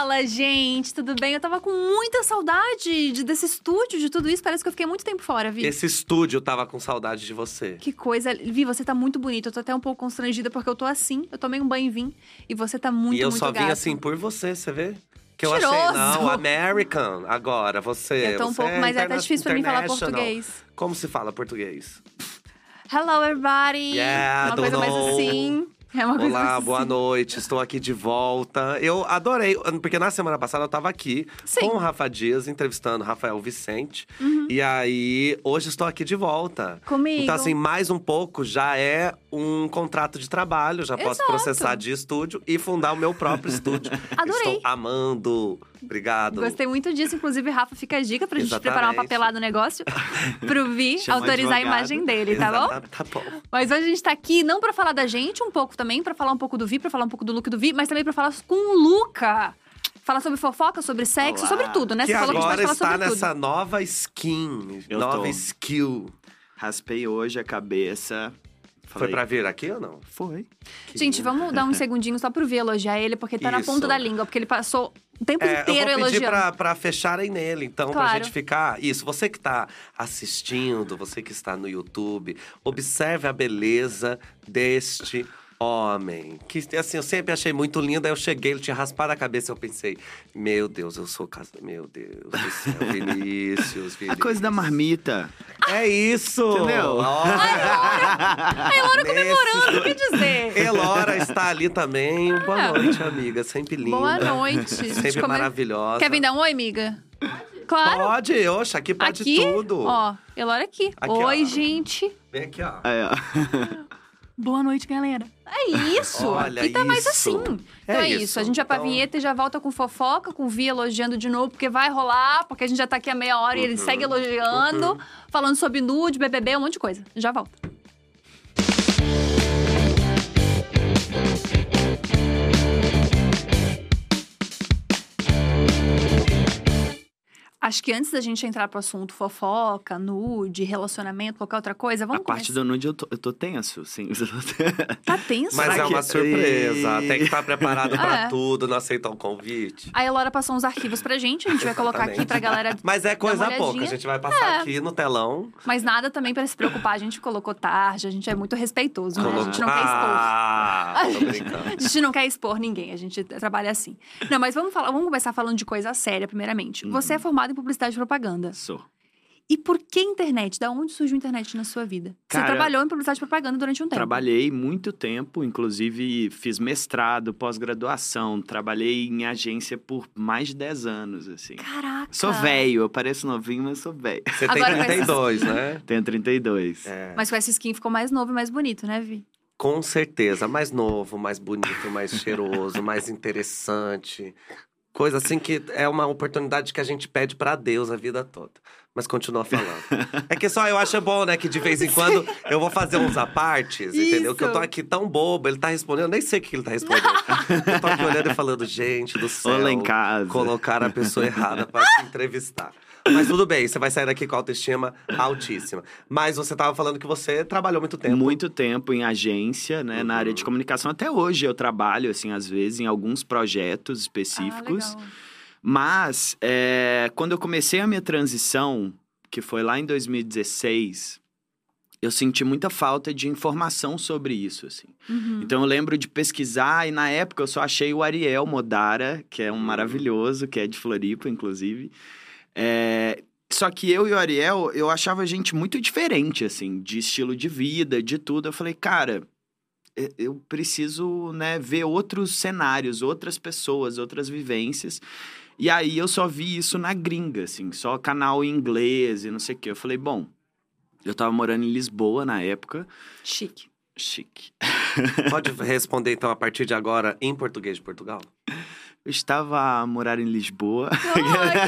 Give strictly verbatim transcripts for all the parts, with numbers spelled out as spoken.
Fala, gente, tudo bem? Eu tava com muita saudade de, desse estúdio, de tudo isso. Parece que eu fiquei muito tempo fora, Vi. Esse estúdio tava com saudade de você. Que coisa. Vi, você tá muito bonita. Eu tô até um pouco constrangida porque eu tô assim. Eu tomei um banho e vim. E você tá muito, E eu muito só vim gato. assim por você, você vê? Que eu Mentiroso. achei, não, American. Agora, você. Eu tô um você pouco, é mas é até interna- difícil pra mim falar international. português. Como se fala português? Hello, everybody! Yeah, Uma coisa mais don't know. assim. É uma coisa Olá, mais boa assim. noite, estou aqui de volta. Eu adorei, porque na semana passada eu tava aqui Sim. com o Rafa Dias, entrevistando o Rafael Vicente. Uhum. E aí, hoje estou aqui de volta. Comigo. Então, assim, mais um pouco já é um contrato de trabalho. Já posso Exato. processar de estúdio e fundar o meu próprio estúdio. Adorei. Estou amando. Obrigado. Gostei muito disso. Inclusive, Rafa, fica a dica pra gente Exatamente. preparar uma papelada no negócio. Pro Vi Chama autorizar a advogado. imagem dele, tá bom? Exata- Tá bom. Mas hoje a gente tá aqui não pra falar da gente um pouco também, pra falar um pouco do Vi, pra falar um pouco do look do Vi, mas também pra falar com o Luca. Falar sobre fofoca, sobre sexo, Olá. sobre tudo, né? Que Você falou que a gente agora pode falar está sobre nessa tudo. nova skin, Eu nova tô. skill. Raspei hoje a cabeça. Foi Falei, pra vir aqui ou não? Foi. Que Gente, lindo. vamos dar uns segundinhos só pro Vi elogiar ele, porque tá na Isso. ponta da língua, porque ele passou o tempo É, inteiro eu vou pedir elogiando. pra, pra fecharem nele, então, Claro. pra gente ficar… Isso, você que tá assistindo, você que está no YouTube, observe a beleza deste homem. Que, assim, eu sempre achei muito lindo, aí eu cheguei, ele tinha raspado a cabeça, eu pensei… Meu Deus, eu sou casado… Meu Deus do céu, Vinícius, Vinícius. A coisa da marmita. É isso! Entendeu? Olha, A Elora comemorando, o que dizer? Elora está ali também. Boa noite, amiga. Sempre linda. Boa noite. A gente Sempre come- maravilhosa. Quer vir dar um oi, amiga? Claro. Pode, oxa, aqui pode aqui, tudo. ó, Elora aqui. Aqui, Oi, ó. gente. Vem aqui, ó. Aí, ó. Boa noite, galera. É isso. Olha Aqui tá mais isso. assim. Então É é, isso. isso. A gente vai pra Então- vinheta e já volta com fofoca, com o Vi elogiando de novo, porque vai rolar, porque a gente já tá aqui há meia hora e ele Uhum. segue elogiando, falando sobre nude, B B B, um monte de coisa. Já volta. Acho que antes da gente entrar pro assunto fofoca, nude, relacionamento, qualquer outra coisa, vamos A parte começar. do nude eu tô, eu tô tenso, sim. Tá tenso? Mas Será é que- uma surpresa. Ei. Tem que estar preparado pra É. tudo. Não aceitar um convite. A Elora passou uns arquivos pra gente, a gente vai colocar aqui Exatamente. pra galera. Mas é coisa Dá uma pouca. A olhadinha. gente vai passar É. aqui no telão. Mas nada também pra se preocupar. A gente colocou tarde, a gente é muito respeitoso, né? A gente não quer expor. Ah, tô brincando. A gente não quer expor ninguém, a gente trabalha assim. Não, mas vamos, falar, vamos começar falando de coisa séria, primeiramente. Uhum. Você é formado em publicidade e propaganda. Sou. E por que internet? Da onde surgiu a internet na sua vida? Cara, Você trabalhou em publicidade e propaganda durante um tempo. Trabalhei muito tempo, inclusive fiz mestrado, pós-graduação. Trabalhei em agência por mais de dez anos, assim. Caraca! Sou velho, eu pareço novinho, mas sou velho. Você tem Agora vai trinta e dois, né? Tenho trinta e dois. É. Mas com essa skin ficou mais novo e mais bonito, né, Vi? Com certeza. Mais novo, mais bonito, mais cheiroso, mais interessante. Coisa assim que é uma oportunidade que a gente pede pra Deus a vida toda. Mas continua falando. É que só eu acho bom, né? Que de vez em quando eu vou fazer uns apartes, entendeu? Que eu tô Isso. aqui tão bobo, ele tá respondendo, eu nem sei o que ele tá respondendo. Eu tô aqui olhando e falando, gente do céu. Olá em casa. Colocar a pessoa errada pra te entrevistar. Mas tudo bem, você vai sair daqui com a autoestima altíssima. Mas você tava falando que você trabalhou muito tempo. Muito tempo em agência, né? Uhum. Na área de comunicação. Até hoje eu trabalho, assim, às vezes, em alguns projetos específicos. Ah, legal. Mas, é, quando eu comecei a minha transição, que foi lá em dois mil e dezesseis, eu senti muita falta de informação sobre isso, assim. Uhum. Então, eu lembro de pesquisar, e na época eu só achei o Ariel Modara, que é um maravilhoso, que é de Floripa, inclusive. É, só que eu e o Ariel, eu achava a gente muito diferente, assim, de estilo de vida, de tudo. Eu falei, cara, e- eu preciso, né, ver outros cenários, outras pessoas, outras vivências. E aí eu só vi isso na gringa, assim, só canal em inglês e não sei o quê. Eu falei, bom, eu tava morando em Lisboa na época. Chique. Chique. Pode responder, então, a partir de agora, em português de Portugal? Eu estava a morar em Lisboa. Ai,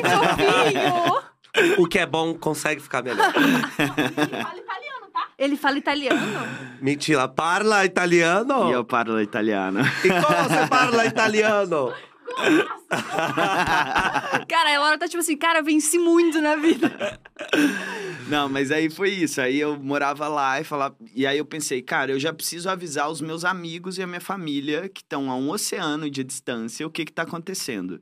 que fofinho! O que é bom consegue ficar melhor. Ele fala italiano? Mentira, parla italiano? E eu parlo italiano. E como você parla italiano? Cara, a Laura tá tipo assim, cara, eu venci muito na vida. Não, mas aí foi isso. Aí eu morava lá e falava... E aí eu pensei, cara, eu já preciso avisar os meus amigos e a minha família que estão a um oceano de distância o que que tá acontecendo.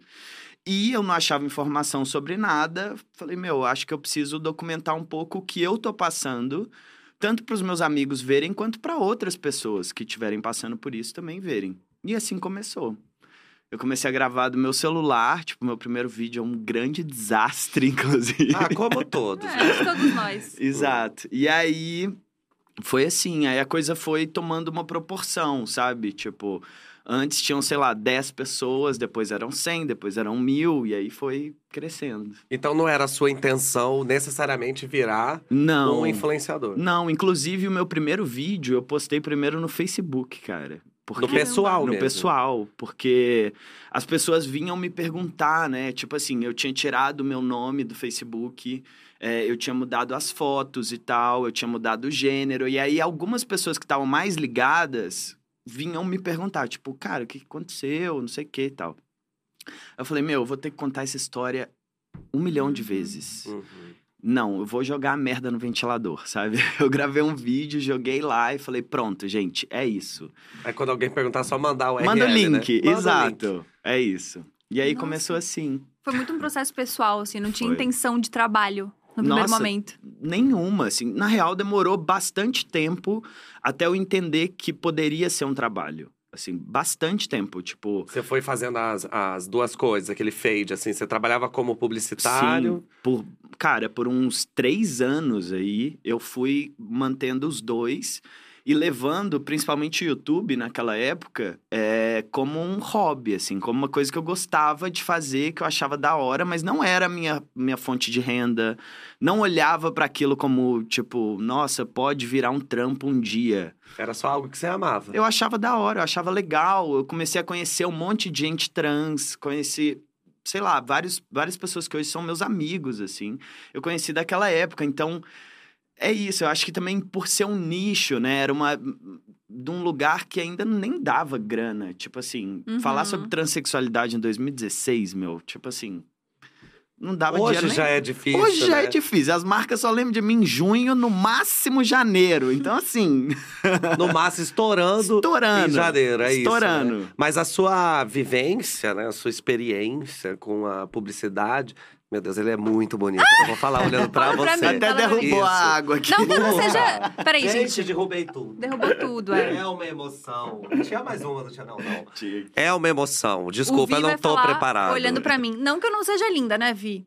E eu não achava informação sobre nada. Falei, meu, acho que eu preciso documentar um pouco o que eu tô passando, tanto para os meus amigos verem, quanto para outras pessoas que estiverem passando por isso também verem. E assim começou. Eu comecei a gravar do meu celular, tipo, meu primeiro vídeo é um grande desastre, inclusive. Ah, como todos. É, todos nós. Exato. E aí, foi assim, aí a coisa foi tomando uma proporção, sabe? Tipo, antes tinham, sei lá, dez pessoas, depois eram cem, depois eram mil, e aí foi crescendo. Então não era a sua intenção necessariamente virar Não. um influenciador. Não, inclusive o meu primeiro vídeo eu postei primeiro no Facebook, cara. Porque, No pessoal no mesmo. pessoal, porque as pessoas vinham me perguntar, né? Tipo assim, eu tinha tirado o meu nome do Facebook, é, eu tinha mudado as fotos e tal, eu tinha mudado o gênero. E aí, algumas pessoas que estavam mais ligadas vinham me perguntar, tipo, cara, o que aconteceu? Não sei o que e tal. Eu falei, meu, eu vou ter que contar essa história um milhão de vezes. Uhum. Não, eu vou jogar a merda no ventilador, sabe? Eu gravei um vídeo, joguei lá e falei, pronto, gente, é isso. Aí quando alguém perguntar, só mandar o U R L, Manda o né? link, Manda o exato. link. É isso. E aí Nossa. começou assim. Foi muito um processo pessoal, assim, não tinha Foi. intenção de trabalho no primeiro Nossa, momento. Nenhuma, assim. Na real, demorou bastante tempo até eu entender que poderia ser um trabalho. Assim, bastante tempo, tipo... Você foi fazendo as, as duas coisas, aquele fade, assim. Você trabalhava como publicitário. Sim, por, cara, por uns três anos aí, eu fui mantendo os dois e levando, principalmente o YouTube naquela época, é, como um hobby, assim, como uma coisa que eu gostava de fazer, que eu achava da hora, mas não era a minha, minha fonte de renda. Não olhava para aquilo como, tipo, nossa, pode virar um trampo um dia. Era só algo que você amava. Eu achava da hora, eu achava legal. Eu comecei a conhecer um monte de gente trans, conheci, sei lá, vários, várias pessoas que hoje são meus amigos, assim. Eu conheci daquela época, então é isso. Eu acho que também por ser um nicho, né, era uma de um lugar que ainda nem dava grana. Tipo assim, Uhum. falar sobre transexualidade em dois mil e dezesseis, meu, tipo assim, não dava Hoje dinheiro já nem... é difícil, Hoje já né? é difícil. As marcas só lembram de mim em junho, no máximo janeiro. Então, assim... No máximo, estourando, Estourando. em janeiro, é Estourando. isso, né? Mas a sua vivência, né? A sua experiência com a publicidade... Meu Deus, ele é muito bonito. Eu vou falar olhando pra Fala pra você. mim, Até fala pra mim. derrubou a Isso. água aqui. Não que eu não seja... Peraí, Gente, gente. derrubei tudo. Derrubou tudo, é. É uma emoção. Tinha mais uma, não tinha não, não. Tinha. É uma emoção. O Desculpa, Vi eu não vai tô falar preparado. olhando pra mim. Não que eu não seja linda, né, Vi?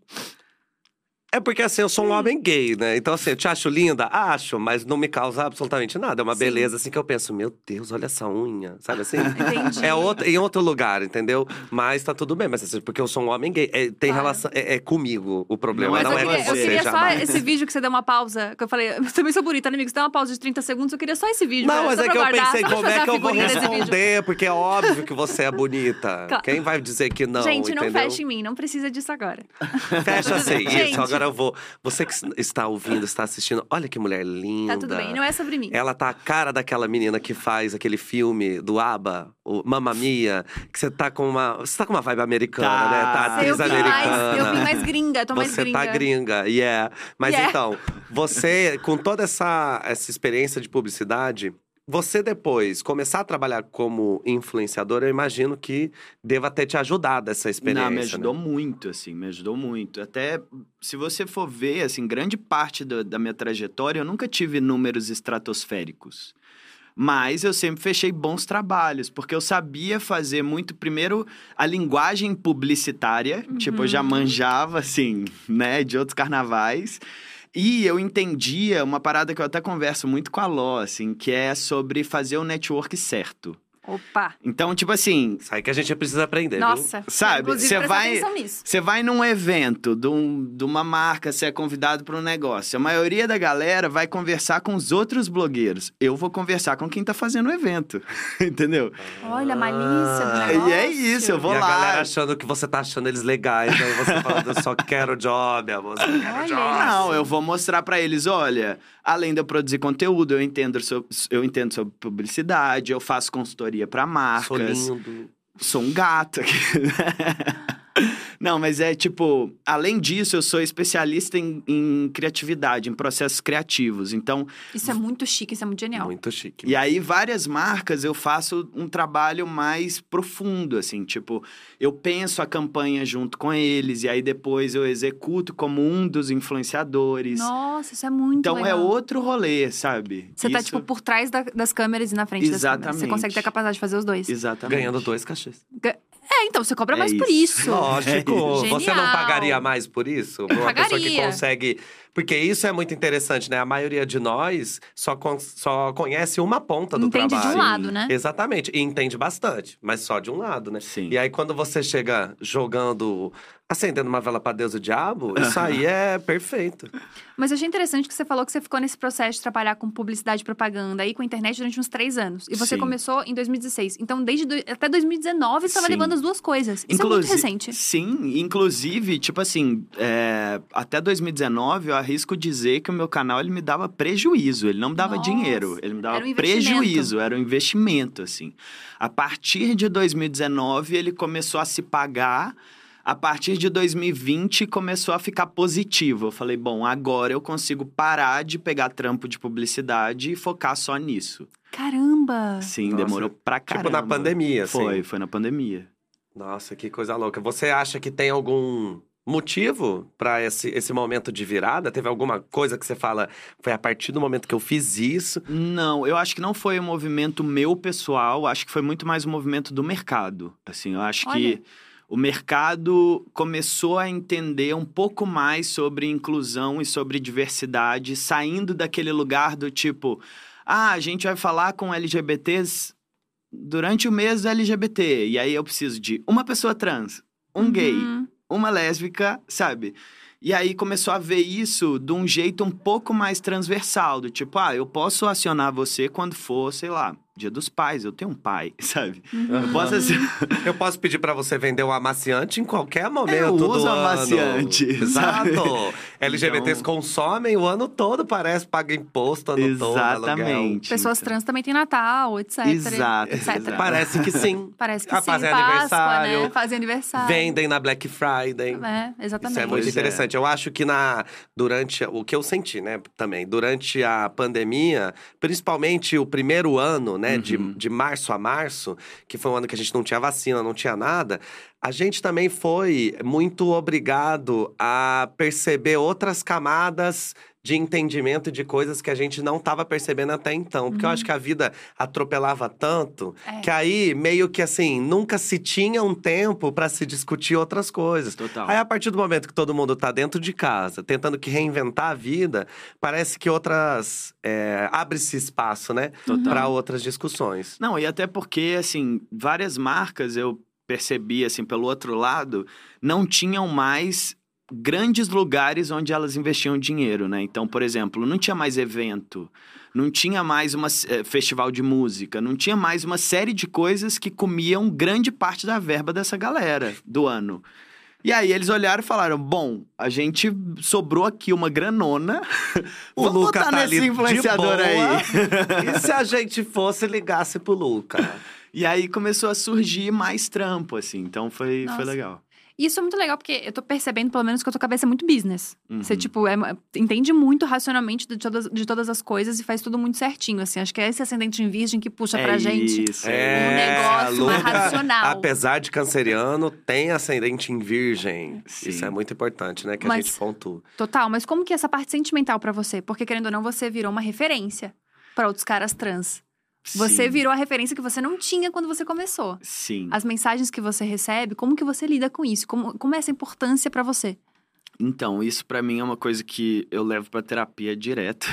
É porque, assim, eu sou um homem gay, né? Então, assim, eu te acho linda? Acho, mas não me causa absolutamente nada. É uma Sim. beleza, assim, que eu penso, meu Deus, olha essa unha, sabe assim? Entendi. É outro, em outro lugar, entendeu? Mas tá tudo bem, mas assim, porque eu sou um homem gay. É, tem Claro. relação, é, é comigo o problema, Mas não eu é queria, com eu você, queria só jamais. esse vídeo que você deu uma pausa. Que eu falei, eu também sou bonita, né, amigo? Você deu uma pausa de trinta segundos, eu queria só esse vídeo. Não, pra- mas só é pra que eu guardar, pensei, só pra como é fazer que a eu vou figurinha desse vídeo. responder? Porque é óbvio que você é bonita. Claro. Quem vai dizer que não, Gente, não entendeu? fecha em mim, não precisa disso agora. Fecha assim, Gente. isso. Agora eu vou… Você que está ouvindo, está assistindo, olha que mulher linda. Tá tudo bem, não é sobre mim. Ela tá a cara daquela menina que faz aquele filme do ABBA, o Mamma Mia, que você tá com uma… Você tá com uma vibe americana, Tá. né? Tá eu atriz vim americana. mais, eu vim mais gringa, tô mais Você gringa. tá gringa, yeah. Mas Yeah. então, você, com toda essa, essa experiência de publicidade… Você depois começar a trabalhar como influenciador, eu imagino que deva ter te ajudado essa experiência. Não, me ajudou né? muito, assim, me ajudou muito. Até, se você for ver, assim, grande parte do- da minha trajetória, eu nunca tive números estratosféricos. Mas eu sempre fechei bons trabalhos, porque eu sabia fazer muito, primeiro, a linguagem publicitária. Tipo, eu já manjava, assim, né, de outros carnavais. E eu entendia uma parada que eu até converso muito com a Ló, assim, que é sobre fazer o network certo. Opa. Então, tipo assim, Isso aí que a gente precisa aprender, viu? Nossa. Sabe, Inclusive, você prestar vai- atenção nisso. você vai num evento de, um- de uma marca, você é convidado para um negócio. A maioria da galera vai conversar com os outros blogueiros. Eu vou conversar com quem tá fazendo o evento, entendeu? Olha, a malícia do Ah. negócio. E é isso, eu vou e lá. a galera achando que você tá achando eles legais. Aí você falando, eu só quero job, amor. Só quero Olha job. isso. Não, eu vou mostrar pra eles, olha, além de eu produzir conteúdo, eu entendo sobre, eu entendo sobre publicidade, eu faço consultoria pra marcas. Sou lindo. Sou um gato aqui. Não, mas é tipo, além disso, eu sou especialista em, em criatividade, em processos criativos. Então, Isso é muito chique, isso é muito genial. Muito chique. e aí várias marcas eu faço um trabalho mais profundo, assim, tipo, eu penso a campanha junto com eles e aí depois eu executo como um dos influenciadores. Nossa, isso é muito Então legal. é outro rolê, sabe? Você tá, Isso- tipo, por trás da- das câmeras e na frente das câmeras. Você Exatamente. consegue ter a capacidade de fazer os dois. Exatamente. Ganhando dois cachês. É, então, você cobra É mais por isso. isso. Lógico. Genial. Você não pagaria mais por isso? Uma Pagaria. pessoa que consegue. Porque isso é muito interessante, né? A maioria de nós só, con- só conhece uma ponta do Entende trabalho. de um lado, né? Exatamente. E entende bastante, mas só de um lado, né? Sim. E aí, quando você chega jogando, acendendo uma vela pra Deus e o diabo, isso aí é perfeito. Mas eu achei interessante que você falou que você ficou nesse processo de trabalhar com publicidade e propaganda aí com a internet durante uns três anos. E você Sim. começou em dois mil e dezesseis. Então, desde do- até dois mil e dezenove, você estava Sim. levando as duas coisas. Isso é Inclusi- muito recente. Sim, inclusive, tipo assim, é, até dois mil e dezenove eu arrisco dizer que o meu canal ele me dava prejuízo, ele não me dava Nossa, dinheiro, ele me dava era um investimento. prejuízo, era um investimento, assim. A partir de dois mil e dezenove ele começou a se pagar, a partir de dois mil e vinte começou a ficar positivo. Eu falei, bom, agora eu consigo parar de pegar trampo de publicidade e focar só nisso. Caramba! Sim, Nossa, demorou pra caramba. Tipo na pandemia, assim. Foi, foi na pandemia. Nossa, que coisa louca. Você acha que tem algum motivo pra esse, esse momento de virada? Teve alguma coisa que você fala, foi a partir do momento que eu fiz isso? Não, eu acho que não foi um movimento meu pessoal, acho que foi muito mais um movimento do mercado. Assim, eu acho Olha. que o mercado começou a entender um pouco mais sobre inclusão e sobre diversidade, saindo daquele lugar do tipo, ah, a gente vai falar com L G B Ts durante o mês do L G B T, e aí eu preciso de uma pessoa trans, um gay, Uhum. uma lésbica, sabe? E aí começou a ver isso de um jeito um pouco mais transversal, do tipo, ah, eu posso acionar você quando for, sei lá, Dia dos Pais, eu tenho um pai, sabe? Eu posso assim... Eu posso pedir pra você vender um amaciante em qualquer momento Eu do uso ano. amaciante, Exato. sabe? L G B Ts Então- consomem o ano todo, parece, paga imposto o ano todo, aluguel. Exatamente. Pessoas Então. trans também têm Natal, etc. Exato, etc. exato. Parece que sim. Parece que Ah, sim. fazem Páscoa, aniversário. né? Fazem aniversário. Vendem na Black Friday. É, exatamente. Isso é muito Pois é. interessante. Eu acho que na durante o que eu senti, né, também, durante a pandemia, principalmente o primeiro ano, né, Uhum. de, de março a março, que foi um ano que a gente não tinha vacina, não tinha nada, a gente também foi muito obrigado a perceber outras camadas de entendimento de coisas que a gente não estava percebendo até então. Porque eu acho que a vida atropelava tanto É. que aí, meio que assim, nunca se tinha um tempo para se discutir outras coisas. Total. Aí, a partir do momento que todo mundo tá dentro de casa, tentando que reinventar a vida, parece que outras… É, abre-se espaço, né? Total. Para outras discussões. Não, e até porque, assim, várias marcas eu percebi, assim, pelo outro lado, não tinham mais grandes lugares onde elas investiam dinheiro, né? Então, por exemplo, não tinha mais evento, não tinha mais uma eh, festival de música, não tinha mais uma série de coisas que comiam grande parte da verba dessa galera do ano. E aí eles olharam e falaram, bom, a gente sobrou aqui uma granona, O vamos Luca botar tá nesse ali de influenciador boa. aí. E se a gente fosse e ligasse pro Luca? E aí começou a surgir mais trampo, assim. Então foi, foi Nossa. legal. E isso é muito legal, porque eu tô percebendo, pelo menos, que a tua cabeça é muito business. Uhum. Você, tipo, é, entende muito racionalmente de todas, de todas as coisas e faz tudo muito certinho, assim. Acho que é esse ascendente em virgem que puxa pra é gente. Isso, Um negócio mais racional. apesar de canceriano, tem ascendente em virgem. Sim. Isso é muito importante, né? Que a Mas- gente pontua. Total, mas como que é essa parte sentimental pra você? Porque, querendo ou não, você virou uma referência pra outros caras trans. Você Sim, virou a referência que você não tinha quando você começou. Sim. As mensagens que você recebe, como que você lida com isso? Como, como é essa importância pra você? Então, isso pra mim é uma coisa que eu levo pra terapia direto.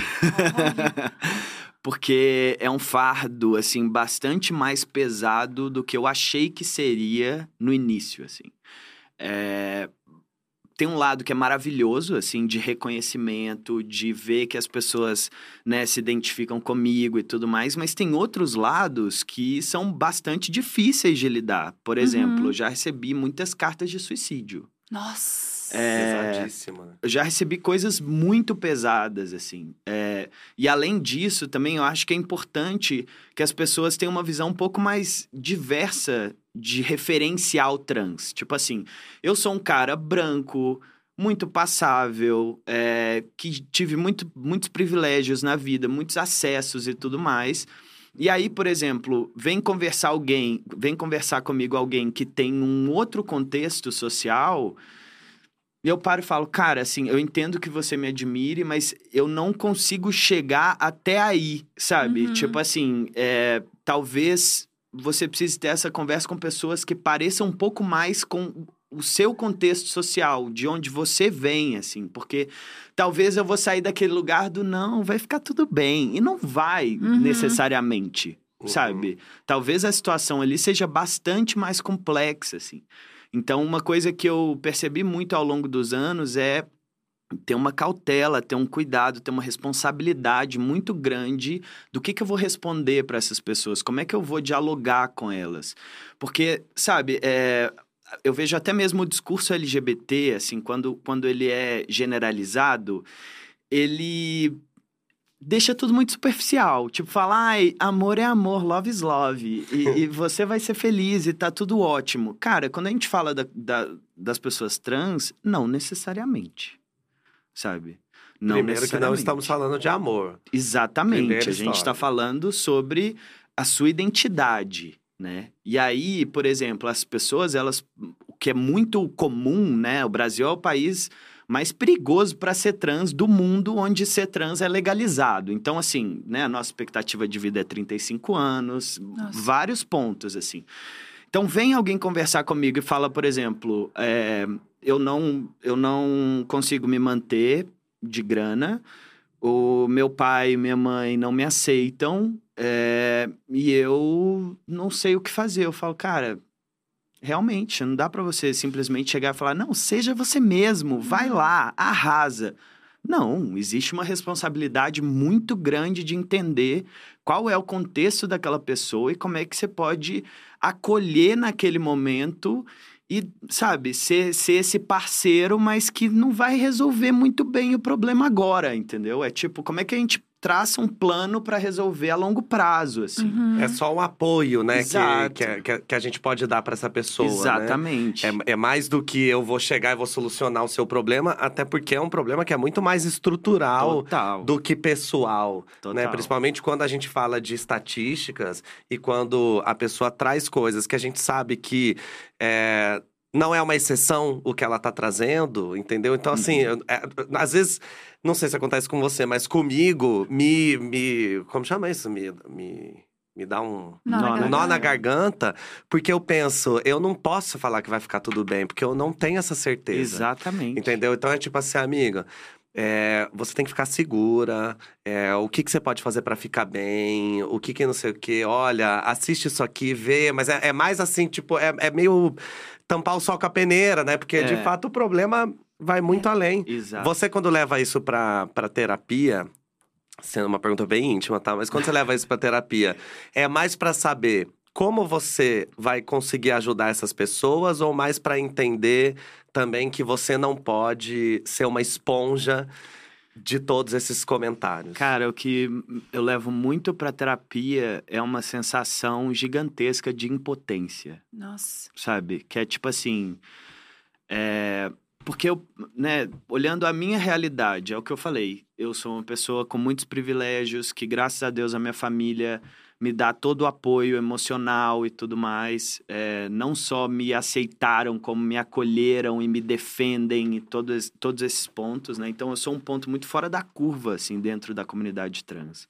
Porque é um fardo, assim, bastante mais pesado do que eu achei que seria no início, assim. É... Tem um lado que é maravilhoso, assim, de reconhecimento, de ver que as pessoas, né, se identificam comigo e tudo mais, mas tem outros lados que são bastante difíceis de lidar. Por exemplo, Uhum. eu já recebi muitas cartas de suicídio. Nossa! É, Pesadíssima. Eu já recebi coisas muito pesadas, assim. É, e além disso, também eu acho que é importante que as pessoas tenham uma visão um pouco mais diversa de referencial trans. Tipo assim, eu sou um cara branco, muito passável, é, que tive muito, muitos privilégios na vida, muitos acessos e tudo mais. E aí, por exemplo, vem conversar alguém, vem conversar comigo alguém que tem um outro contexto social, e eu paro e falo, cara, assim, eu entendo que você me admire, mas eu não consigo chegar até aí, sabe? Uhum. Tipo assim, é, talvez você precise ter essa conversa com pessoas que pareçam um pouco mais com o seu contexto social, de onde você vem, assim, porque talvez eu vou sair daquele lugar do não, vai ficar tudo bem, e não vai Uhum. necessariamente, Uhum. sabe? Talvez a situação ali seja bastante mais complexa, assim. Então, uma coisa que eu percebi muito ao longo dos anos é ter uma cautela, ter um cuidado, ter uma responsabilidade muito grande do que, que eu vou responder para essas pessoas, como é que eu vou dialogar com elas. Porque, sabe, é, eu vejo até mesmo o discurso L G B T, assim, quando, quando ele é generalizado, ele deixa tudo muito superficial. Tipo, fala, ai, amor é amor, love is love. E, e você vai ser feliz e tá tudo ótimo. Cara, quando a gente fala da, da, das pessoas trans, não necessariamente. Sabe? Não Primeiro que não estamos falando de amor. Exatamente. Primeira a gente está história. falando sobre a sua identidade, né? E aí, por exemplo, as pessoas, elas... O que é muito comum, né? O Brasil é o país mais perigoso para ser trans do mundo, onde ser trans é legalizado. Então, assim, né? A nossa expectativa de vida é trinta e cinco anos. Nossa. Vários pontos, assim. Então, vem alguém conversar comigo e fala, por exemplo, é, eu, não, eu não consigo me manter de grana, o meu pai e minha mãe não me aceitam, é, e eu não sei o que fazer. Eu falo, cara, realmente, não dá pra você simplesmente chegar e falar, não, seja você mesmo, vai lá, arrasa. Não, existe uma responsabilidade muito grande de entender qual é o contexto daquela pessoa e como é que você pode acolher naquele momento e, sabe, ser, ser esse parceiro, mas que não vai resolver muito bem o problema agora, entendeu? É tipo, como é que a gente traça um plano para resolver a longo prazo, assim. Uhum. É só um apoio, né? Que, Exato. que, que, que a gente pode dar para essa pessoa. Exatamente. Né? É, é mais do que eu vou chegar e vou solucionar o seu problema, até porque é um problema que é muito mais estrutural Total. do que pessoal. Total. Né? Principalmente quando a gente fala de estatísticas e quando a pessoa traz coisas que a gente sabe que. É, não é uma exceção o que ela tá trazendo, entendeu? Então, assim, Uhum. eu, é, às vezes, não sei se acontece com você, mas comigo, me. me como chama isso? Me, me, me dá um. Nó na Nó na Um nó na garganta. garganta, porque eu penso, eu não posso falar que vai ficar tudo bem, porque eu não tenho essa certeza. Exatamente. Entendeu? Então é tipo assim, amiga. É, você tem que ficar segura, é, o que, que você pode fazer pra ficar bem, o que que não sei o que, olha, assiste isso aqui, vê, mas é, é mais assim, tipo, é, é meio tampar o sol com a peneira, né? Porque, É. de fato, o problema vai muito além. Exato. Você, quando leva isso pra, pra terapia, sendo uma pergunta bem íntima, tá? Mas quando você leva isso pra terapia, é mais pra saber como você vai conseguir ajudar essas pessoas ou mais pra entender também que você não pode ser uma esponja de todos esses comentários? Cara, o que eu levo muito pra terapia é uma sensação gigantesca de impotência, Nossa. sabe? Que é tipo assim, é... porque eu, né, olhando a minha realidade, é o que eu falei, eu sou uma pessoa com muitos privilégios, que graças a Deus a minha família me dá todo o apoio emocional e tudo mais. É, não só me aceitaram, como me acolheram e me defendem e todos, todos esses pontos, né? Então, eu sou um ponto muito fora da curva, assim, dentro da comunidade trans.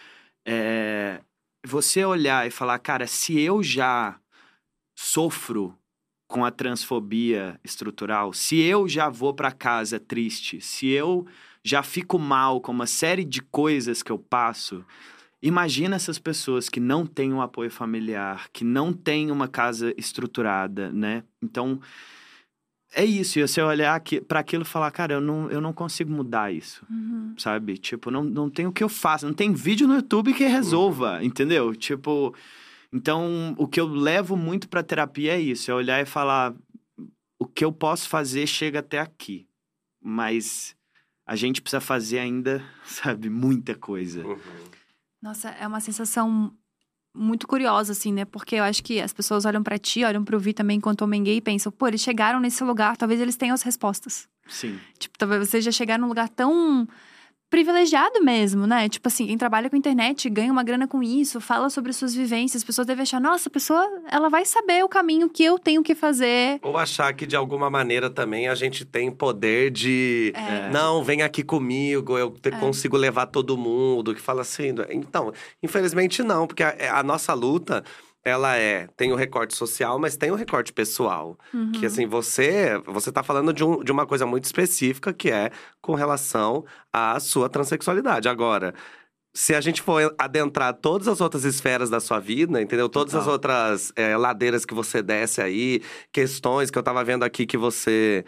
É, você olhar e falar, cara, se eu já sofro com a transfobia estrutural, se eu já vou para casa triste, se eu já fico mal com uma série de coisas que eu passo... Imagina essas pessoas que não têm um apoio familiar, que não têm uma casa estruturada, né? Então, é isso. E você olhar para aquilo e falar, cara, eu não, eu não consigo mudar isso, Uhum. sabe? Tipo, não, não tem o que eu faço. Não tem vídeo no YouTube que resolva, entendeu? Tipo, então, o que eu levo muito pra terapia é isso. É olhar e falar, o que eu posso fazer chega até aqui. Mas a gente precisa fazer ainda, sabe, muita coisa. Uhum. Nossa, é uma sensação muito curiosa, assim, né? Porque eu acho que as pessoas olham pra ti, olham pro Vi também enquanto homem gay e pensam, pô, eles chegaram nesse lugar, talvez eles tenham as respostas. Sim. Tipo, talvez vocês já chegaram num lugar tão privilegiado mesmo, né? Tipo assim, quem trabalha com internet ganha uma grana com isso, fala sobre suas vivências, as pessoas devem achar, nossa, a pessoa, ela vai saber o caminho que eu tenho que fazer. Ou achar que, de alguma maneira, também a gente tem poder de… É. Não, vem aqui comigo, eu te- É. consigo levar todo mundo. Que fala assim… Então, infelizmente não, porque a, a nossa luta… Ela é, tem o recorte social, mas tem o recorte pessoal. Uhum. Que assim, você, você tá falando de, um, de uma coisa muito específica, que é com relação à sua transexualidade. Agora, se a gente for adentrar todas as outras esferas da sua vida, entendeu? Todas Total. as outras é, ladeiras que você desce aí, questões que eu tava vendo aqui que você…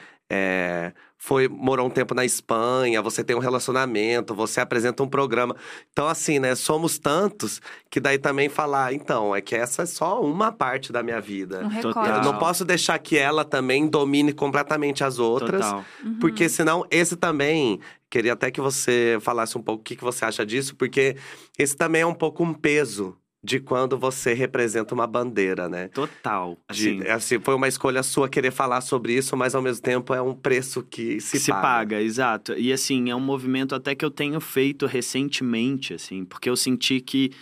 É, foi, morou um tempo na Espanha, você tem um relacionamento, você apresenta um programa. Então, assim, né, somos tantos que daí também falar, então, é que essa é só uma parte da minha vida. Um recorte. Total. Eu não posso deixar que ela também domine completamente as outras. Total. Uhum. Porque senão, esse também… Queria até que você falasse um pouco o que, que você acha disso. Porque esse também é um pouco um peso de quando você representa uma bandeira, né? Total. De, Assim, assim, foi uma escolha sua querer falar sobre isso, mas ao mesmo tempo é um preço que se, se paga. paga, exato. E assim, é um movimento até que eu tenho feito recentemente, assim, porque eu senti que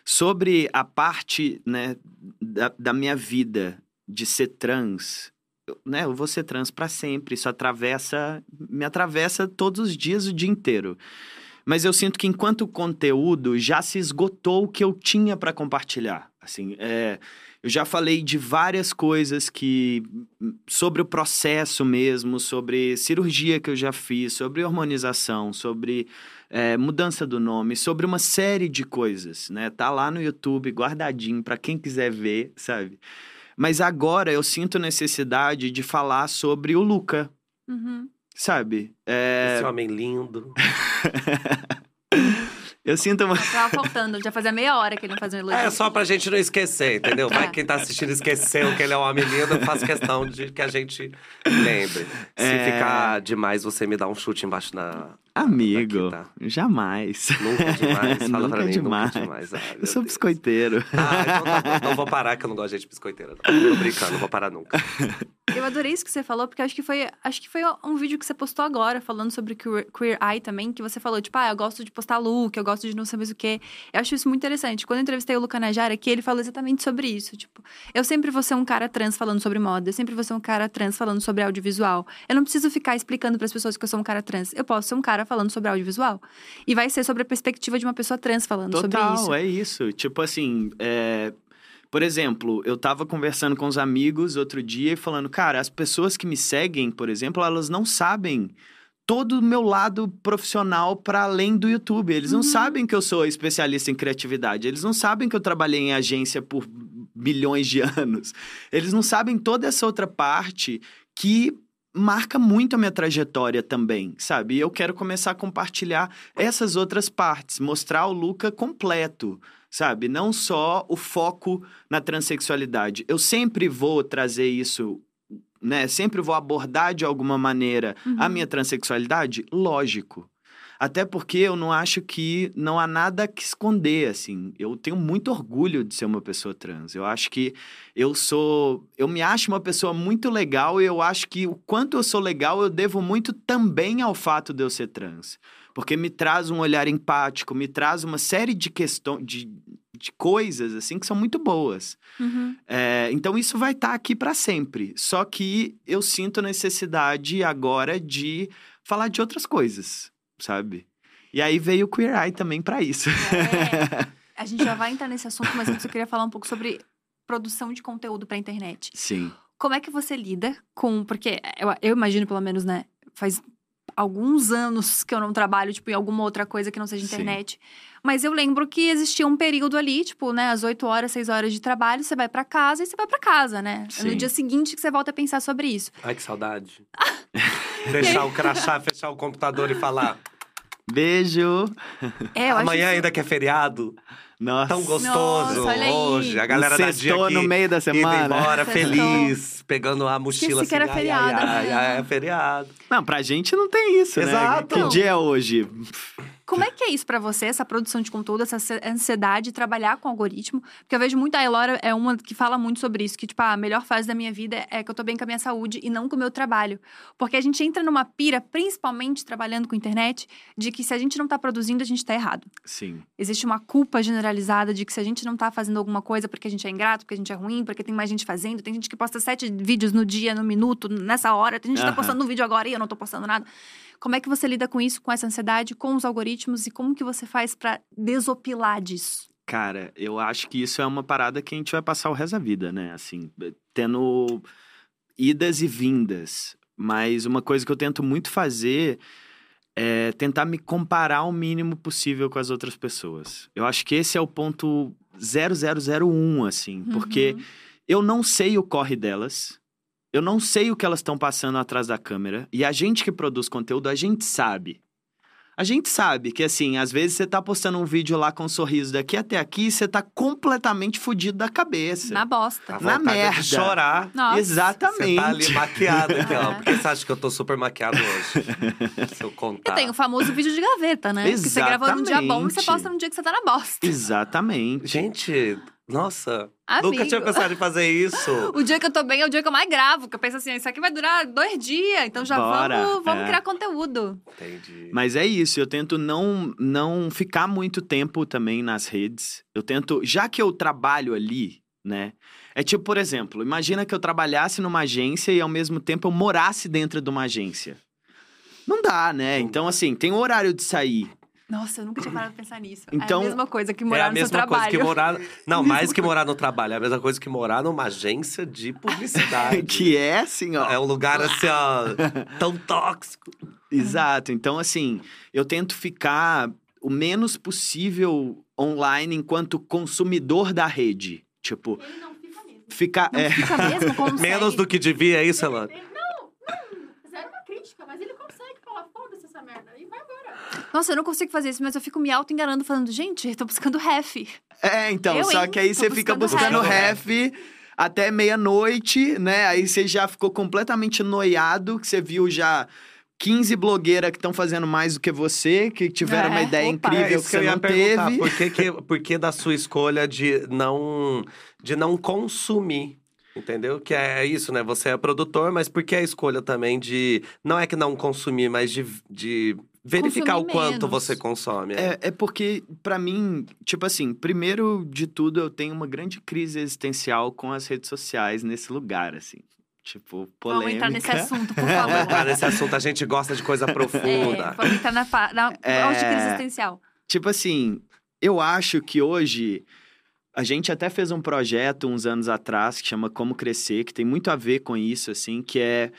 sobre a parte, né, da, da minha vida de ser trans, eu, né, eu vou ser trans pra sempre, isso atravessa, me atravessa todos os dias, o dia inteiro. Mas eu sinto que enquanto conteúdo já se esgotou o que eu tinha para compartilhar. Assim, é, eu já falei de várias coisas que sobre o processo mesmo, sobre cirurgia que eu já fiz, sobre hormonização, sobre é, mudança do nome, sobre uma série de coisas, né? Tá lá no YouTube guardadinho para quem quiser ver, sabe? Mas agora eu sinto necessidade de falar sobre o Luca, Uhum. sabe? É... Esse homem lindo. Eu sinto uma… Tava faltando, já fazia meia hora que ele não fazia um elogio. É só pra gente não esquecer, entendeu? Vai É. que quem tá assistindo esqueceu que ele é um homem lindo, eu faço questão de que a gente lembre. Se É. ficar demais, você me dá um chute embaixo na… Amigo, Aqui, tá. jamais. Nunca é demais, fala Nunca pra é mim, demais. nunca é demais. Ai, meu Eu sou Deus. biscoiteiro. Ah, então tá bom. Então vou parar, que eu não gosto de gente biscoiteira. Não. Tô brincando, não vou parar nunca. Eu adorei isso que você falou, porque acho que foi, acho que foi um vídeo que você postou agora, falando sobre Queer, Queer Eye também, que você falou, tipo, ah, eu gosto de postar look, eu gosto de não saber o quê. Eu acho isso muito interessante. Quando eu entrevistei o Luca Najara aqui, ele falou exatamente sobre isso. Tipo, eu sempre vou ser um cara trans falando sobre moda, eu sempre vou ser um cara trans falando sobre audiovisual. Eu não preciso ficar explicando pras pessoas que eu sou um cara trans. Eu posso ser um cara falando sobre audiovisual. E vai ser sobre a perspectiva de uma pessoa trans falando sobre isso. Total, é isso. Tipo assim, é... por exemplo, eu tava conversando com os amigos outro dia e falando, cara, as pessoas que me seguem, por exemplo, elas não sabem todo o meu lado profissional para além do YouTube. Eles não Uhum. sabem que eu sou especialista em criatividade. Eles não sabem que eu trabalhei em agência por milhões de anos. Eles não sabem toda essa outra parte que marca muito a minha trajetória também, sabe? E eu quero começar a compartilhar essas outras partes, mostrar o Luca completo, sabe? Não só o foco na transexualidade. Eu sempre vou trazer isso, né? Sempre vou abordar de alguma maneira Uhum. a minha transexualidade, lógico. Até porque eu não acho que não há nada que esconder, assim. Eu tenho muito orgulho de ser uma pessoa trans. Eu acho que eu sou… Eu me acho uma pessoa muito legal e eu acho que o quanto eu sou legal eu devo muito também ao fato de eu ser trans. Porque me traz um olhar empático, me traz uma série de questões… De, de coisas, assim, que são muito boas. Uhum. É, então, isso vai estar aqui para sempre. Só que eu sinto necessidade agora de falar de outras coisas, sabe? E aí veio o Queer Eye também para isso. É, a gente já vai entrar nesse assunto, mas antes eu queria falar um pouco sobre produção de conteúdo pra internet. Sim. Como é que você lida com… Porque eu, eu imagino, pelo menos, né? Faz alguns anos que eu não trabalho, tipo, em alguma outra coisa que não seja internet. Sim. Mas eu lembro que existia um período ali, tipo, né? Às oito horas, seis horas de trabalho, você vai pra casa e você vai pra casa, né? É no Sim. dia seguinte que você volta a pensar sobre isso. Ai, que saudade. Deixar o crachá, fechar o computador e falar… Beijo! É, eu Amanhã acho isso... ainda que é feriado. Nossa. Tão gostoso Nossa, olha aí. hoje. A galera da dia Sextou aqui no meio da indo semana. embora, Sextou. feliz, pegando a mochila Esqueci que assim. era ai, feriado ai, ai, amanhã. ai, é feriado. Não, pra gente não tem isso, Exato. né? Que dia é hoje? Como é que é isso pra você, essa produção de conteúdo, essa ansiedade de trabalhar com algoritmo? Porque eu vejo muito, a Elora é uma que fala muito sobre isso, que tipo, ah, a melhor fase da minha vida é que eu tô bem com a minha saúde e não com o meu trabalho. Porque a gente entra numa pira, principalmente trabalhando com internet, de que se a gente não tá produzindo, a gente tá errado. Sim. Existe uma culpa generalizada de que se a gente não tá fazendo alguma coisa porque a gente é ingrato, porque a gente é ruim, porque tem mais gente fazendo, tem gente que posta sete vídeos no dia, no minuto, nessa hora, tem gente que tá Aham. postando um vídeo agora e eu não tô postando nada. Como é que você lida com isso, com essa ansiedade, com os algoritmos e como que você faz pra desopilar disso? Cara, eu acho que isso é uma parada que a gente vai passar o resto da vida, né? Assim, tendo idas e vindas. Mas uma coisa que eu tento muito fazer é tentar me comparar o mínimo possível com as outras pessoas. Eu acho que esse é o ponto zero zero zero um, assim. Porque Uhum. eu não sei o corre delas. Eu não sei o que elas estão passando atrás da câmera. E a gente que produz conteúdo, a gente sabe. A gente sabe que, assim, às vezes você tá postando um vídeo lá com um sorriso daqui até aqui e você tá completamente fudido da cabeça. Na bosta. A Na vontade é merda. de chorar. Nossa. Exatamente. Você tá ali maquiado aqui, ó. É. Por que você acha que eu tô super maquiado hoje? Se eu contar. E tem o famoso vídeo de gaveta, né? Que você gravou num dia bom e você Exatamente. posta num dia que você tá na bosta. Exatamente. Gente, nossa. Amigo. Nunca tinha pensado em fazer isso. O dia que eu tô bem é o dia que eu mais gravo. Que eu penso assim, isso aqui vai durar dois dias. Então já Bora. vamos, vamos É. criar conteúdo. Entendi. Mas é isso, eu tento não, não ficar muito tempo também nas redes. Eu tento, já que eu trabalho ali, né? É tipo, por exemplo, imagina que eu trabalhasse numa agência e ao mesmo tempo eu morasse dentro de uma agência. Não dá, né? Então, assim, tem o horário de sair. Nossa, eu nunca tinha parado pra pensar nisso. Então, é a mesma coisa que É morar a no seu mesma coisa trabalho. que morar. Não, mais que morar no trabalho. É a mesma coisa que morar numa agência de publicidade. Que é assim, ó. É um lugar assim, ó, tão tóxico. Exato. Então, assim, eu tento ficar o menos possível online enquanto consumidor da rede. Tipo, Ele não fica mesmo. ficar. Não É, fica mesmo? Consegue. Menos do que devia, é isso, Elana? Ele- Não, não, zero uma crítica, mas ele consegue falar, foda-se essa merda, e vai embora. Nossa, eu não consigo fazer isso, mas eu fico me auto-enganando, falando, gente, tô buscando ref. é, então, Eu, só hein? que aí Tô você fica buscando buscando ref. ref até meia-noite, né? Aí você já ficou completamente noiado, que você viu já quinze blogueiras que estão fazendo mais do que você, que tiveram É, uma ideia opa. incrível É que isso que você eu ia não perguntar. teve. Por que, que, por que da sua escolha de não, de não consumir? Entendeu? Que é isso, né? Você é produtor, mas por que a escolha também de... Não é que não consumir, mas de, de verificar Consumir o quanto menos. você consome. É, é porque, pra mim, tipo assim, primeiro de tudo, eu tenho uma grande crise existencial com as redes sociais nesse lugar, assim. Tipo, polêmica. Vamos entrar nesse assunto, por Vamos favor. entrar nesse assunto, a gente gosta de coisa profunda. É, vamos entrar na, pa- na É. onde de crise existencial. Tipo assim, eu acho que hoje... A gente até fez um projeto uns anos atrás que chama Como Crescer, que tem muito a ver com isso, assim, que é...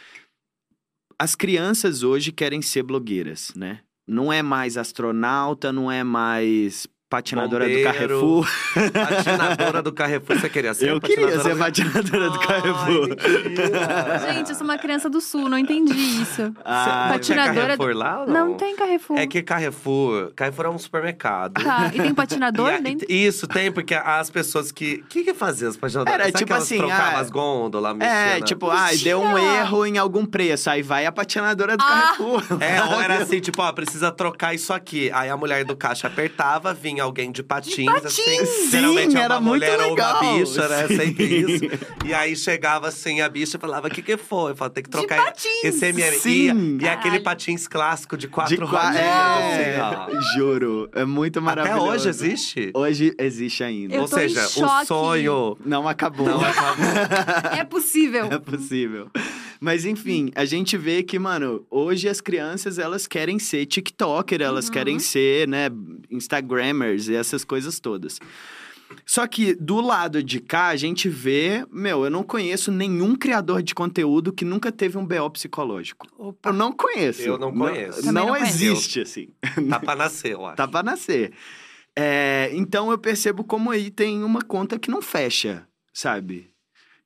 As crianças hoje querem ser blogueiras, né? Não é mais astronauta, não é mais patinadora Bombeiro. do Carrefour. Patinadora do Carrefour, você queria ser? Eu queria patinadora ser do- patinadora do Ai, Carrefour. mentira. Gente, eu sou uma criança do sul, não entendi isso. Ah, Não tinha patinadora Carrefour lá ou não? Não tem Carrefour. É que Carrefour... Carrefour é um supermercado. Tá, e tem patinador E a- dentro? Isso, tem, porque as pessoas que... O que que faziam as patinadoras? Era Será tipo que elas assim, trocavam ah, as gôndolas, mexiam É, na- tipo, ah, deu um Mentira! erro em algum preço. Aí vai a patinadora do Ah! Carrefour. É, ou era assim, tipo, ó, precisa trocar isso aqui. Aí a mulher do caixa apertava, vinha alguém de patins, assim. Sim, Geralmente é era uma muito mulher legal. ou uma bicha, né? Sim. Sempre isso. E aí chegava assim, a bicha falava, o que que foi? Eu falava, tem que trocar patins! esse M M. Sim. E, e aquele Caralho. patins clássico de quatro De qua- rodinhas, é, assim, ó. juro. É muito Até maravilhoso. hoje existe? Hoje existe ainda. Eu Ou tô em seja, o choque. sonho Não acabou. não acabou. É possível. É possível. Mas enfim, a gente vê que, mano, hoje as crianças, elas querem ser TikToker, elas Uhum. querem ser, né, Instagrammers e essas coisas todas. Só que do lado de cá, a gente vê, meu, eu não conheço nenhum criador de conteúdo que nunca teve um B O psicológico. Eu não conheço. Eu não conheço. Também Não, não conheço. existe, assim. Tá pra nascer, eu acho. Tá pra nascer. É, então eu percebo como aí tem uma conta que não fecha, sabe?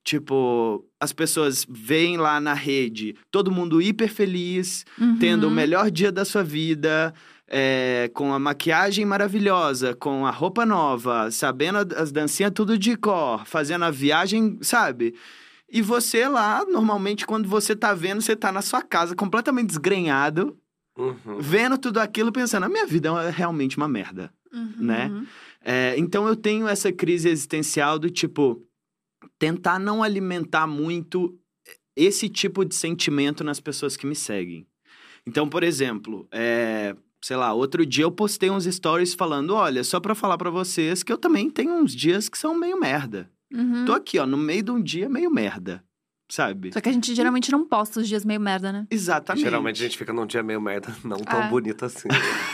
Tipo, as pessoas veem lá na rede todo mundo hiper feliz, Uhum. tendo o melhor dia da sua vida, é, com a maquiagem maravilhosa, com a roupa nova, sabendo as dancinhas tudo de cor, fazendo a viagem, sabe? E você lá, normalmente, quando você tá vendo, você tá na sua casa completamente desgrenhado, Uhum. vendo tudo aquilo, pensando, a minha vida é realmente uma merda, Uhum. né? É, então eu tenho essa crise existencial do tipo, tentar não alimentar muito esse tipo de sentimento nas pessoas que me seguem. Então, por exemplo, é, sei lá, outro dia eu postei uns stories falando, olha, só pra falar pra vocês que eu também tenho uns dias que são meio merda. Uhum. Tô aqui, ó, no meio de um dia meio merda, sabe? Só que a gente geralmente não posta os dias meio merda, né? Exatamente. Geralmente a gente fica num dia meio merda, não tão É. bonito assim.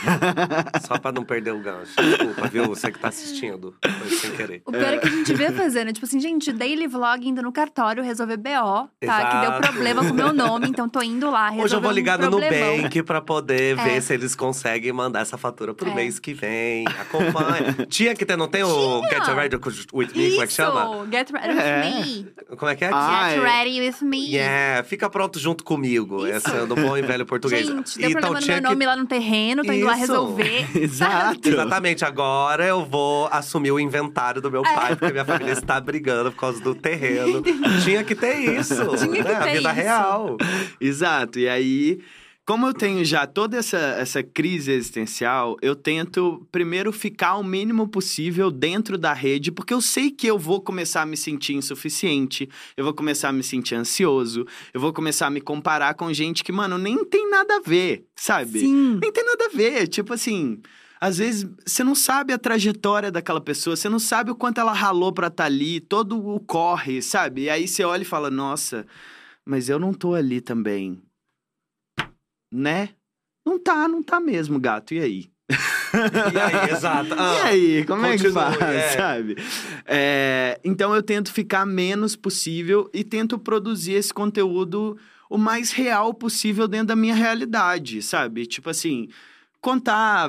Só pra não perder o gancho. Desculpa, viu? Você que tá assistindo. Foi sem querer. O pior é que a gente vê fazendo, tipo assim, gente, daily vlog indo no cartório resolver B O, tá? Que deu Exato. problema com o meu nome, então tô indo lá resolver Hoje eu vou um ligar no problemão. Nubank pra poder É. ver se eles conseguem mandar essa fatura pro É. mês que vem. Acompanha. Tinha que ter, não tem o Tinha. Get Ready with Me, como é que chama? Isso! Get ready É. with me. Como é que é? Ah, Get é. ready with me. Yeah, fica pronto junto comigo. Isso. Esse é no bom e velho português. Gente, deu Então problema no tinha meu que- nome lá no terreno, tô indo lá Isso. resolver. Exato. Exatamente, agora eu vou assumir o inventário do meu pai, porque minha família está brigando por causa do terreno. Tinha que ter isso, Tinha que né? A ter vida isso. real. Exato. E aí, como eu tenho já toda essa, essa crise existencial, eu tento primeiro ficar o mínimo possível dentro da rede, porque eu sei que eu vou começar a me sentir insuficiente, eu vou começar a me sentir ansioso, eu vou começar a me comparar com gente que, mano, nem tem nada a ver, sabe? Sim. Nem tem nada a ver. Tipo assim, às vezes você não sabe a trajetória daquela pessoa, você não sabe o quanto ela ralou pra estar ali, todo o corre, sabe? E aí você olha e fala, nossa, mas eu não tô ali também. Né? Não tá, não tá mesmo, gato. E aí? E aí, exato. Ah, e aí, como é que continue, faz, é. sabe? É, então eu tento ficar menos possível e tento produzir esse conteúdo o mais real possível dentro da minha realidade, sabe? Tipo assim, contar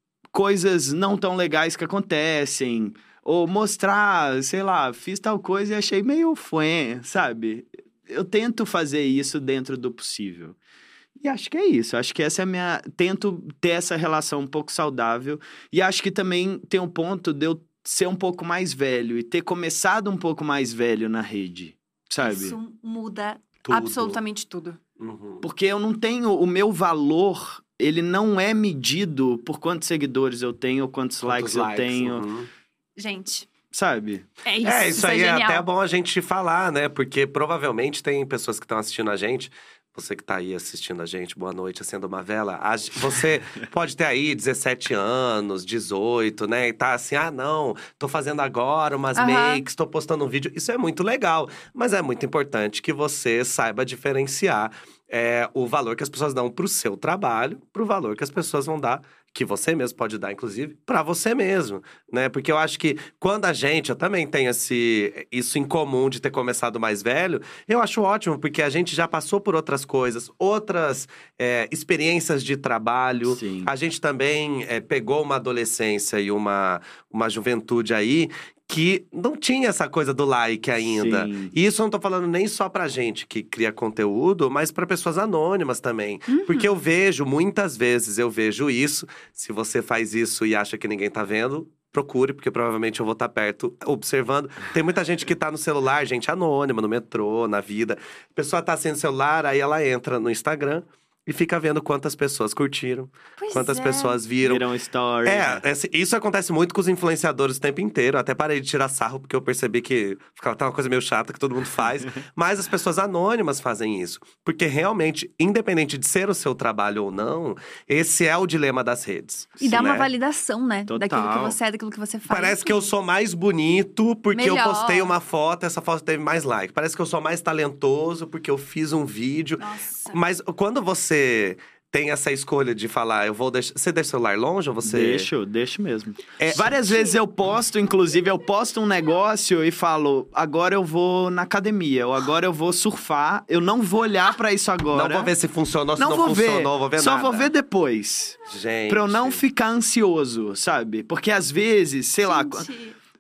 coisas não tão legais que acontecem, ou mostrar, sei lá, fiz tal coisa e achei meio fué, sabe? Eu tento fazer isso dentro do possível. E acho que é isso. Acho que essa é a minha... Tento ter essa relação um pouco saudável. E acho que também tem um ponto de eu ser um pouco mais velho e ter começado um pouco mais velho na rede, sabe? Isso muda Tudo. absolutamente tudo. Uhum. Porque eu não tenho... O meu valor, ele não é medido por quantos seguidores eu tenho, ou quantos, Quantos likes, eu tenho, uhum. Gente, sabe? é isso. É, isso aí é genial. até bom a gente falar, né? Porque provavelmente tem pessoas que estão assistindo a gente. Você que tá aí assistindo a gente, boa noite, acenda uma vela. A g- Você pode ter aí dezessete anos, dezoito, né? E tá assim, ah, não, tô fazendo agora umas Aham. makes, tô postando um vídeo. Isso é muito legal, mas é muito importante que você saiba diferenciar é, o valor que as pessoas dão pro seu trabalho, pro valor que as pessoas vão dar, que você mesmo pode dar, inclusive, pra você mesmo, né? Porque eu acho que quando a gente, eu também tenho esse, isso em comum de ter começado mais velho, eu acho ótimo, porque a gente já passou por outras coisas, outras é, experiências de trabalho. Sim. A gente também é, pegou uma adolescência e uma, uma juventude aí que não tinha essa coisa do like ainda. Sim. E isso eu não tô falando nem só pra gente que cria conteúdo, mas pra pessoas anônimas também. Porque eu vejo, muitas vezes eu vejo isso. Se você faz isso e acha que ninguém tá vendo, procure, porque provavelmente eu vou estar perto observando. Tem muita gente que tá no celular, gente anônima, no metrô, na vida. A pessoa tá sem celular, aí ela entra no Instagram e fica vendo quantas pessoas curtiram, Pois quantas é. pessoas viram. Viram story. É, esse- isso acontece muito com os influenciadores o tempo inteiro. Até parei de tirar sarro, porque eu percebi que ficava tá uma coisa meio chata que todo mundo faz. Mas as pessoas anônimas fazem isso. Porque realmente, independente de ser o seu trabalho ou não, esse é o dilema das redes. E dá uma né? validação, né? Total. Daquilo que você é, daquilo que você faz. Parece que eu sou mais bonito porque eu Melhor. postei uma foto, essa foto teve mais like. Parece que eu sou mais talentoso porque eu fiz um vídeo. Nossa. Mas quando você tem essa escolha de falar, eu vou deixar. Você deixa o celular longe ou você. Deixo, deixo mesmo. É- Várias vezes eu posto, inclusive, eu posto um negócio e falo, agora eu vou na academia, ou agora eu vou surfar, eu não vou olhar pra isso agora. Não vou ver se funcionou, se Não não, vou ver, funcionou, vou ver só nada. vou ver depois. Gente. Pra eu não ficar ansioso, sabe? Porque às vezes, sei lá, Gente,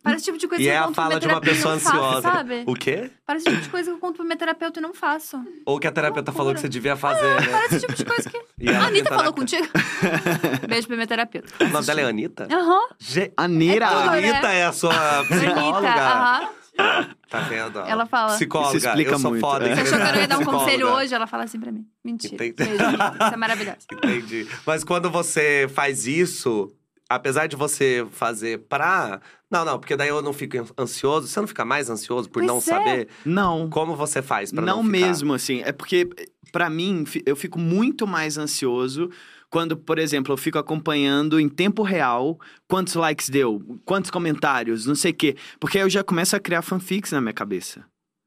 Parece o tipo de coisa E que é eu a conto pra fala minha de uma terapeuta e pessoa não faço, ansiosa. sabe? O quê? Parece o tipo de coisa que eu conto pra minha terapeuta e não faço. Ou que a terapeuta falou que você devia fazer, né? Parece o tipo de coisa que... E ela A Anitta tentando falou ac- contigo? Beijo pra minha terapeuta. O nome dela é Anitta? Aham. Ge- Anira! É tudo, né? Anitta é a sua psicóloga? Anitta, aham. Tá vendo? Ela fala. Psicóloga, Isso explica eu sou muito, foda. é. em Você achou que eu ia dar um psicóloga. conselho hoje? Ela fala assim pra mim. Mentira. Entendi. Beijo, Anitta. Você é maravilhosa. Entendi. Mas quando você faz isso, apesar de você fazer pra... Não, não, porque daí eu não fico ansioso. Você não fica mais ansioso por Pois não é. saber? Não. Como você faz pra não, Não ficar? mesmo, assim. É porque, pra mim, fi- eu fico muito mais ansioso quando, por exemplo, eu fico acompanhando em tempo real quantos likes deu, quantos comentários, não sei o quê. Porque aí eu já começo a criar fanfics na minha cabeça.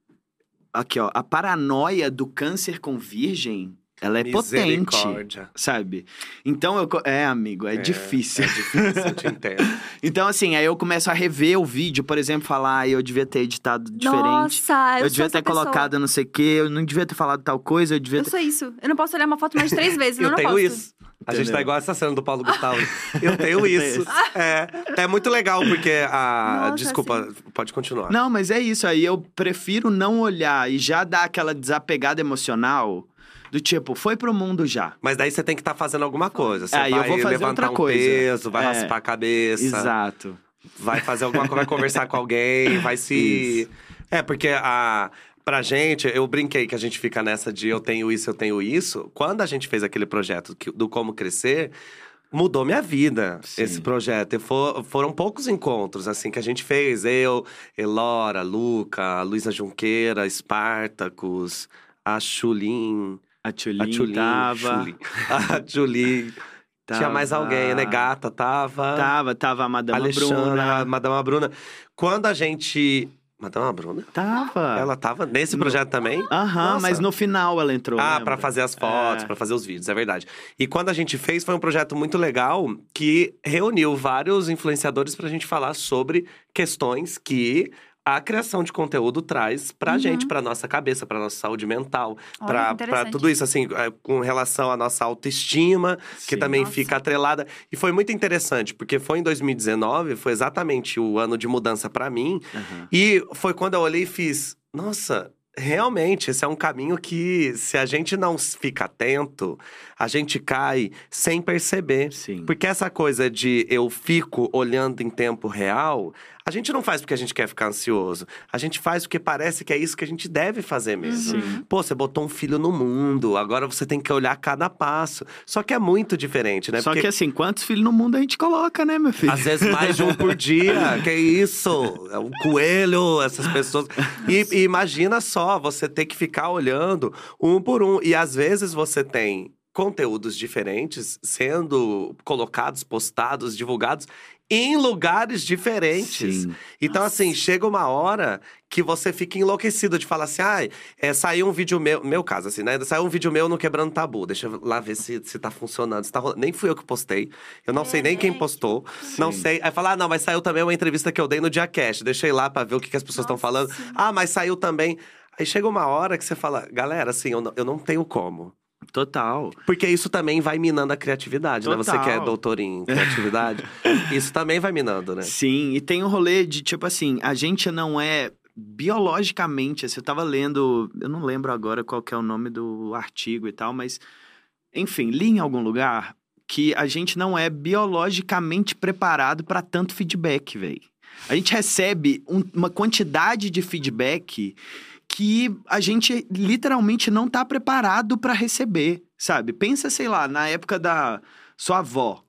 Aqui, ó. A paranoia do câncer com virgem, ela é potente, Misericórdia. sabe? Então, eu... co- É, amigo, é, difícil. É difícil, eu te entendo. Então, assim, aí eu começo a rever o vídeo, por exemplo, falar, ah, eu devia ter editado diferente. Nossa, eu, Eu, sou devia essa ter pessoa. colocado não sei o quê, eu não devia ter falado tal coisa, eu devia Eu ter... sou isso. Eu não posso olhar uma foto mais de três vezes, senão Eu eu não tenho posso. isso. A gente Entendeu? tá igual essa cena do Paulo Gustavo. Eu tenho isso. É, é muito legal, porque a... Nossa, Desculpa, pode continuar. Não, mas é isso, aí eu prefiro não olhar e já dar aquela desapegada emocional do tipo, foi pro mundo já. Mas daí você tem que estar fazendo alguma coisa. Você Ah, e eu vai vou fazer levantar outra um coisa. peso, vai É. raspar a cabeça. Exato. Vai fazer alguma coisa, vai conversar com alguém, vai se... Isso. É, porque a... Pra gente, eu brinquei que a gente fica nessa de eu tenho isso, eu tenho isso. Quando a gente fez aquele projeto que- do Como Crescer, mudou minha vida, Sim. esse projeto. E for- foram poucos encontros, assim, que a gente fez. Eu, Elora, Luca, Luísa Junqueira, Espartacus, a Chulin... A A Tchulin Tchulin, tava... Chulin. A Tchulin. Tinha mais Tava- alguém, né? Gata tava. Tava, tava a Madama Alexandra, Bruna. a Madama Bruna. Quando a gente... Madama Bruna? Tava. Ela tava nesse projeto também? Aham, Nossa. mas no final ela entrou, Ah, lembra? pra fazer as fotos, É. pra fazer os vídeos, é verdade. E quando a gente fez, foi um projeto muito legal que reuniu vários influenciadores pra gente falar sobre questões que a criação de conteúdo traz pra Uhum. gente, pra nossa cabeça, pra nossa saúde mental, Olha, pra, que interessante. pra tudo isso, assim, é, com relação à nossa autoestima, que Sim. também Nossa. fica atrelada. E foi muito interessante, porque foi em dois mil e dezenove, foi exatamente o ano de mudança pra mim. Aham. E foi quando eu olhei e fiz, nossa, realmente, esse é um caminho que, se a gente não fica atento, a gente cai sem perceber. Sim. Porque essa coisa de eu fico olhando em tempo real, a gente não faz porque a gente quer ficar ansioso. A gente faz porque parece que é isso que a gente deve fazer mesmo. Sim. Pô, você botou um filho no mundo, agora você tem que olhar cada passo. Só que é muito diferente, né? Só Porque que assim, quantos filhos no mundo a gente coloca, né, meu filho? às vezes mais de um por dia. Que isso? É um coelho, essas pessoas. E, e imagina só, você ter que ficar olhando um por um. E às vezes você tem conteúdos diferentes sendo colocados, postados, divulgados em lugares diferentes. Sim. Então, assim, chega uma hora que você fica enlouquecido de falar assim, ai, é, saiu um vídeo meu, meu caso, assim, né? Saiu um vídeo meu no Quebrando Tabu. Deixa eu lá ver se, se tá funcionando, se tá rolando. Nem fui eu que postei. Eu não sei nem quem postou. Não sei. Aí fala, ah, não, mas saiu também uma entrevista que eu dei no Diacast. Deixa eu ir lá pra ver o que, que as pessoas estão Nossa, falando. sim. Ah, mas saiu também. Aí chega uma hora que você fala, galera, assim, eu não, eu não tenho como. Total. Porque isso também vai minando a criatividade, né? Você Total. que é doutor em criatividade, isso também vai minando, né? Sim, e tem um rolê de, tipo assim, a gente não é biologicamente, assim, eu tava lendo, eu não lembro agora qual que é o nome do artigo e tal, mas, enfim, li em algum lugar que a gente não é biologicamente preparado pra tanto feedback, velho. A gente recebe um- uma quantidade de feedback que a gente literalmente não tá preparado pra receber, sabe? Pensa, sei lá, na época da sua avó.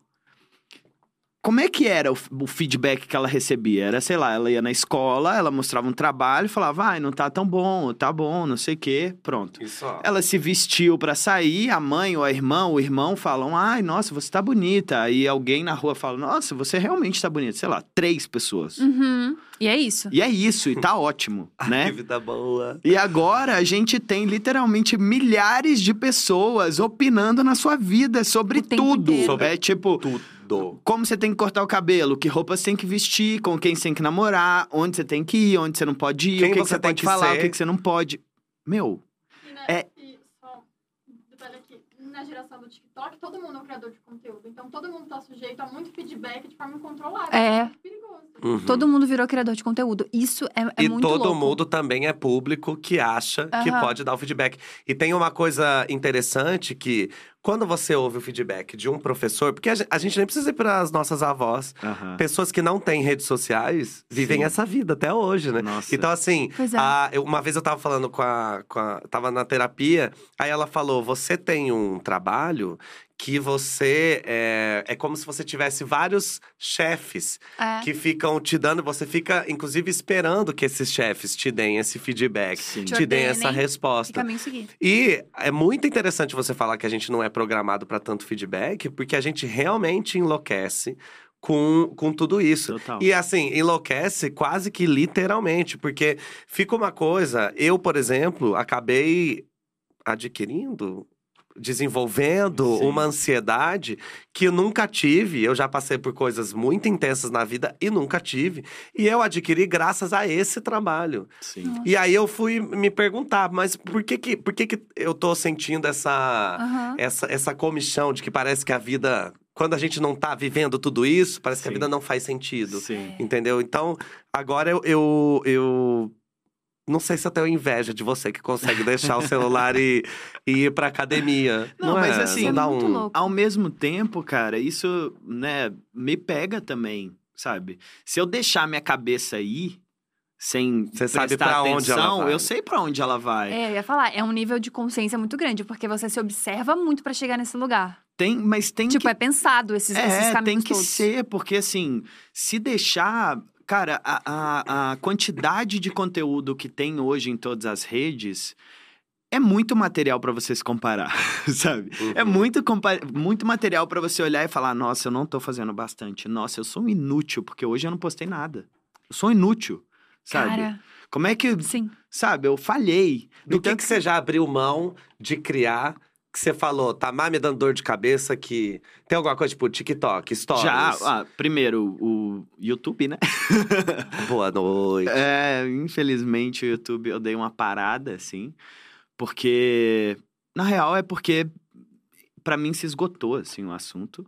Como é que era o, o feedback que ela recebia? Era, sei lá, ela ia na escola, ela mostrava um trabalho, falava, ai, não tá tão bom, tá bom, não sei o quê, pronto. Isso, ó. Ela se vestiu pra sair, a mãe ou a irmã, o irmão falam, ai, nossa, você tá bonita. Aí alguém na rua fala, nossa, você realmente tá bonita. Sei lá, três pessoas. Uhum. E é isso. E é isso, e tá ótimo, né? Que vida boa. E agora a gente tem literalmente milhares de pessoas opinando na sua vida sobre O tempo tudo. inteiro. Sobre É tipo, Tudo. como você tem que cortar o cabelo, que roupa você tem que vestir, com quem você tem que namorar, onde você tem que ir, onde você não pode ir, Quem o que, que você você tem pode que falar, ser. o que, que você não pode. Meu, E, na, É. e só um detalhe aqui, na geração do TikTok, todo mundo é um criador de conteúdo. Então, todo mundo tá sujeito a muito feedback de forma incontrolável. É. muito perigoso. Uhum. Todo mundo virou criador de conteúdo. Isso é, é e muito todo louco. mundo também é público que acha que Aham. pode dar o feedback. E tem uma coisa interessante que, quando você ouve o feedback de um professor… Porque a gen- a gente nem precisa ir para as nossas avós. Aham. Pessoas que não têm redes sociais vivem Sim. essa vida até hoje, né? Nossa. Então, assim, Pois é. a- eu- uma vez eu tava falando com a, com a… Tava na terapia, aí ela falou, você tem um trabalho… que você… É, é como se você tivesse vários chefes É. que ficam te dando… Você fica, inclusive, esperando que esses chefes te deem esse feedback. Sim. Te Te deem ordenem essa Que resposta. caminho seguir. E é muito interessante você falar que a gente não é programado para tanto feedback, porque a gente realmente enlouquece com, com tudo isso. Total. E assim, enlouquece quase que literalmente, porque fica uma coisa… Eu, por exemplo, acabei adquirindo… desenvolvendo Sim. uma ansiedade que eu nunca tive. Eu já passei por coisas muito intensas na vida e nunca tive. E eu adquiri graças a esse trabalho. Sim. Nossa. E aí eu fui me perguntar, mas por que que, por que, que eu tô sentindo essa, Aham. essa, essa comichão de que parece que a vida… Quando a gente não tá vivendo tudo isso, parece que a Sim. vida não faz sentido. Sim. Entendeu? Então, agora eu… eu, eu não sei se eu tenho inveja de você que consegue deixar o celular e, e ir pra academia. Não, mas é? assim, Não dá é muito um… louco. Ao mesmo tempo, cara, isso, né, me pega também, sabe? Se eu deixar minha cabeça ir, sem Você sabe prestar pra atenção, onde ela vai. eu sei pra onde ela vai. É, eu ia falar, é um nível de consciência muito grande, porque você se observa muito pra chegar nesse lugar. Tem, mas tem Tipo, que… é pensado esses, esses É, caminhos tem que todos. ser, porque assim, se deixar… Cara, a, a, a quantidade de conteúdo que tem hoje em todas as redes… É muito material pra você se comparar, sabe? Uhum. É muito, compa- muito material pra você olhar e falar: nossa, eu não tô fazendo bastante. Nossa, eu sou um inútil, porque hoje eu não postei nada. Eu sou um inútil, sabe? Cara, Como é que… sim. Sabe, eu falhei. Do No que, tanto que você já abriu mão de criar, que você falou, tá mais me dando dor de cabeça que… Tem alguma coisa tipo TikTok, Stories? Já, ah, primeiro, o YouTube, né? Boa noite. É, infelizmente o YouTube eu dei uma parada, assim. Porque, na real, é porque pra mim se esgotou, assim, o assunto.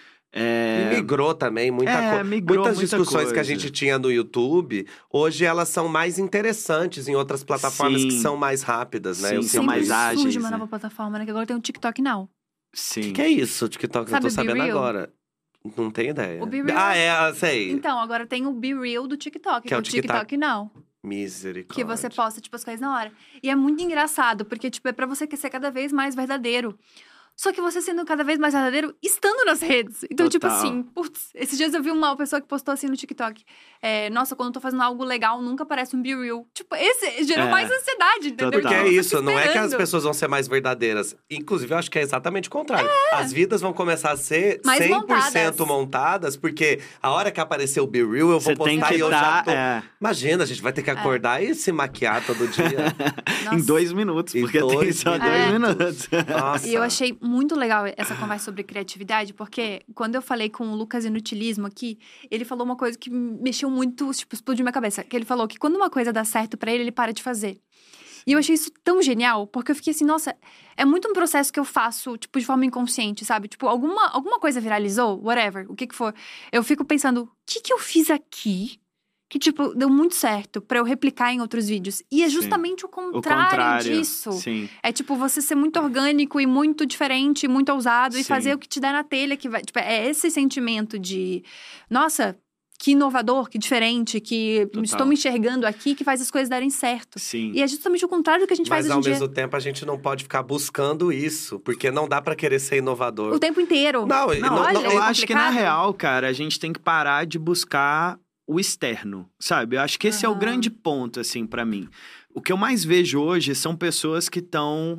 É… E migrou também, muita É, coisa. migrou Muitas muita discussões que a coisa. gente tinha no YouTube, hoje elas são mais interessantes em outras plataformas Sim. que são mais rápidas, né? Sim, Eu são sinto Sempre mais isso. ágeis, surge uma né? nova plataforma, né? Que agora tem o TikTok Now. Sim. O que, que é isso, TikTok? Sabe eu tô o Be sabendo Real? agora. Não tenho ideia. O Be Real- Ah, é, sei. Então, agora tem o Be Real do TikTok, Que que é é o o TikTok Now. Misericórdia. Que você posta, tipo, as coisas na hora. E é muito engraçado, porque, tipo, é pra você ser cada vez mais verdadeiro. Só que você sendo cada vez mais verdadeiro, estando nas redes. Então, tipo Total. assim, putz, esses dias eu vi uma pessoa que postou assim no TikTok. É, nossa, quando eu tô fazendo algo legal, nunca aparece um Be Real. Tipo, esse gerou É. mais ansiedade, entendeu? Total. Porque é Tipo, eu isso, fico não é que as esperando. pessoas vão ser mais verdadeiras. Inclusive, eu acho que é exatamente o contrário. As vidas vão começar a ser Mais cem por cento montadas. montadas, porque a hora que aparecer o Be Real, eu vou Você tem postar que e eu já dar… tô… é, Imagina, a gente vai ter que acordar e se maquiar todo dia. Nossa. em dois minutos, Em porque tem dois só minutos. dois É. minutos. Nossa. E eu achei muito legal essa conversa sobre criatividade, porque quando eu falei com o Lucas Inutilismo aqui, ele falou uma coisa que mexeu muito, tipo, explodiu minha cabeça. Que ele falou que quando uma coisa dá certo pra ele, ele para de fazer. E eu achei isso tão genial, porque eu fiquei assim, nossa, é muito um processo que eu faço, tipo, de forma inconsciente, sabe? Tipo, alguma, alguma coisa viralizou, whatever, o que que for. Eu fico pensando, o que que eu fiz aqui que, tipo, deu muito certo pra eu replicar em outros vídeos? E é Sim. justamente o O contrário, contrário. disso. Sim. É tipo, você ser muito orgânico e muito diferente, muito ousado. E Sim. fazer o que te dá na telha. Que vai, tipo, é esse sentimento de… Nossa, que inovador, que diferente. Que Total. estou me enxergando aqui, que faz as coisas darem certo. Sim. E é justamente o contrário do que a gente Mas faz ao hoje em mesmo dia. tempo, a gente não pode ficar buscando isso, porque não dá pra querer ser inovador. O tempo inteiro. Não, Não, não, olha, não- eu é acho que, na complicado. real, cara, a gente tem que parar de buscar o externo, sabe? Eu acho que esse é o Aham. grande ponto, assim, pra mim. O que eu mais vejo hoje são pessoas que estão…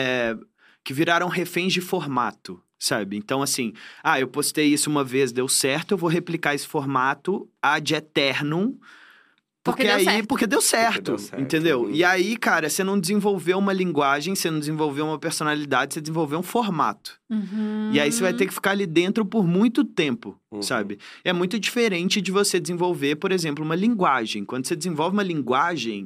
que viraram reféns de formato, sabe? Então, assim, ah, eu postei isso uma vez, deu certo, eu vou replicar esse formato ad eternum. Porque, Porque deu aí, certo. porque deu certo, deu certo, entendeu? uhum. E aí, cara, você não desenvolveu uma linguagem, você não desenvolveu uma personalidade, você desenvolveu um formato. Uhum. E aí você vai ter que ficar ali dentro por muito tempo, Uhum. sabe? É muito diferente de você desenvolver, por exemplo, uma linguagem. Quando você desenvolve uma linguagem,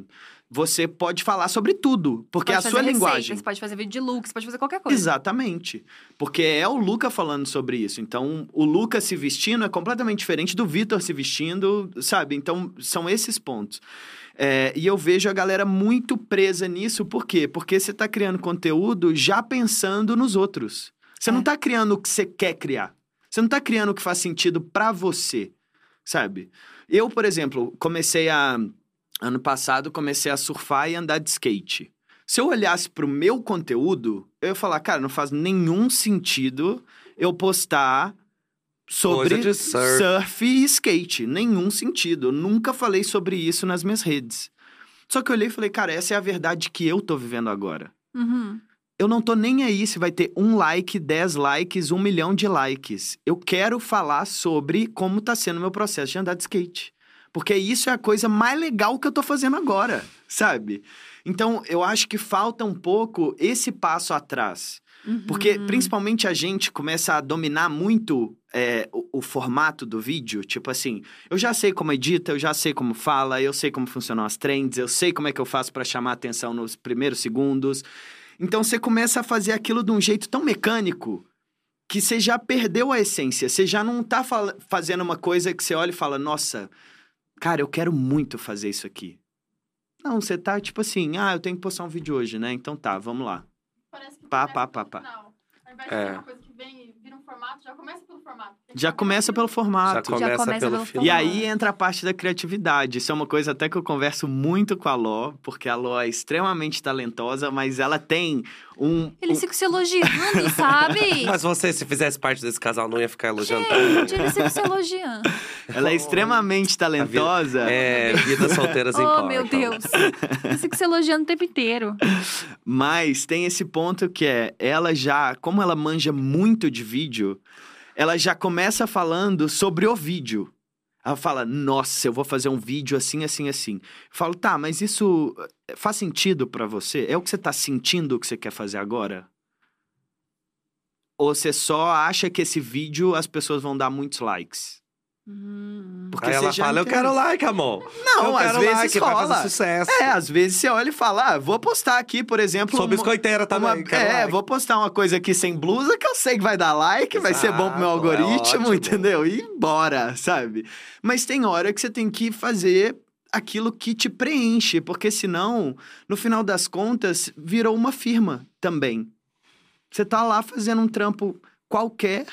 você pode falar sobre tudo, porque é a Pode sua fazer linguagem. receita, você pode fazer vídeo de look, você pode fazer qualquer coisa. Exatamente. Porque é o Luca falando sobre isso. Então, o Luca se vestindo é completamente diferente do Vitor se vestindo, sabe? Então, são esses pontos. É, e eu vejo a galera muito presa nisso. Por quê? Porque você tá criando conteúdo já pensando nos outros. Você É. não tá criando o que você quer criar. Você não tá criando o que faz sentido pra você, sabe? Eu, por exemplo, comecei a... Ano passado, comecei a surfar e andar de skate. Se eu olhasse pro meu conteúdo, eu ia falar, cara, não faz nenhum sentido eu postar sobre Coisa de surf. surf e skate. Nenhum sentido. Eu nunca falei sobre isso nas minhas redes. Só que eu olhei e falei, cara, essa é a verdade que eu tô vivendo agora. Uhum. Eu não tô nem aí se vai ter um like, dez likes, um milhão de likes. Eu quero falar sobre como tá sendo o meu processo de andar de skate. Porque isso é a coisa mais legal que eu tô fazendo agora, sabe? Então, eu acho que falta um pouco esse passo atrás. Uhum. Porque, principalmente, a gente começa a dominar muito é, o, o formato do vídeo. Tipo assim, eu já sei como edita, eu já sei como fala, eu sei como funcionam as trends, eu sei como é que eu faço pra chamar a atenção nos primeiros segundos. Então, você começa a fazer aquilo de um jeito tão mecânico que você já perdeu a essência. Você já não tá fal- fazendo uma coisa que você olha e fala, nossa... Cara, eu quero muito fazer isso aqui. Não, você tá tipo assim, ah, eu tenho que postar um vídeo hoje, né? Então tá, vamos lá. Parece que Pá, começa pá, pelo pá, pá. final. Ao invés É. de ser uma coisa que vem e vira um formato, já começa pelo formato. Tem que Já saber começa aquilo. pelo Já formato. começa, começa pelo pelo final. E formato. aí entra a parte da criatividade. Isso é uma coisa até que eu converso muito com a Ló, porque a Ló é extremamente talentosa, mas ela tem um... Eles um... ficam se elogiando, sabe? Mas você, se fizesse parte desse casal, não ia ficar elogiando? Gente, eles ficam se elogiando. Ela é extremamente talentosa. É, vidas solteiras Oh, importam. meu Deus. Eles ficam se elogiando o tempo inteiro. Mas tem esse ponto que é, ela já, como ela manja muito de vídeo, ela já começa falando sobre o vídeo. Ela fala, nossa, eu vou fazer um vídeo assim, assim, assim. Eu falo, tá, mas isso faz sentido pra você? É o que você tá sentindo que você quer fazer agora? Ou você só acha que esse vídeo as pessoas vão dar muitos likes? Hum. Porque Aí você ela já fala, eu entende. quero like, amor. Não, eu às quero vezes like, vai rola. fazer sucesso. É, às vezes você olha e fala, ah, vou postar aqui, por exemplo... Sou uma- biscoiteira também, uma- quero É, like. vou postar uma coisa aqui sem blusa que eu sei que vai dar like, vai ser bom pro meu Exato, é algoritmo, ótimo. entendeu? E bora, sabe? Mas tem hora que você tem que fazer aquilo que te preenche, porque senão, no final das contas, virou uma firma também. Você tá lá fazendo um trampo qualquer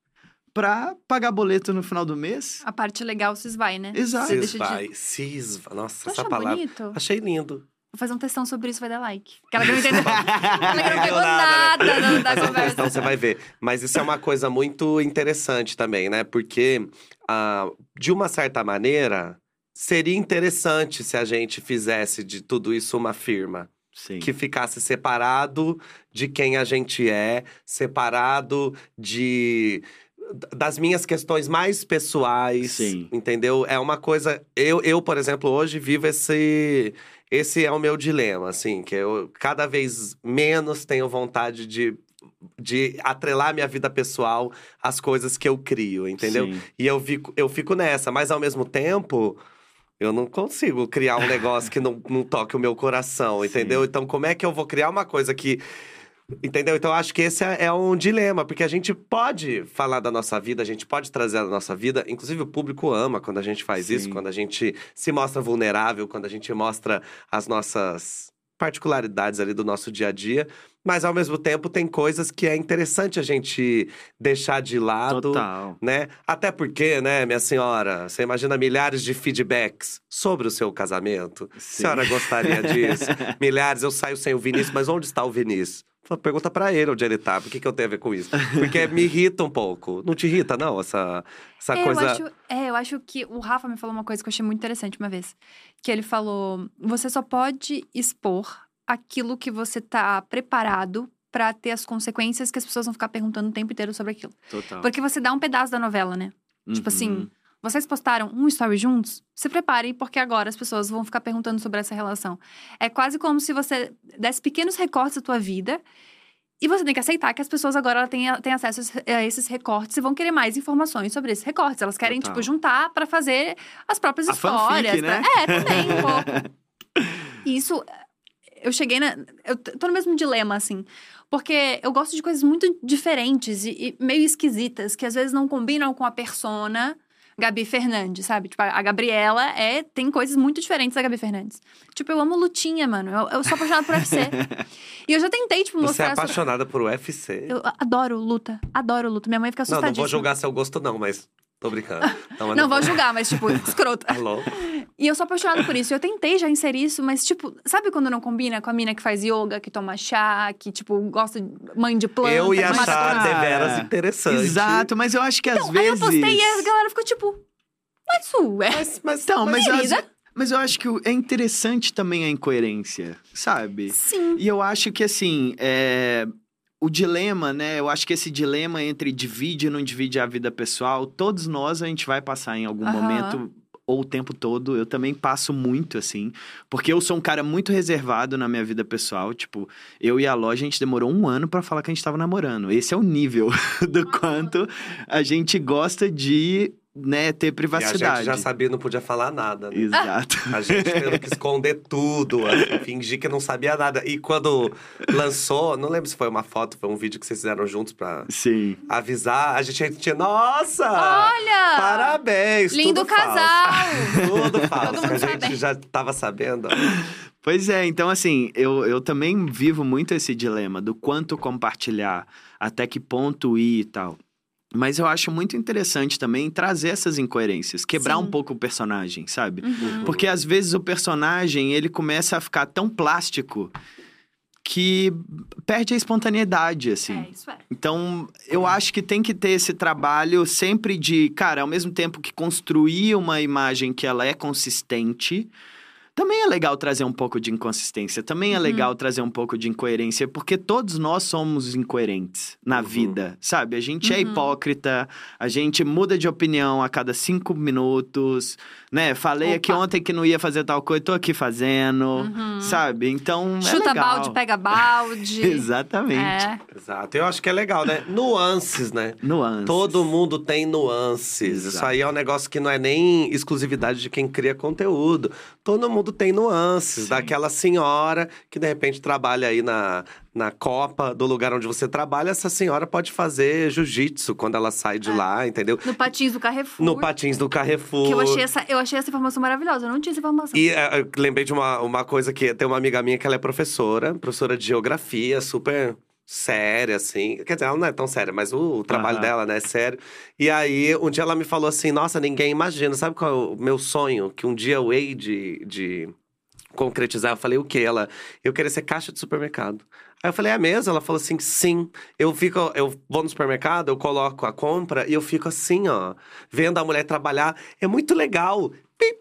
pra pagar boleto no final do mês. A parte legal se esvai, né? Exato. Você Se deixa de... esvai, se esvai. Nossa, Tu essa acha palavra. bonito? Achei lindo. Vou fazer um textão sobre isso, vai dar like. Aquela que não entendeu. Aquela que não pegou nada, nada, né? da, da Mas a conversa. questão você vai ver. Mas isso é uma coisa muito interessante também, né? Porque, ah, de uma certa maneira, seria interessante se a gente fizesse de tudo isso uma firma. Sim. Que ficasse separado de quem a gente é, separado de das minhas questões mais pessoais, Sim. entendeu? É uma coisa… Eu, eu, por exemplo, hoje vivo esse… Esse é o meu dilema, assim. Que eu cada vez menos tenho vontade de… De atrelar minha vida pessoal às coisas que eu crio, entendeu? Sim. E eu fico, eu fico nessa, mas ao mesmo tempo… Eu não consigo criar um negócio que não, não toque o meu coração, Sim. entendeu? Então, como é que eu vou criar uma coisa que… Entendeu? Então, eu acho que esse é, é um dilema. Porque a gente pode falar da nossa vida, a gente pode trazer a nossa vida. Inclusive, o público ama quando a gente faz Sim. isso. Quando a gente se mostra vulnerável, quando a gente mostra as nossas particularidades ali do nosso dia a dia. Mas, ao mesmo tempo, tem coisas que é interessante a gente deixar de lado. Total. Né? Até porque, né, minha senhora, você imagina milhares de feedbacks sobre o seu casamento. A Sim. senhora gostaria disso? Milhares, eu saio sem o Vinícius, mas onde está o Vinícius? Fala, pergunta pra ele onde ele tá, por que, que eu tenho a ver com isso? Porque me irrita um pouco. Não te irrita, não, essa, essa É, coisa… eu acho, é, eu acho que o Rafa me falou uma coisa que eu achei muito interessante uma vez. Que ele falou, você só pode expor aquilo que você tá preparado pra ter as consequências que as pessoas vão ficar perguntando o tempo inteiro sobre aquilo. Total. Porque você dá um pedaço da novela, né? Tipo Uhum. assim, vocês postaram um story juntos? Se preparem, porque agora as pessoas vão ficar perguntando sobre essa relação. É quase como se você desse pequenos recortes da tua vida e você tem que aceitar que as pessoas agora têm, têm acesso a esses recortes e vão querer mais informações sobre esses recortes. Elas querem, Total. tipo, juntar pra fazer as próprias A histórias. fanfic, né? pra- É, também, um pouco. E isso, eu cheguei na... Eu tô no mesmo dilema, assim. Porque eu gosto de coisas muito diferentes e, e meio esquisitas, que às vezes não combinam com a persona Gabi Fernandes, sabe? Tipo, a Gabriela é, tem coisas muito diferentes da Gabi Fernandes. Tipo, eu amo lutinha, mano. Eu, eu sou apaixonada por U F C. E eu já tentei, tipo, Você mostrar... é apaixonada por U F C? Eu adoro luta. Adoro luta. Minha mãe fica Não, assustadíssima. não vou julgar seu gosto não, mas... Tô brincando. Não, mas Não, vou julgar, mas, tipo, escrota. Alô? E eu sou apaixonada por isso. Eu tentei já inserir isso, mas, tipo, sabe quando não combina com a mina que faz yoga, que toma chá, que, tipo, gosta de mãe de planta? Eu ia que mata achar planta? deveras interessante. Exato, mas eu acho que às Então, aí eu vezes... postei e a galera ficou, tipo... Mas, ué... Mas, mas, Então, mas, eu, querida. mas eu acho que o- é interessante também a incoerência, sabe? Sim. E eu acho que, assim, é, o dilema, né? Eu acho que esse dilema entre divide e não divide a vida pessoal, todos nós a gente vai passar em algum Aham. momento, ou o tempo todo. Eu também passo muito, assim, porque eu sou um cara muito reservado na minha vida pessoal. Tipo, eu e a Ló, a gente demorou um ano pra falar que a gente tava namorando. Esse é o nível do quanto a gente gosta de, né, ter E a privacidade. gente já sabia, não podia falar nada, né? Exato. A gente tendo que esconder tudo, assim, fingir que não sabia nada. E quando lançou, não lembro se foi uma foto, foi um vídeo que vocês fizeram juntos pra Sim. avisar. A gente tinha, nossa! Olha! Parabéns! Lindo tudo falso. casal! Tudo falso, Todo que a mundo gente sabe. já tava sabendo. Pois é, então assim, eu, eu também vivo muito esse dilema do quanto compartilhar, até que ponto ir e tal. Mas eu acho muito interessante também trazer essas incoerências, quebrar Sim. um pouco o personagem, sabe? Uhum. Porque às vezes o personagem, ele começa a ficar tão plástico que perde a espontaneidade, assim. É, isso é. Então, eu acho que tem que ter esse trabalho sempre de, cara, ao mesmo tempo que construir uma imagem que ela é consistente, também é legal trazer um pouco de inconsistência, também é Uhum. legal trazer um pouco de incoerência, porque todos nós somos incoerentes na Uhum. vida, sabe? A gente é Uhum. hipócrita, a gente muda de opinião a cada cinco minutos, né? Falei Opa. aqui ontem que não ia fazer tal coisa, tô aqui fazendo, Uhum. sabe? Então, é Chuta legal. balde, pega balde. Exatamente. É. Exato. Eu acho que é legal, né? Nuances, né? Nuances. Todo mundo tem nuances. Exato. Isso aí é um negócio que não é nem exclusividade de quem cria conteúdo. Todo mundo tem nuances. Sim. Daquela senhora que de repente trabalha aí na, na Copa do lugar onde você trabalha, essa senhora pode fazer jiu-jitsu quando ela sai de É. lá, entendeu? No Patins do Carrefour. No Patins do Carrefour. Que eu achei, essa, eu achei essa informação maravilhosa. Eu não tinha essa informação. E é, eu lembrei de uma, uma coisa que tem uma amiga minha que ela é professora, professora de geografia, super séria, assim. Quer dizer, ela não é tão séria, mas o, o trabalho Aham. dela, né, é sério. E aí, um dia ela me falou assim, nossa, ninguém imagina. Sabe qual é o meu sonho? Que um dia eu hei de, de concretizar. Eu falei, o quê? Ela, eu queria ser caixa de supermercado. Aí eu falei, é mesmo? Ela falou assim, sim. Eu fico, eu vou no supermercado, eu coloco a compra e eu fico assim, ó, vendo a mulher trabalhar. É muito legal. Pip,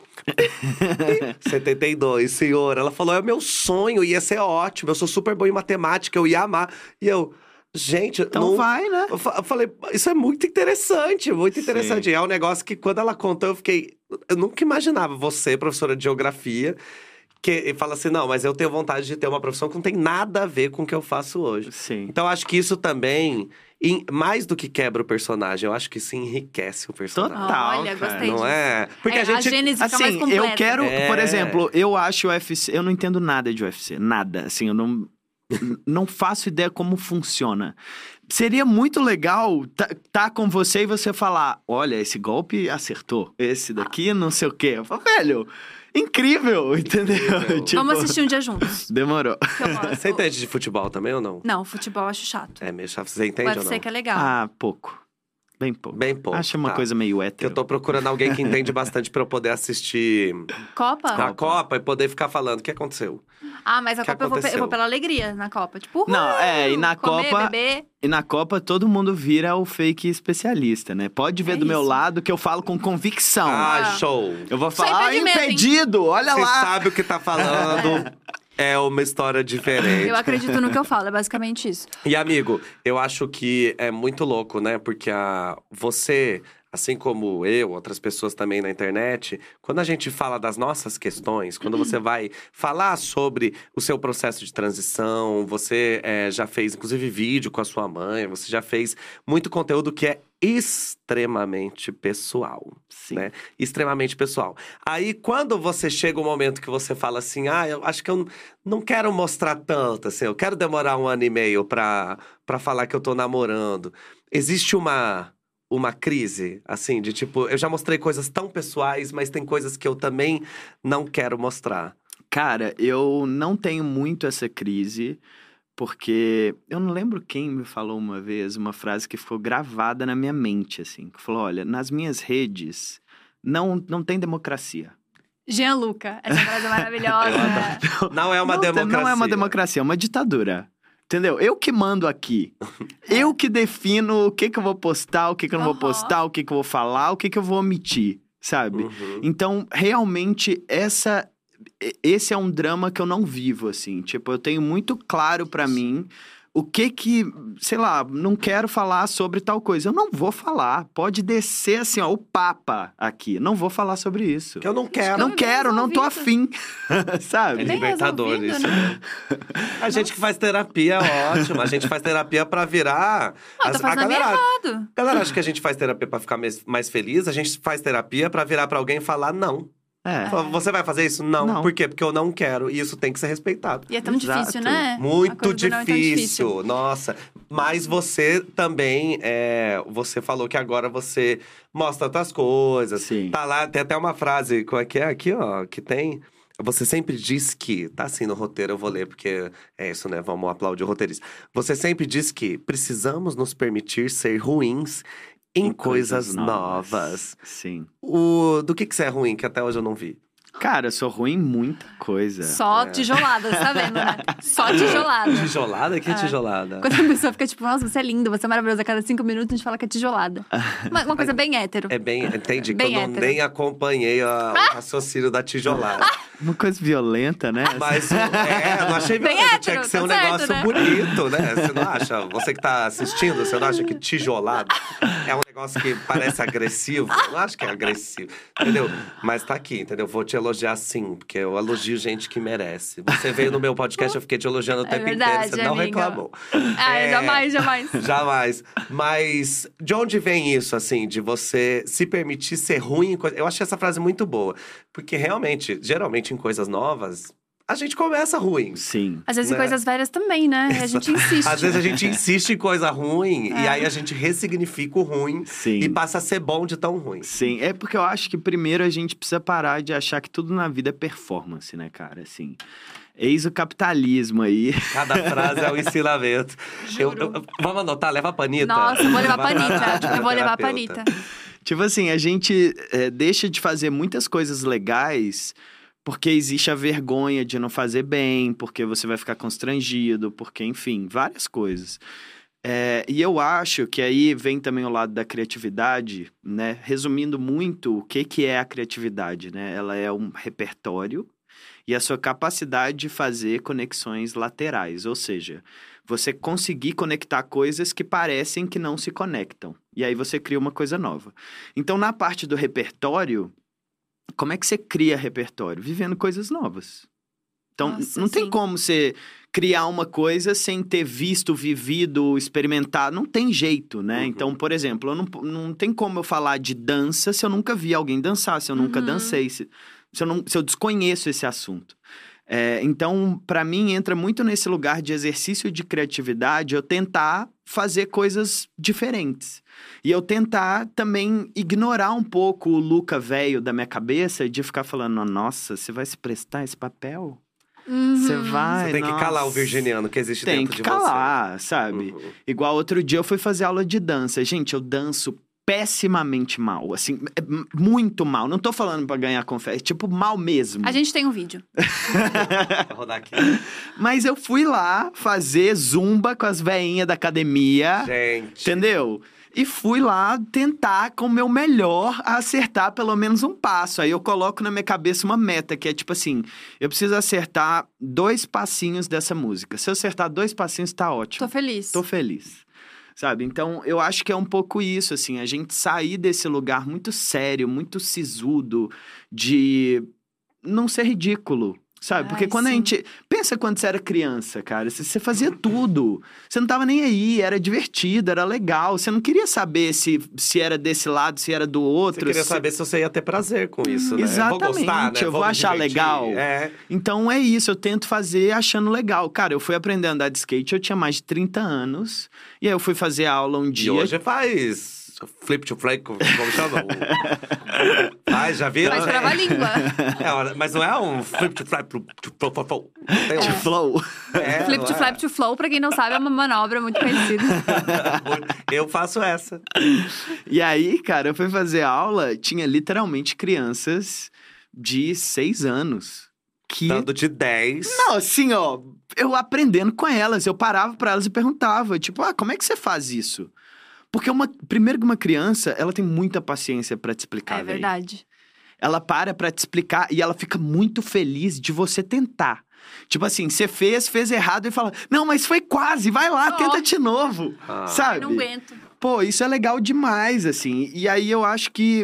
setenta e dois, senhor. Ela falou, é o meu sonho, ia ser ótimo. Eu sou super bom em matemática, eu ia amar. E eu, gente, Então não... vai, né? Eu fa- eu falei, isso é muito interessante, muito interessante. Sim. E é um negócio que quando ela contou, eu fiquei... Eu nunca imaginava você, professora de geografia, que fala assim, não, mas eu tenho vontade de ter uma profissão que não tem nada a ver com o que eu faço hoje. Sim. Então, eu acho que isso também, em- mais do que quebra o personagem, eu acho que isso enriquece o personagem. Total. Olha, cara. gostei Não disso. é? Porque É, a gente... gênese fica mais Assim, completa. eu quero, É. por exemplo, eu acho o U F C, eu não entendo nada de U F C, nada, assim, eu não não faço ideia como funciona. Seria muito legal tá, tá com você e você falar, olha, esse golpe acertou, esse daqui não sei o quê. Eu falo, velho, incrível, entendeu? Incrível. Tipo, Vamos assistir um dia juntos. Demorou. Que eu gosto. Você entende de futebol também ou não? Não, futebol eu acho chato. É meio chato. Você O entende ou U F C não? que é legal. Ah, pouco. Bem pouco. Bem pouco. Acho uma tá. coisa meio Que hétero. eu tô procurando alguém que entende bastante pra eu poder assistir Copa? a Copa e poder ficar falando o que aconteceu. Ah, mas a Que Copa eu vou, pe- eu aconteceu? vou pela alegria na Copa. Tipo, uhul, Não, é, e na comer, Copa- beber. E na Copa, todo mundo vira o fake especialista, né? Pode ver É do meu isso. lado que eu falo com convicção. Ah, Ah. show! Eu vou Só falar, ah, impedimento, hein?" impedido, olha Você lá. sabe o que tá falando. É uma história diferente. Eu acredito no que eu falo, é basicamente isso. E, amigo, eu acho que é muito louco, né? Porque a, você, assim como eu, outras pessoas também na internet, quando a gente fala das nossas questões, quando você vai falar sobre o seu processo de transição, você é, já fez, inclusive, vídeo com a sua mãe, você já fez muito conteúdo que é extremamente pessoal, Sim. né? Extremamente pessoal. Aí, quando você chega o momento que você fala assim, ah, eu acho que eu não quero mostrar tanto, assim, eu quero demorar um ano e meio pra, pra falar que eu tô namorando. Existe uma, uma crise, assim, de tipo, eu já mostrei coisas tão pessoais, mas tem coisas que eu também não quero mostrar. Cara, eu não tenho muito essa crise, porque eu não lembro quem me falou uma vez uma frase que ficou gravada na minha mente, assim, que falou, olha, nas minhas redes não, não tem democracia. Gianluca, essa frase é maravilhosa. Não é uma não, tem- democracia. Não é uma democracia, é uma ditadura. Entendeu? Eu que mando aqui. Eu que defino o que que eu vou postar, o que que eu não vou Aham. postar, o que que eu vou falar, o que que eu vou omitir, sabe? Uhum. Então, realmente, essa... e- esse é um drama que eu não vivo, assim. Tipo, eu tenho muito claro pra mim o que que... Sei lá, não quero falar sobre tal coisa. Eu não vou falar. Pode descer, assim, ó, o papa aqui. Não vou falar sobre isso. Que eu não quero. Não bem quero, não tô resolvido. afim. Sabe? É Bem libertador resolvido, isso, né? né? A gente que faz terapia é ótimo. A gente faz terapia pra virar. Não, as- tá fazendo a galera, errado. a galera acha que a gente faz terapia pra ficar mais, mais feliz. A gente faz terapia pra virar pra alguém e falar não. É. Fala, você vai fazer isso? Não. Não. Por quê? Porque eu não quero. E isso tem que ser respeitado. E é tão Exato. difícil, né? A Muito coisa do não é tão difícil, nossa. Mas você também, é, você falou que agora você mostra outras coisas. Sim. Tá lá, tem até uma frase, como é que é aqui, ó, que tem... Você sempre diz que, tá assim no roteiro, eu vou ler porque é isso, né? Vamos aplaudir o roteirista. Você sempre diz que precisamos nos permitir ser ruins em, coisas, novas. Sim. O, do que que você é ruim, que até hoje eu não vi? Cara, eu sou ruim em muita coisa. Só É. tijolada, tá vendo, né? Só tijolada. Tijolada? Que É. tijolada? Quando a pessoa fica tipo, nossa, você é lindo, você é maravilhoso. A cada cinco minutos a gente fala que é tijolada. Uma, uma coisa bem hétero. É bem, entendi, que Bem eu não, hétero. nem acompanhei a- o raciocínio da tijolada. Uma coisa violenta, né? Mas, é, eu não achei Bem violento, hétero, tinha que ser tá um certo, negócio né? bonito, né? Você não acha? Você que tá assistindo, você não acha que tijolado é um negócio que parece agressivo? Eu não acho que é agressivo, entendeu? Mas tá aqui, entendeu? Vou te elogiar sim, porque eu elogio gente que merece. Você veio no meu podcast, eu fiquei te elogiando o É tempo verdade, inteiro, você não amiga. reclamou. Ai, É, jamais, jamais. Jamais. Mas de onde vem isso, assim, de você se permitir ser ruim em coisa... Eu achei essa frase muito boa. Porque realmente, geralmente em coisas novas, a gente começa ruim. Sim. Às vezes em Né? coisas velhas também, né? A gente insiste. Às vezes a gente insiste em coisa ruim É. e aí a gente ressignifica o ruim Sim. e passa a ser bom de tão ruim. Sim, é porque eu acho que primeiro a gente precisa parar de achar que tudo na vida é performance, né, cara? Assim, eis o capitalismo aí. Cada frase é um ensinamento. Eu- Juro. eu- vamos anotar, leva a Panita. Nossa, eu vou levar a Vai lá, Panita. Tipo, eu vou levar a terapeuta. Panita. Tipo assim, a gente é, deixa de fazer muitas coisas legais porque existe a vergonha de não fazer bem, porque você vai ficar constrangido, porque, enfim, várias coisas. É, e eu acho que aí vem também o lado da criatividade, né? Resumindo muito, o que, que é a criatividade, né? Ela é um repertório e a sua capacidade de fazer conexões laterais, ou seja, você conseguir conectar coisas que parecem que não se conectam. E aí você cria uma coisa nova. Então, na parte do repertório, como é que você cria repertório? Vivendo coisas novas. Então, Nossa, não tem sim. como você criar uma coisa sem ter visto, vivido, experimentado. Não tem jeito, né? Uhum. Então, por exemplo, eu não, não tem como eu falar de dança se eu nunca vi alguém dançar, se eu nunca Uhum. dancei, se, se, eu não, se eu desconheço esse assunto. É, então, para mim, entra muito nesse lugar de exercício de criatividade eu tentar fazer coisas diferentes. E eu tentar também ignorar um pouco o Luca velho da minha cabeça de ficar falando, nossa, você vai se prestar esse papel? Você Uhum. vai, Você tem que calar o nossa. virginiano que existe Tem dentro que de calar, você. sabe? Uhum. Igual outro dia eu fui fazer aula de dança. Gente, eu danço pessimamente mal, assim, é m- muito mal. Não tô falando pra ganhar confete, é tipo mal mesmo. A gente tem um vídeo. Vou rodar aqui. Mas eu fui lá fazer zumba com as veinhas da academia, Gente. entendeu? E fui lá tentar com o meu melhor acertar pelo menos um passo. Aí eu coloco na minha cabeça uma meta, que é tipo assim, eu preciso acertar dois passinhos dessa música. Se eu acertar dois passinhos, tá ótimo. Tô feliz. Tô feliz. Sabe? Então, eu acho que é um pouco isso, assim, a gente sair desse lugar muito sério, muito sisudo, de não ser ridículo. Sabe? Porque Ai, quando a sim. gente... Pensa quando você era criança, cara. Você você fazia tudo. Você não tava nem aí. Era divertido, era legal. Você não queria saber se, se era desse lado, se era do Você outro. queria se- saber se você ia ter prazer com isso, né? Exatamente, Vou gostar, né? eu vou me achar divertir. legal. É. Então é isso, eu tento fazer achando legal. Cara, eu fui aprender a andar de skate, eu tinha mais de trinta anos. E aí eu fui fazer aula um E dia. hoje faz flip to flake, como chama? Faz, já viu? Faz trava-língua. É, olha, mas não é um flip to flap to, to, to, to, to. Tem um... De flow. É, Flip não to é? flap to flow, pra quem não sabe, é uma manobra muito conhecida. Eu faço essa. E aí, cara, eu fui fazer aula, tinha literalmente crianças de seis anos. Que... Dando de dez. Não, assim, ó, eu aprendendo com elas, eu parava pra elas e perguntava, tipo, ah, como é que você faz isso? Porque uma, primeiro que uma criança, ela tem muita paciência pra te explicar, É véi. verdade. Ela para pra te explicar e ela fica muito feliz de você tentar. Tipo assim, você fez, fez errado e fala, não, mas foi quase, vai lá, Ó. tenta de novo, Ah. sabe? Não aguento. Pô, isso é legal demais, assim. E aí eu acho que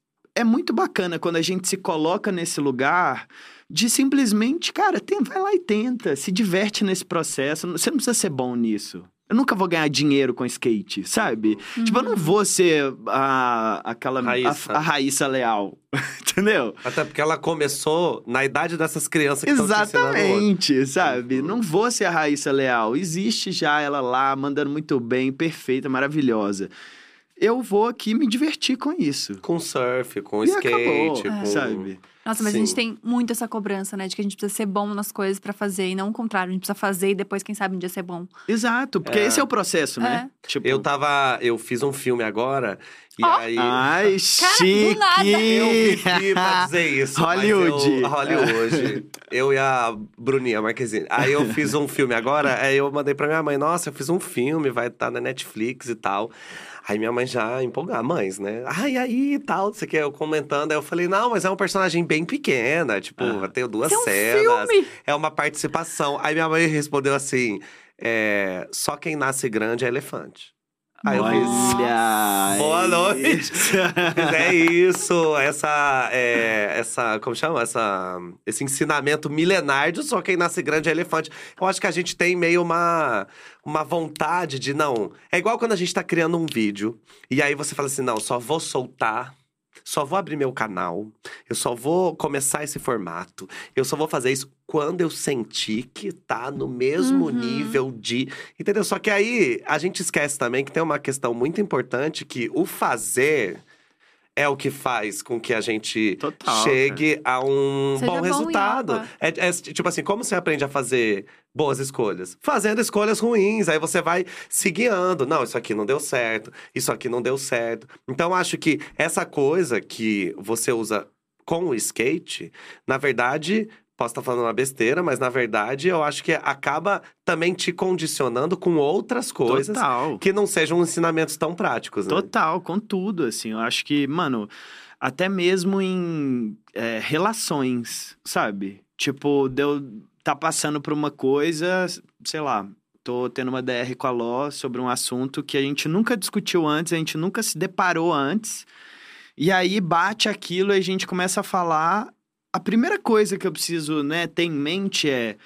é muito bacana quando a gente se coloca nesse lugar de simplesmente, cara, tem, vai lá e tenta, se diverte nesse processo. Você não precisa ser bom nisso. Eu nunca vou ganhar dinheiro com skate, sabe? Uhum. Tipo, eu não vou ser a, aquela... Raíssa. A, a Raíssa Leal, entendeu? Até porque ela começou na idade dessas crianças que estão te ensinando hoje. Exatamente, sabe? Não vou ser a Raíssa Leal. Existe já ela lá, mandando muito bem, perfeita, maravilhosa. Eu vou aqui me divertir com isso. Com surf, com E skate, acabou, com... sabe? Nossa, mas Sim. a gente tem muito essa cobrança, né? De que a gente precisa ser bom nas coisas pra fazer. E não o contrário, a gente precisa fazer e depois, quem sabe, um dia ser bom. Exato, porque É. esse é o processo, né? Tipo, Eu tava... Eu fiz um filme agora, e Ó. aí... Ai, do chique! nada. Eu vivi pra dizer isso. mas Hollywood. Eu, Hollywood. Eu e a Bruninha Marquezine. Aí eu fiz um filme agora, aí eu mandei pra minha mãe, nossa, eu fiz um filme, vai estar na Netflix e tal. Aí minha mãe já empolgada, mães, né? Ai, aí e tal, não sei o que, eu comentando. Aí eu falei, não, mas é um personagem bem pequena, tipo, Ah. tem duas Isso é um cenas. filme. É uma participação. Aí minha mãe respondeu assim, é, só quem nasce grande é elefante. Aí eu fiz... Olha! Boa noite. Mas é isso, essa, é, essa, como chama? Essa, esse ensinamento milenar de só quem nasce grande é elefante. Eu acho que a gente tem meio uma, uma vontade de não. É igual quando a gente tá criando um vídeo e aí você fala assim, não, só vou soltar. Só vou abrir meu canal, eu só vou começar esse formato, eu só vou fazer isso quando eu sentir que tá no mesmo Uhum. nível de… Entendeu? Só que aí a gente esquece também que tem uma questão muito importante que o fazer é o que faz com que a gente Total, chegue a um Seja bom bom em resultado. algo, É, é tipo assim, como você aprende a fazer boas escolhas? Fazendo escolhas ruins, aí você vai se guiando. Não, isso aqui não deu certo, isso aqui não deu certo. Então, acho que essa coisa que você usa com o skate, na verdade… Posso estar falando uma besteira, mas na verdade eu acho que acaba também te condicionando com outras coisas Total. que não sejam ensinamentos tão práticos, né? Total, com tudo, assim. Eu acho que, mano, até mesmo em é, relações, sabe? Tipo, deu tá passando por uma coisa, sei lá, tô tendo uma D R com a Ló sobre um assunto que a gente nunca discutiu antes, a gente nunca se deparou antes. E aí bate aquilo e a gente começa a falar. A primeira coisa que eu preciso, né, ter em mente é,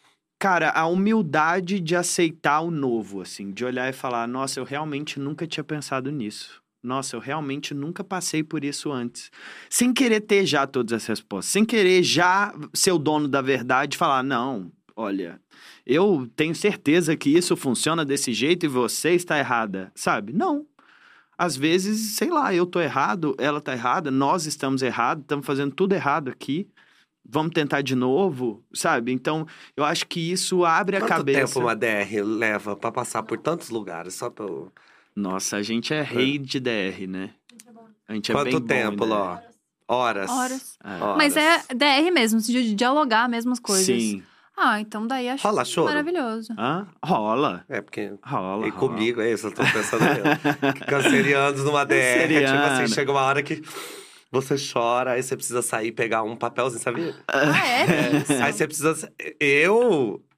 cara, a humildade de aceitar o novo, assim, de olhar e falar, nossa, eu realmente nunca tinha pensado nisso. Nossa, eu realmente nunca passei por isso antes. Sem querer ter já todas as respostas, sem querer já ser o dono da verdade e falar, não, olha, eu tenho certeza que isso funciona desse jeito e você está errada, sabe? Não. Às vezes, sei lá, eu tô errado, ela tá errada, nós estamos errados, estamos fazendo tudo errado aqui. Vamos tentar de novo, sabe? Então, eu acho que isso abre a Quanto cabeça. tempo uma D R leva pra passar por tantos lugares? Só pra eu… Nossa, a gente é rei de D R, né? A gente é Quanto bem bom em tempo, D R. Ló? Horas. Horas. É. Horas. Mas é D R mesmo, no sentido de dialogar mesmo as coisas. Sim. Ah, então daí acho Rola choro? maravilhoso. Hã? Rola. É, porque… Rola, E rola. comigo, é isso, eu tô pensando eu. Que Cancerianos numa D R, tipo Canceriano. assim, chega uma hora que você chora, aí você precisa sair e pegar um papelzinho, sabia? Ah, é? Tem isso? Aí você precisa… Eu…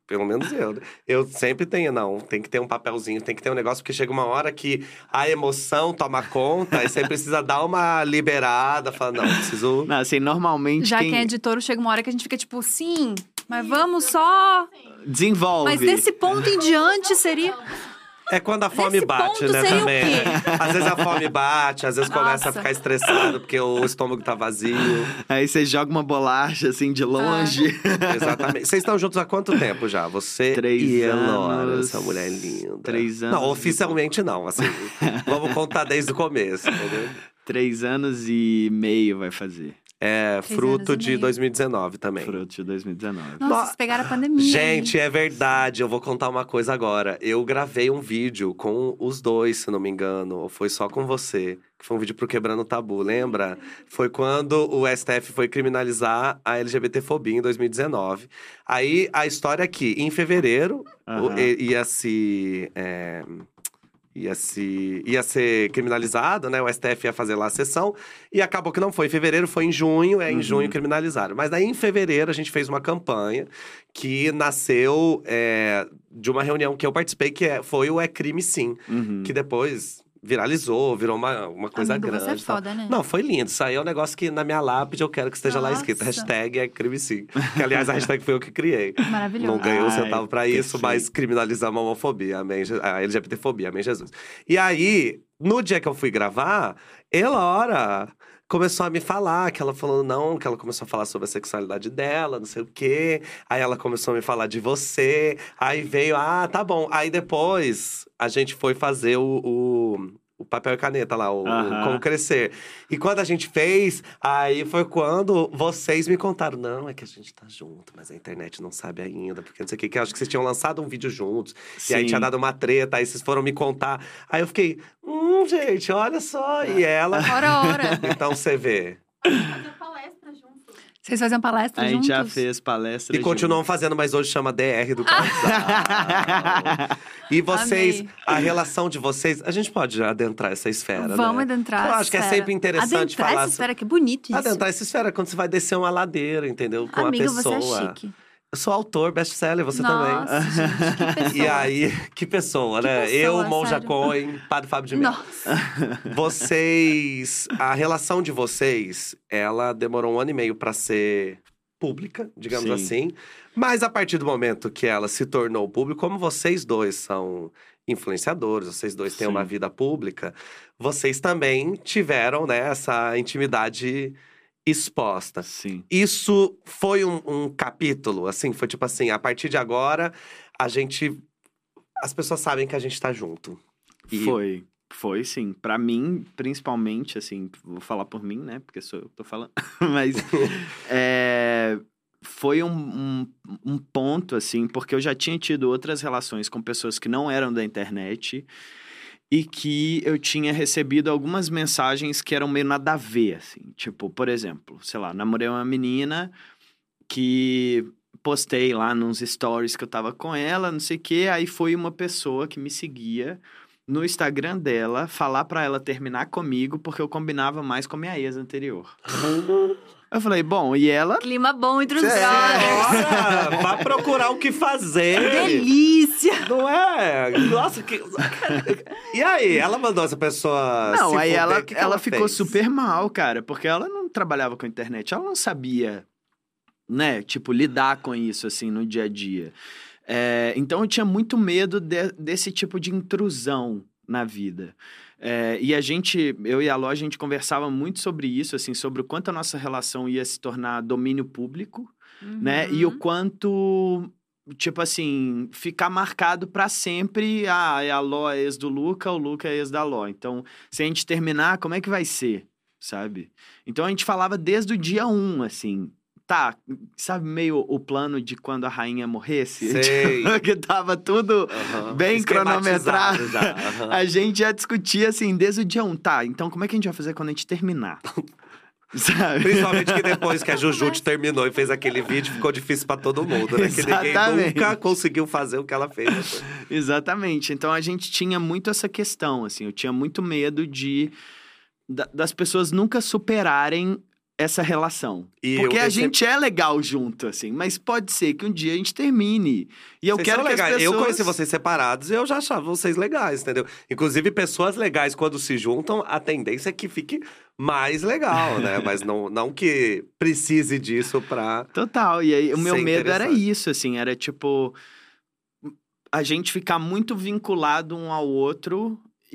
Pelo menos eu. né? Eu sempre tenho, não, tem que ter um papelzinho, tem que ter um negócio, porque chega uma hora que a emoção toma conta e você precisa dar uma liberada, falar, não, preciso… Não, assim, normalmente Já quem que é editor, chega uma hora que a gente fica tipo, sim, mas vamos só… desenvolve. Mas desse ponto em diante seria… É quando a fome Nesse bate, ponto né, seria o também. quê? Às vezes a fome bate, às vezes começa Nossa. a ficar estressado, porque o estômago tá vazio. Aí você joga uma bolacha, assim, de longe. Exatamente. Vocês estão juntos há quanto tempo já? Você Três e Elora, anos. essa mulher linda. Três anos. Não, oficialmente não, assim. Vamos contar desde o começo, entendeu? Três anos e meio vai fazer. É Três fruto anos e de meio. dois mil e dezenove também. Fruto de dois mil e dezenove. Nossa, No- vocês pegaram a pandemia. Gente, é verdade. Eu vou contar uma coisa agora. Eu gravei um vídeo com os dois, se não me engano. Ou foi só com você. Que foi um vídeo pro Quebrando o Tabu, lembra? Foi quando o S T F foi criminalizar a LGBTfobia em dois mil e dezenove. Aí, a história é que, em fevereiro, Aham. o- i- ia se… é, Ia, se, ia ser criminalizado, né? O S T F ia fazer lá a sessão. E acabou que não foi em fevereiro, foi em junho. É, em Uhum. junho criminalizaram. Mas daí, em fevereiro, a gente fez uma campanha que nasceu é, de uma reunião que eu participei, que é, foi o É Crime Sim. Uhum. Que depois viralizou, virou uma, uma coisa Amigo, grande. você é e tal. foda, né? Não, foi lindo. Isso aí é um negócio que na minha lápide eu quero que esteja lá escrito. Nossa. Hashtag É Crime Sim. Que, aliás, a hashtag foi eu que criei. Maravilhoso. Não ganhei um Ai, centavo pra isso, perfeito. mas criminalizamos a homofobia, amém, Je- a LGBTfobia, amém, Jesus. E aí, no dia que eu fui gravar, Elora começou a me falar, que ela falou não, que ela começou a falar sobre a sexualidade dela, não sei o quê. Aí ela começou a me falar de você. Aí veio, ah, tá bom. Aí depois, a gente foi fazer o… o o papel e caneta lá, o, o Aham. Como Crescer. E quando a gente fez, aí foi quando vocês me contaram. Não, é que a gente tá junto, mas a internet não sabe ainda. Porque não sei o que, que eu acho que vocês tinham lançado um vídeo juntos. E aí Sim. tinha dado uma treta, aí vocês foram me contar. Aí eu fiquei, hum, gente, olha só. E ela… Ora, ora. Então você vê. Fazer palestra junto. Vocês faziam palestra A gente juntos? já fez palestra. E continuam fazendo, mas hoje chama D R do casal. E vocês, Amei. a relação de vocês… A gente pode adentrar essa esfera, Vamos né? adentrar Eu essa acho que é esfera. sempre interessante Adentrar falar… essa esfera, que bonito isso. Adentrar essa esfera é quando você vai descer uma ladeira, entendeu? Com Amigo, a pessoa. você é chique. Eu sou autor, best-seller, você Nossa, também. gente, que pessoa. E aí, que pessoa, Que né? pessoa, Eu, Monja sério. Cohen, Padre Fábio de Mello. Nossa. Vocês… A relação de vocês, ela demorou um ano e meio pra ser pública, digamos Sim. assim. Mas a partir do momento que ela se tornou pública, como vocês dois são influenciadores, vocês dois têm Sim. uma vida pública, vocês também tiveram, né, essa intimidade exposta. Sim. Isso foi um, um capítulo, assim, foi tipo assim, a partir de agora, a gente… As pessoas sabem que a gente tá junto. E- Foi. Foi, sim. Pra mim, principalmente, assim, vou falar por mim, né? Porque sou eu que tô falando. Mas é, foi um, um, um ponto, assim, porque eu já tinha tido outras relações com pessoas que não eram da internet e que eu tinha recebido algumas mensagens que eram meio nada a ver, assim. Tipo, por exemplo, sei lá, namorei uma menina que postei lá nos stories que eu tava com ela, não sei o quê, aí foi uma pessoa que me seguia no Instagram dela, falar pra ela terminar comigo, porque eu combinava mais com a minha ex anterior. Eu falei, bom, e ela… Clima bom entre os brothers. Nossa, vá procurar o que fazer. Delícia. Não é? Nossa, que… E aí, ela mandou essa pessoa Não, se aí fuder, ela, o que que ela ficou fez? super mal, cara, porque ela não trabalhava com internet, ela não sabia, né, tipo, lidar com isso, assim, no dia a dia. É, então eu tinha muito medo de- desse tipo de intrusão na vida. É, e a gente, eu e a Ló, a gente conversava muito sobre isso, assim, sobre o quanto a nossa relação ia se tornar domínio público, né? E o quanto, tipo assim, ficar marcado pra sempre, ah, é a Ló é ex do Luca, o Luca é ex da Ló. Então, se a gente terminar, como é que vai ser, sabe? Então a gente falava desde o dia um, assim… Tá, sabe meio o plano de quando a rainha morresse? Sei. Tipo, que tava tudo Aham. bem Esquematizado cronometrado. já, aham. A gente já discutia, assim, desde o dia um. Tá, então como é que a gente vai fazer quando a gente terminar? Sabe? Principalmente que depois que a Jujute terminou e fez aquele vídeo, ficou difícil pra todo mundo, né? Que ninguém Exatamente. nunca conseguiu fazer o que ela fez depois. Exatamente. Então a gente tinha muito essa questão, assim. Eu tinha muito medo de… da- das pessoas nunca superarem essa relação. E Porque eu- a eu gente é legal junto, assim. Mas pode ser que um dia a gente termine. E eu Vocês quero são que as legais. pessoas... Eu conheci vocês separados e eu já achava vocês legais, entendeu? Inclusive, pessoas legais, quando se juntam, a tendência é que fique mais legal, né? Mas não, não que precise disso pra… Total. E aí, o meu Isso é medo era interessante. isso, assim. Era, tipo… A gente ficar muito vinculado um ao outro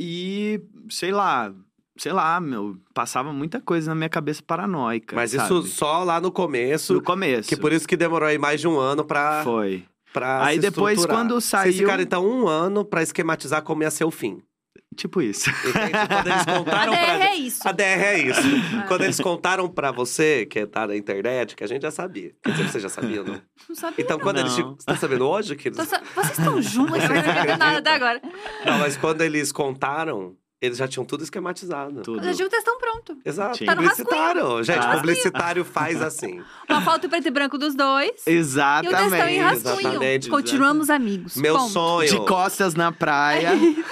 e, sei lá… Sei lá, meu… Passava muita coisa na minha cabeça paranoica, Mas sabe? isso só lá no começo, No começo. que por isso que demorou aí mais de um ano pra… Foi. pra Aí se depois, estruturar. quando Vocês saiu- ficaram, então, um ano pra esquematizar como ia ser o fim. Tipo isso. Entende? Quando eles A contaram D R pra… é isso. A D R é isso. Quando eles contaram pra você, que tá na internet, que a gente já sabia. Quer dizer, você já sabia, não? Não sabia. Então, quando Não. eles… te- Você tá sabendo hoje que eles… Tô sa- Vocês estão juntos? Eu não entendi nada até agora. Não, mas quando eles contaram, eles já tinhum tudo esquematizado. Tudo. Já tinha o textão pronto. Exato. Sim. Tá no Publicitário. Gente, Tá. publicitário faz assim. Uma foto preto e branco dos dois. E o Exatamente. textão em rascunho. exatamente. Continuamos amigos. Meu Ponto. sonho… De costas na praia.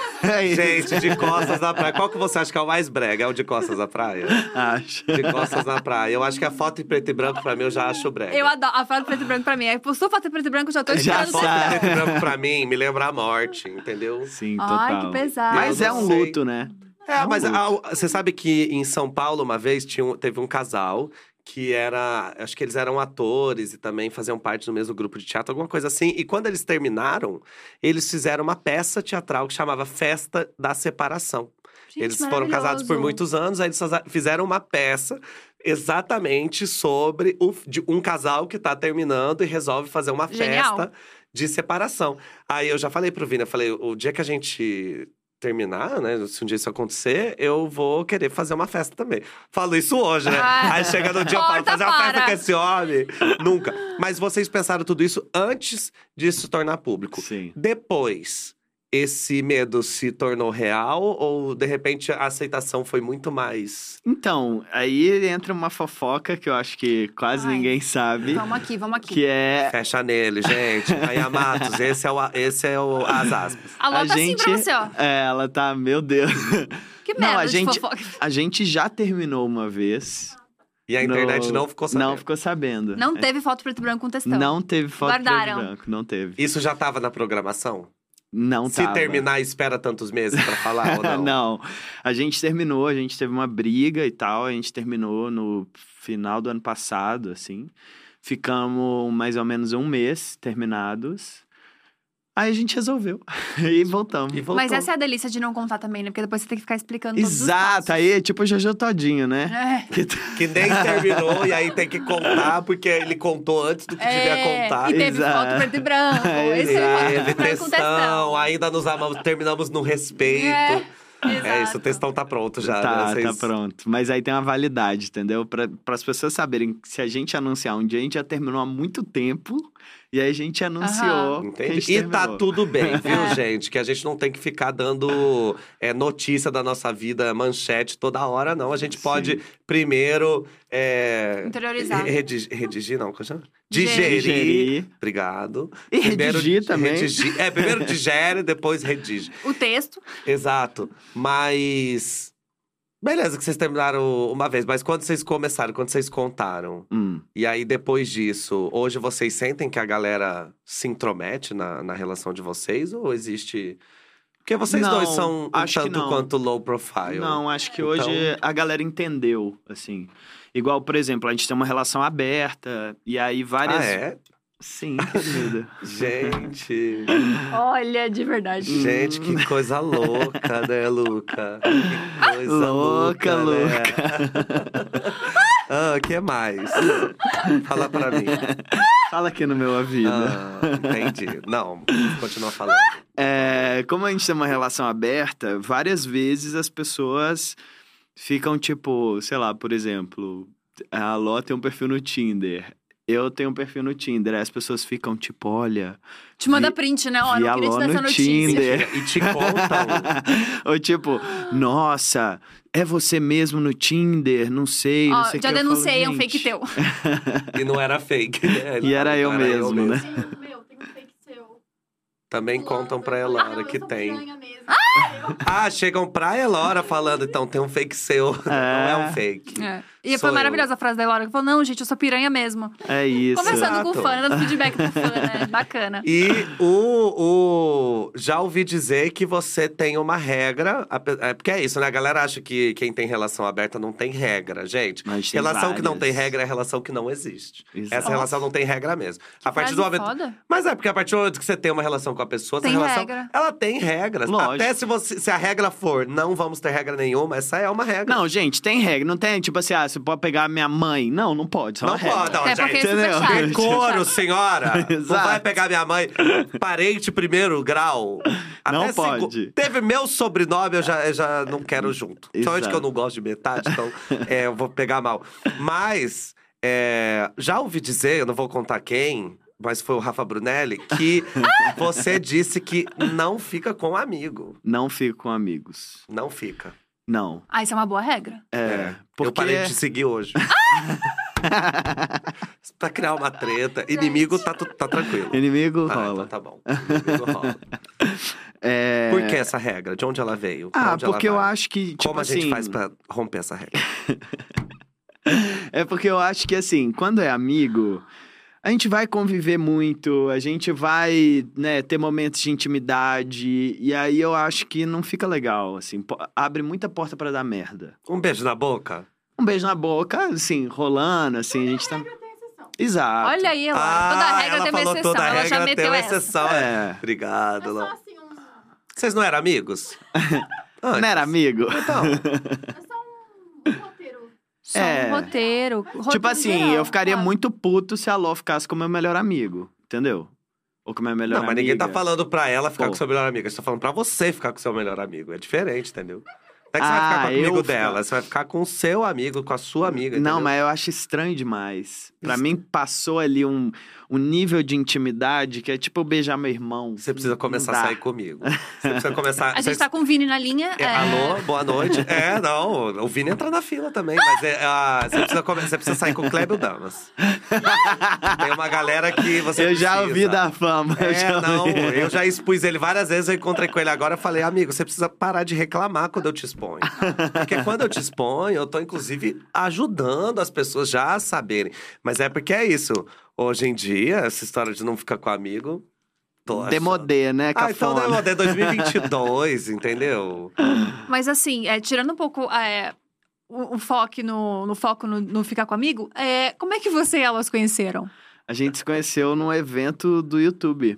É isso. Gente, de costas na praia. Qual que você acha que é o mais brega? É o de costas na praia? Acho. De costas na praia. Eu acho que a foto em preto e branco, pra mim, eu já acho brega. Eu adoro. A foto preto e branco pra mim. Aí postou foto em preto e branco, eu já tô Já esperando o Foto textão. em sabe. preto e branco, pra mim, me lembra a morte, entendeu? Sim, Ai, total. que pesado. Mas Eu é não um sei. luto, né? É, mas luto. a- você sabe que em São Paulo, uma vez, tinha um- teve um casal que era… Acho que eles eram atores e também faziam parte do mesmo grupo de teatro, alguma coisa assim. E quando eles terminaram, eles fizeram uma peça teatral que chamava Festa da Separação. Gente, Eles foram casados por maravilhoso. muitos anos, aí eles faza- fizeram uma peça exatamente sobre o- de um casal que tá terminando e resolve fazer uma Genial. festa de separação. Aí eu já falei pro Vini, eu falei, o dia que a gente terminar, né, se um dia isso acontecer, eu vou querer fazer uma festa também. Falo isso hoje, né? Ah. Aí chega no dia, eu falo, Corta, fazer uma festa para. com esse homem. Nunca. Mas vocês pensaram tudo isso antes de se tornar público. Sim. Depois, esse medo se tornou real ou, de repente, a aceitação foi muito mais… Então, aí entra uma fofoca que eu acho que quase Ai. ninguém sabe. Vamos aqui, vamos aqui. Que é… Fecha nele, gente. Aí, Amatos, esse é o, esse é o as aspas. Alô, a tá assim gente, pra você, ó. É, ela tá… Meu Deus. Que Não, merda a de gente- fofoca. A gente já terminou uma vez. E a internet no- não ficou sabendo. Não ficou sabendo. Não teve foto preto e branco com textão. Não teve foto preto e Guardaram. branco. Não teve. Isso já tava na programação? Não Se tava. terminar, espera tantos meses pra falar ou não? Não. A gente terminou, a gente teve uma briga e tal. A gente terminou no final do ano passado, assim. Ficamos mais ou menos um mês terminados. Aí a gente resolveu. e voltamos. E voltou. Mas essa é a delícia de não contar também, né? Porque depois você tem que ficar explicando todos os Exato, passos. aí é tipo o Jojo Todinho, né? É. Que- Que nem terminou e aí tem que contar, porque ele contou antes do que devia É, contar. E teve Exato. foto preto e branco. Esse Exato. é Teve foto preto com textão, textão. ainda nos amamos, terminamos no respeito. É, É, exato. isso, o textão tá pronto já, tá, né? Vocês- tá pronto. Mas aí tem uma validade, entendeu? Para as pessoas saberem que se a gente anunciar um dia, a gente já terminou há muito tempo. E aí a gente anunciou. que a Entende? gente E tá terminou. tudo bem, viu, É. gente? Que a gente não tem que ficar dando é, notícia da nossa vida, manchete toda hora, não. A gente pode primeiro… É, Interiorizar. Redigir, redigir, não, como chama? Digerir. Digerir. Digerir. Obrigado. E redigir também. redigir- é, primeiro digere, depois redige. O texto. Exato. Mas… Beleza que vocês terminaram uma vez, mas quando vocês começaram, quando vocês contaram… Hum. E aí, depois disso, hoje vocês sentem que a galera se intromete na, na relação de vocês? Ou existe… Porque vocês Não, dois são um acho que tanto não. quanto low profile. Não, acho que Então- hoje a galera entendeu, assim. Igual, por exemplo, a gente tem uma relação aberta. E aí várias… Ah, é? Sim, querida. Gente… Olha, de verdade. Gente, que coisa louca, né, Luca? Que coisa Louca, louca, né? Ah, o que mais? Fala pra mim. Fala aqui no meu ouvido. Ah, entendi. Não, continua falando. É, como a gente tem uma relação aberta, várias vezes as pessoas ficam tipo, sei lá, por exemplo, a Ló tem um perfil no Tinder. Eu tenho um perfil no Tinder. Aí as pessoas ficam tipo, olha. Te manda vi- print, né? Ó, vi não a queria te Ló dar essa no notícia. Tinder. E te contam. Ou tipo, nossa, é você mesmo no Tinder? Não sei, não Ó, sei o já que. Eu denunciei, é falo, um fake gente. teu. E não era fake, né? E era eu Não mesmo, né? Sim, meu, tem um fake seu. Também contam pra Elara que tem. Mesmo. Ah, chegam pra Elora falando, então tem um fake seu. Não é um fake. É. E Sou foi eu. maravilhosa a frase da Elora, que falou, não, gente, eu sou piranha mesmo. É isso. Conversando com o Exato. fã, dando feedback pro fã, né? Bacana. E o, o. Já ouvi dizer que você tem uma regra. ape- É porque é isso, né? A galera acha que quem tem relação aberta não tem regra, gente. Mas tem Relação que não tem várias. regra é relação que não existe. Exato. Essa relação não tem regra mesmo. a partir Frase do momento. foda. Mas é porque a partir do momento que você tem uma relação com a pessoa, essa Tem relação. regra. Ela tem regras. Lógico. Até se, você, se a regra for não vamos ter regra nenhuma, essa é uma regra. Não, gente, tem regra. Não tem, tipo assim, ah, você pode pegar minha mãe. Não, não pode. Só Não uma regra. pode, não, É porque é gente. super entendeu? chato. super Decoro, chato. senhora! Não Exato. vai pegar minha mãe. Parente primeiro grau. Não Até pode. segu- Teve meu sobrenome, eu já, eu já não quero junto. Principalmente Exato. que eu não gosto de metade, então é, eu vou pegar mal. Mas, é, já ouvi dizer, eu não vou contar quem, mas foi o Rafa Brunelli, que você disse que não fica com amigo. Não fico com amigos. Não fica. Não. Ah, isso é uma boa regra. É. Porque... Eu parei de te seguir hoje. Pra criar uma treta. Inimigo tá, tu- tá tranquilo. Inimigo Ah, rola. então tá bom. Inimigo rola. É... Por que essa regra? De onde ela veio? Pra Ah, onde ela porque eu vai? acho que, tipo Como a assim... gente faz pra romper essa regra? É porque eu acho que, assim, quando é amigo, a gente vai conviver muito, a gente vai, né, ter momentos de intimidade, e aí eu acho que não fica legal, assim, po- abre muita porta pra dar merda. Um beijo na boca? Um beijo na boca, assim, rolando, assim, a gente tá... Regra tem exceção. Exato. Olha aí, Elora. toda Ah, regra ela tem uma falou exceção. toda Ela já regra meteu tem uma essa. exceção. É. Obrigado, É só Lô. assim, um... Vocês não eram amigos? Antes. Não era amigo? Então, É só um, um roteiro. Só É. um roteiro. Tipo roteiro assim, geral, eu ficaria claro. muito puto se a Ló ficasse com o meu melhor amigo, entendeu? Ou com a minha melhor não, mas amiga. ninguém tá falando pra ela ficar Pô. com seu melhor amigo. A gente tá falando pra você ficar com seu melhor amigo. É diferente, entendeu? Não é que você Ah, vai ficar com o amigo eu dela, ficar- você vai ficar com o seu amigo, com a sua amiga. Não, entendeu? mas eu acho estranho demais. Pra Isso. mim, passou ali um, um nível de intimidade que é tipo eu beijar meu irmão. Você precisa começar Não a dá. sair comigo. Você precisa começar... A gente vocês- tá com o Vini na linha. É, é, Alô, boa noite. É, não, o Vini entra na fila também, mas é, ah, você, precisa come- você precisa sair com o Clébio Damas. Tem uma galera que você Eu já precisa. ouvi da fama. eu É, já não, ouvi. eu já expus ele várias vezes, eu encontrei com ele agora, eu falei, amigo, você precisa parar de reclamar quando eu te exponho. Porque quando eu te exponho, eu tô, inclusive, ajudando as pessoas já a saberem. Mas é porque é isso, hoje em dia, essa história de não ficar com amigo… tô achando- Demodê, né, Ah, então cafona? demodê dois mil e vinte e dois, entendeu? Mas assim, é, tirando um pouco é, o, o foco, no, no foco no, no ficar com amigo, é, como é que você e ela se conheceram? A gente se conheceu num evento do YouTube.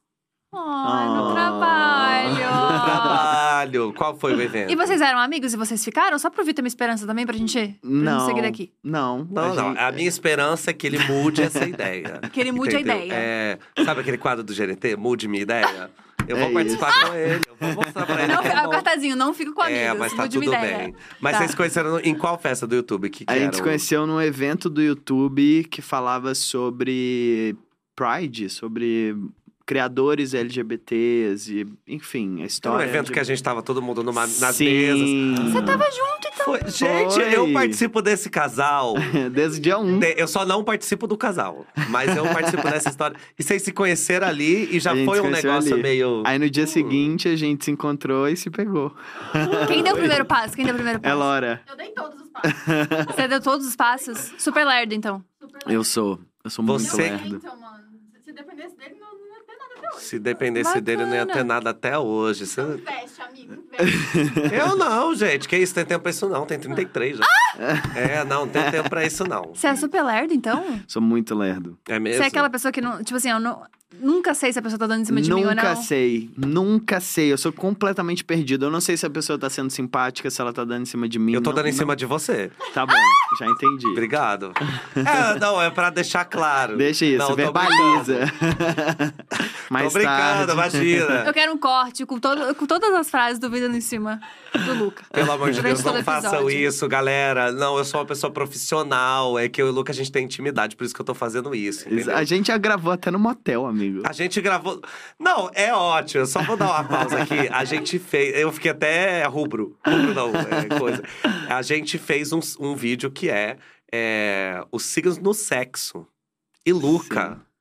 Ai, no Oh. trabalho. Trabalho. Qual foi o evento? E vocês eram amigos e vocês ficaram? Só pra ouvir ter uma esperança também pra gente, pra Não. gente seguir daqui. Não. Não, não. gente- A minha esperança é que ele mude essa ideia. Que ele mude a Entendeu? ideia. É, sabe aquele quadro do G N T? Mude minha ideia? Eu vou É participar com ele. Eu vou mostrar pra ele. Não, que é é o bom. cartazinho, não fico com amigos. É, mas tá mude tudo uma ideia. bem. Mas Tá. vocês se conheceram em qual festa do YouTube? Que, que A gente era se o- conheceu num evento do YouTube que falava sobre Pride, sobre criadores L G B Ts e, enfim, a Era um história. evento que a gente tava todo mundo numa, nas Sim. mesas. Você tava junto, então. Foi- Gente, Foi. eu participo desse casal. Desde o dia um. De- Eu só não participo do casal, mas eu participo dessa história. E vocês se conheceram ali e já A gente foi se um conheceu negócio ali. meio. Aí no dia Hum. seguinte a gente se encontrou e se pegou. Quem deu o primeiro passo? Quem deu o primeiro É passo? Laura. Eu dei todos os passos. Você deu todos os passos? Super lerdo, então. Super Eu sou. Eu sou muito Você- lerdo. Então, mano, se dependesse dele, não, não ia ter nada até hoje. Se dependesse dele, não ia ter Bacana. nada até hoje. Você- Então, investe, amigo, investe. Eu não, gente. Que isso? Tem tempo pra isso não. Tem trinta e três já. É, não, não tem tempo pra isso não. Você é super lerdo, então? Sou muito lerdo. É mesmo? Você é aquela pessoa que não. Tipo assim, eu não, nunca sei se a pessoa tá dando em cima de mim ou não. Nunca sei. Nunca sei. Eu sou completamente perdido. Eu não sei se a pessoa tá sendo simpática, se ela tá dando em cima de mim. Eu tô Não- dando em não- cima de você. Tá bom, já entendi. Obrigado. É, não, é pra deixar claro. Deixa isso, Não, tô verbaliza. brincando. Mais Tô brincando, tarde. imagina. Eu quero um corte com, todo, com todas as frases do Vida em cima do Luca. Pelo amor de Durante Deus, todo não o façam episódio. isso, galera. Não, eu sou uma pessoa profissional. É que eu e o Luca, a gente tem intimidade, por isso que eu tô fazendo isso, entendeu? A gente já gravou até no motel, amigo. A gente gravou. Não, é ótimo. Eu só vou dar uma pausa aqui. A gente fez. Eu fiquei até rubro. Rubro não, é coisa. A gente fez um, um vídeo que é, é os signos no sexo. E Luca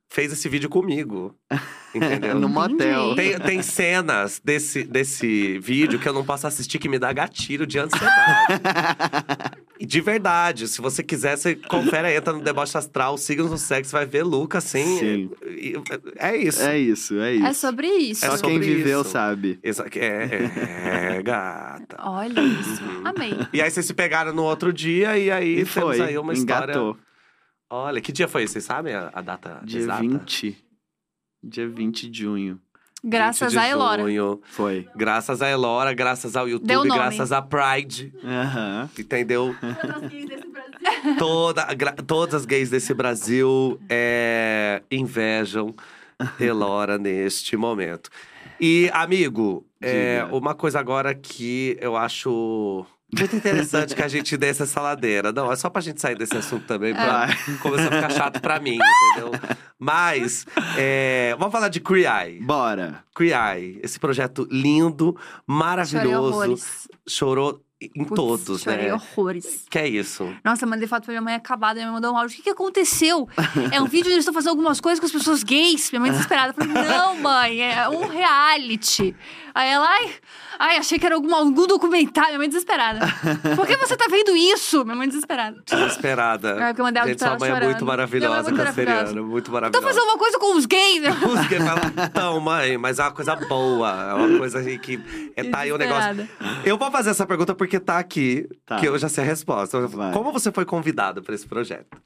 fez esse vídeo comigo. Entendeu? No motel. Entendi. Tem, tem cenas desse, desse vídeo que eu não posso assistir que me dá gatilho de ansiedade. E de verdade, se você quiser, você confere aí, entra no Deboche Astral, siga-nos no sexo, vai ver Luca, assim. Sim. E- É isso. É isso, é isso. É sobre isso. É Só sobre quem viveu isso. sabe. Exa- É, é, gata. Olha isso. Amei. E aí vocês se pegaram no outro dia e aí E temos foi, aí uma história. engatou. Olha, que dia foi? Vocês sabem a, a data Dia exata? vinte. Dia vinte de junho. Graças vinte de a Elora. junho. Foi. Graças a Elora, graças ao Deu YouTube, nome. graças a Pride. Aham. Entendeu? Todas as gays desse Brasil. Toda, gra- todas as gays desse Brasil é, invejam Elora neste momento. E, amigo, é, Diga. uma coisa agora que eu acho muito interessante que a gente desça essa ladeira. Não, é só pra gente sair desse assunto também, pra começar a ficar chato pra mim, entendeu? Mas, é, vamos falar de Queer Eye. Bora. Queer Eye, esse projeto lindo, Chorei maravilhoso. horrores. Chorou em Putz, todos, chorei né? horrores. Que é isso? Nossa, eu mandei foto pra minha mãe acabada, minha mãe mandou um áudio. O que, que aconteceu? É um vídeo onde eles estão fazendo algumas coisas com as pessoas gays. Minha mãe desesperada. Eu falei, não, mãe, é um reality. Aí ela, ai, ai achei que era algum, algum documentário. Minha mãe desesperada. Por que você tá vendo isso? Minha mãe desesperada. Desesperada. É, porque eu mandei áudio Gente, pra sua ela mãe é chorando. muito maravilhosa, Minha mãe é muito canceriana. maravilhosa. Muito Tô maravilhosa. fazendo uma coisa com os gays. né? Os gays falam, então, mãe, mas é uma coisa boa. É uma coisa aí que… É, tá aí o negócio… Desesperada. Eu vou fazer essa pergunta porque tá aqui, Tá. que eu já sei a resposta. Vai. Como você foi convidado pra esse projeto?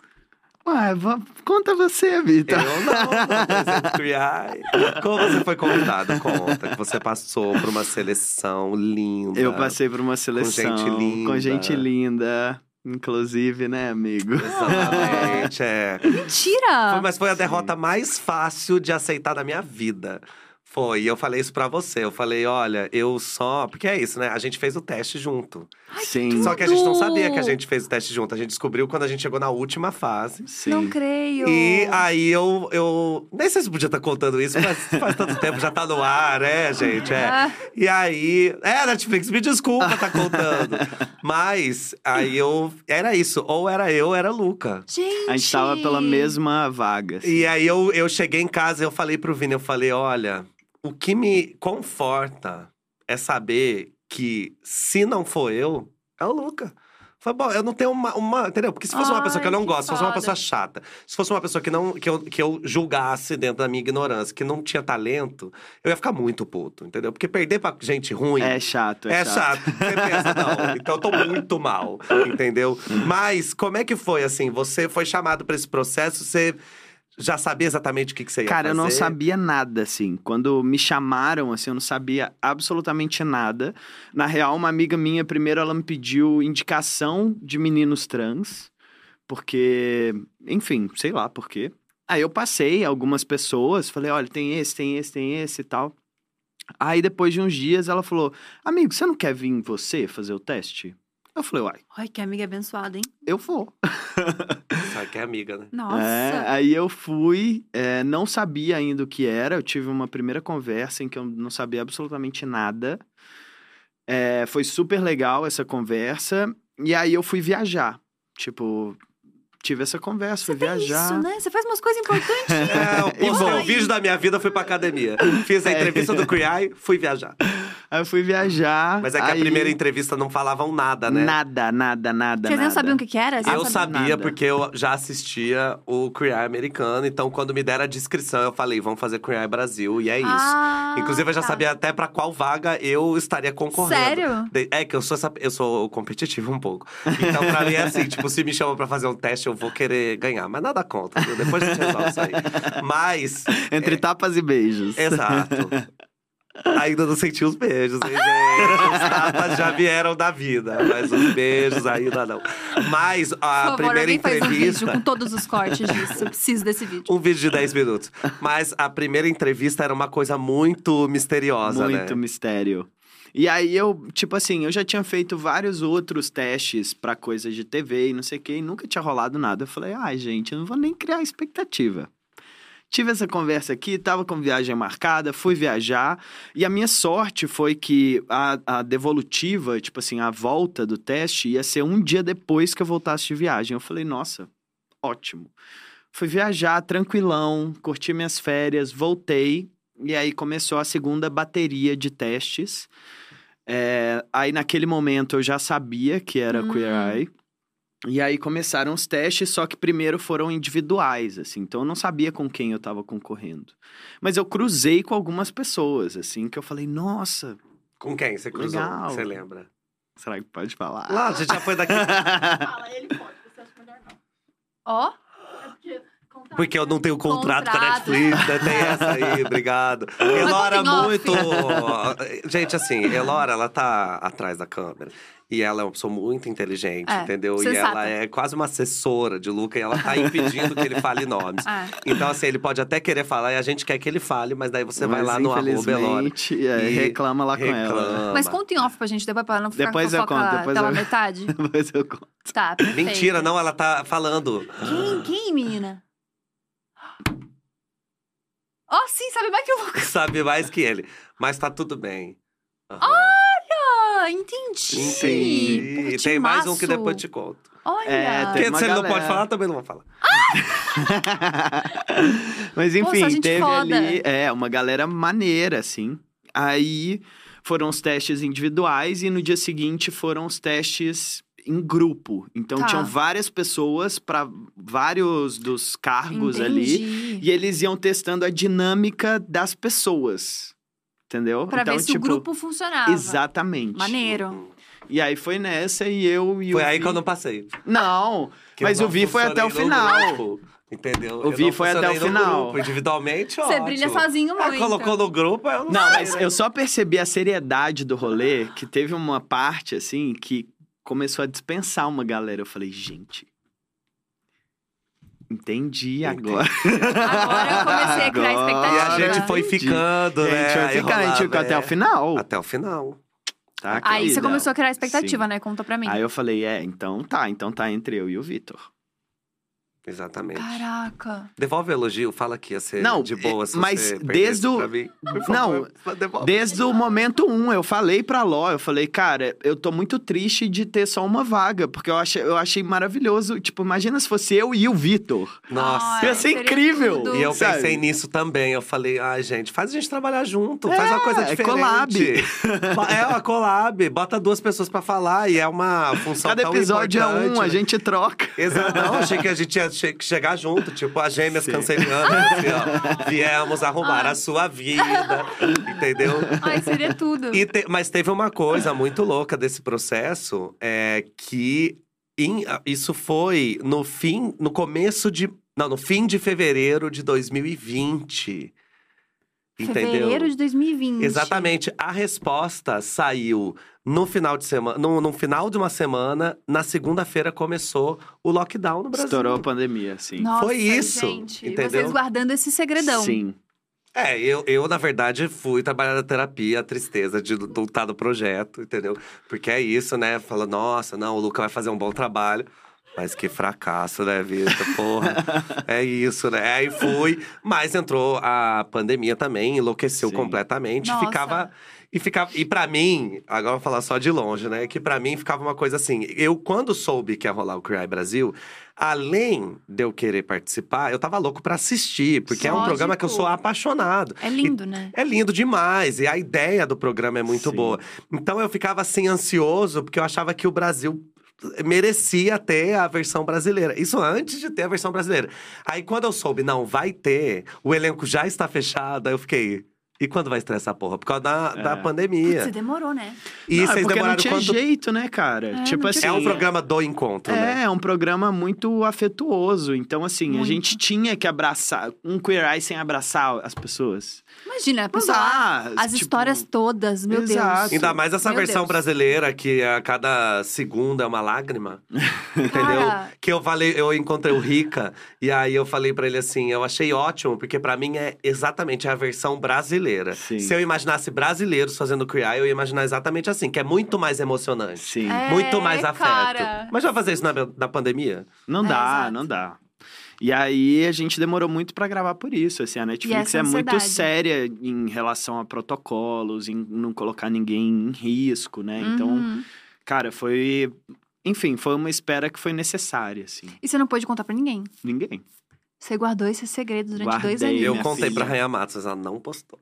Ué, va- conta você, Vitor. Eu não, não Queer Eye. Como você foi convidado? Conta que você passou por uma seleção linda. Eu passei por uma seleção gente linda. com gente linda. Inclusive, né, amigo? Exatamente, é. Mentira! Foi, mas foi a derrota mais fácil de aceitar da minha vida. Foi, e eu falei isso pra você. Eu falei, olha, eu só… Porque é isso, né? A gente fez o teste junto. Sim, Só que a gente não tudo! sabia que a gente fez o teste junto. A gente descobriu quando a gente chegou na última fase. sim. Não creio. E aí eu, eu… Nem sei se podia estar contando isso, mas faz tanto tempo, já tá no ar, né, gente? É. Ah. E aí… É, Netflix, me desculpa tá contando. Mas aí eu… Era isso, ou era eu, ou era Luca. Gente! A gente tava pela mesma vaga. assim. E aí eu, eu cheguei em casa e eu falei pro Vini, eu falei, olha… O que me conforta é saber que, se não for eu, é o Luca. Foi bom, eu não tenho uma, uma… Entendeu? Porque se fosse uma Ai, pessoa que eu não que gosto, se fosse uma foda. pessoa chata, se fosse uma pessoa que, não, que, eu, que eu julgasse dentro da minha ignorância, que não tinha talento, eu ia ficar muito puto, entendeu? Porque perder pra gente ruim… É chato, é, É chato. Você pensa, não, então eu tô muito mal, entendeu? Mas como é que foi, assim? Você foi chamado pra esse processo, você já sabia exatamente o que, que você ia Cara, fazer? eu não sabia nada, assim. Quando me chamaram, assim, eu não sabia absolutamente nada. Na real, uma amiga minha, primeiro, ela me pediu indicação de meninos trans. Porque, enfim, sei lá por quê. Aí eu passei algumas pessoas, falei, olha, tem esse, tem esse, tem esse e tal. Aí, depois de uns dias, ela falou, amigo, você não quer vir você fazer o teste? Eu falei, uai, Ai, que amiga abençoada, hein? eu vou. Sabe que é amiga, né? Nossa! É, aí eu fui, é, não sabia ainda o que era. Eu tive uma primeira conversa em que eu não sabia absolutamente nada. É, foi super legal essa conversa. E aí eu fui viajar. Tipo, tive essa conversa, fui Você tem viajar. isso, né? Você faz umas coisas importantes. É, eu E postei bom. um vídeo da minha vida, fui pra academia. Fiz a É. entrevista do Queer Eye, fui viajar. Aí eu fui viajar. Mas é que aí... a primeira entrevista não falavam nada, né? Nada, nada, nada, Vocês nada. não sabiam o que que era? Vocês Eu não sabiam? sabia nada. porque eu já assistia o Queer Eye americano. Então, quando me deram a descrição, eu falei, vamos fazer Queer Eye Brasil. E é isso. Ah, Inclusive, eu já tá. sabia até pra qual vaga eu estaria concorrendo. Sério? De- É que eu sou, essa- eu sou competitivo um pouco. Então, pra mim, é assim, tipo, se me chamam pra fazer um teste, eu vou querer ganhar. Mas nada contra, viu? Depois a gente resolve isso aí. Mas… Entre tapas e beijos. Exato. Ainda não senti os beijos, hein, gente? Os tapas já vieram da vida, mas os beijos ainda não. Mas a Por favor, primeira alguém faz um vídeo entrevista… com todos os cortes disso. Eu preciso desse vídeo. Um vídeo de dez minutos. Mas a primeira entrevista era uma coisa muito misteriosa, né? Muito mistério. E aí eu, tipo assim, eu já tinha feito vários outros testes pra coisas de T V e não sei o que, e nunca tinha rolado nada. Eu falei, ai, gente, eu não vou nem criar expectativa. Tive essa conversa aqui, tava com viagem marcada, fui viajar. E a minha sorte foi que a, a devolutiva, tipo assim, a volta do teste ia ser um dia depois que eu voltasse de viagem. Eu falei, nossa, ótimo. Fui viajar tranquilão, curti minhas férias, voltei. E aí começou a segunda bateria de testes. É, aí naquele momento eu já sabia que era Hum. Queer Eye. E aí começaram os testes, só que primeiro foram individuais, assim. Então eu não sabia com quem eu tava concorrendo. Mas eu cruzei com algumas pessoas, assim, que eu falei, nossa, Com quem você cruzou? Legal. Você lembra? será que pode falar? Lá, a gente já foi daqui. Fala, ele pode, você acha melhor não. Ó, É porque... contrato- Porque eu não tenho contrato, com a Contrato. Netflix, né? Tem essa aí, obrigado. Elora conta em off. muito. Gente, assim, Elora, ela tá atrás da câmera. E ela é uma pessoa muito inteligente, É, entendeu? E sensata. ela é quase uma assessora de Luca e ela tá impedindo que ele fale nomes. Ah. Então, assim, ele pode até querer falar e a gente quer que ele fale, mas daí você vai Mas, lá no arroba Elora. infelizmente, é, e reclama lá com ela. reclama. mas conta em off pra gente, depois pra não ficar Depois com eu fofoca conto, depois pela eu- metade. Depois eu conto. Tá, perfeito. Mentira, não, ela tá falando. Quem, quem, menina? Ó, sim, sabe mais que o Lucas. Sabe mais que ele. Mas tá tudo bem. Aham. Ah, entendi. Entendi. Pô, E tem mais um que timaço. depois eu te conto. Olha. É, tem- Porque uma se ele não galera. pode falar, também não vou falar. Mas Pô, enfim, só gente teve foda. ali é, uma galera maneira, assim. Aí foram os testes individuais e no dia seguinte foram os testes em grupo. Então Tá. tinham várias pessoas para vários dos cargos ali. Entendi. E eles iam testando a dinâmica das pessoas. Entendeu? Pra então, ver se tipo, o grupo funcionava. Exatamente. Maneiro. E aí foi nessa e eu e Foi o aí Vi- que eu não passei. Não, Que mas eu o não Vi foi até o funcionei no final. grupo, entendeu? O Eu Vi não foi até o funcionei no final. grupo, individualmente, Você ótimo. brilha sozinho Ah, muito. colocou no grupo, eu não Não, sei, mas né? eu só percebi a seriedade do rolê, que teve uma parte, assim, que começou a dispensar uma galera. Eu falei, gente... Entendi agora. Agora eu comecei a criar Agora. E a expectativa. gente foi Entendi. ficando, A né? gente vai Aí ficar, a gente rolava, ficou até é. o final. Até o final. Tá, Aí você querida? começou a criar expectativa, Sim. né? Conta pra mim. Aí eu falei, é, então tá. Então tá entre eu e o Vitor. Exatamente. Caraca. Devolve o elogio, fala que ia ser Não, de boa se mas você desde perdesse o- pra mim. Por Não, favor, devolve. Desde o momento um, eu falei pra Ló, eu falei, cara, eu tô muito triste de ter só uma vaga, porque eu achei, eu achei maravilhoso. Tipo, imagina se fosse eu e o Vitor. Nossa. Ai, Ia ser seria incrível. tudo. E eu sabe? pensei nisso também. Eu falei, ai, gente, faz a gente trabalhar junto, É, faz uma coisa é diferente. collab. É uma collab, bota duas pessoas pra falar e é uma função Cada tão episódio é importante, um, a né? gente troca. Exato, não, achei que a gente ia che- chegar junto, tipo, as gêmeas Sim. cancerianas, assim, ó. Viemos arrumar a sua vida, entendeu? Ai, seria tudo. E te- mas teve uma coisa muito louca desse processo, é que em- isso foi no fim, no começo de, não, no fim de fevereiro de dois mil e vinte. Entendeu? Fevereiro de dois mil e vinte. Exatamente. A resposta saiu no final de semana, no, no final de uma semana, na segunda-feira começou o lockdown no Brasil. Estourou a pandemia, sim. Nossa, Foi isso, gente. entendeu? Vocês guardando esse segredão. Sim. É, eu, eu, na verdade, fui trabalhar na terapia, a tristeza de lutar do projeto, entendeu? Porque é isso, né? Fala, nossa, não, o Luca vai fazer um bom trabalho. Mas que fracasso, né, Vitor? Porra, é isso, né? Aí fui, mas entrou a pandemia também, enlouqueceu Sim. completamente. Nossa. Ficava… E, ficava, e pra mim, agora eu vou falar só de longe, né? Que pra mim ficava uma coisa assim. Eu, quando soube que ia rolar o Queer Eye Brasil, além de eu querer participar, eu tava louco pra assistir. Porque é um Lógico. programa que eu sou apaixonado. É lindo, né? É lindo demais. E a ideia do programa é muito Sim. boa. Então eu ficava assim, ansioso, porque eu achava que o Brasil merecia ter a versão brasileira. Isso antes de ter a versão brasileira. Aí quando eu soube, não, vai ter, o elenco já está fechado, aí eu fiquei… E quando vai estrear essa porra? Por causa da, É. da pandemia. Você demorou, né? E Não, é vocês porque não demoraram tinha quanto… jeito, né, cara? É, tipo não assim. tinha É um programa do encontro, né? É, é um programa muito afetuoso. Então, assim, Muito. a gente tinha que abraçar. Um Queer Eye sem abraçar as pessoas. Imagina, a Não pessoa… dá. As tipo, histórias todas, meu Exato. Deus. Ainda mais essa Meu versão Deus. brasileira, que a cada segunda é uma lágrima. Entendeu? Cara. Que eu falei, eu encontrei o Rica, e aí eu falei pra ele assim: eu achei ótimo, porque pra mim é exatamente a versão brasileira. Sim. Se eu imaginasse brasileiros fazendo Queer Eye, eu ia imaginar exatamente assim, que é muito mais emocionante. Sim. É, Muito mais afeto. cara. Mas já fazer isso na, na pandemia? Não É, dá, exato. não dá. E aí, a gente demorou muito pra gravar por isso. Assim, a Netflix essa é muito ansiedade. séria em relação a protocolos, em não colocar ninguém em risco, né? Então, Uhum. cara, foi… Enfim, foi uma espera que foi necessária, assim. E você não pôde contar pra ninguém. Ninguém. Você guardou esse segredo durante Guardei, dois anos. Eu minha contei filha. pra Rainha Matos, mas ela não postou.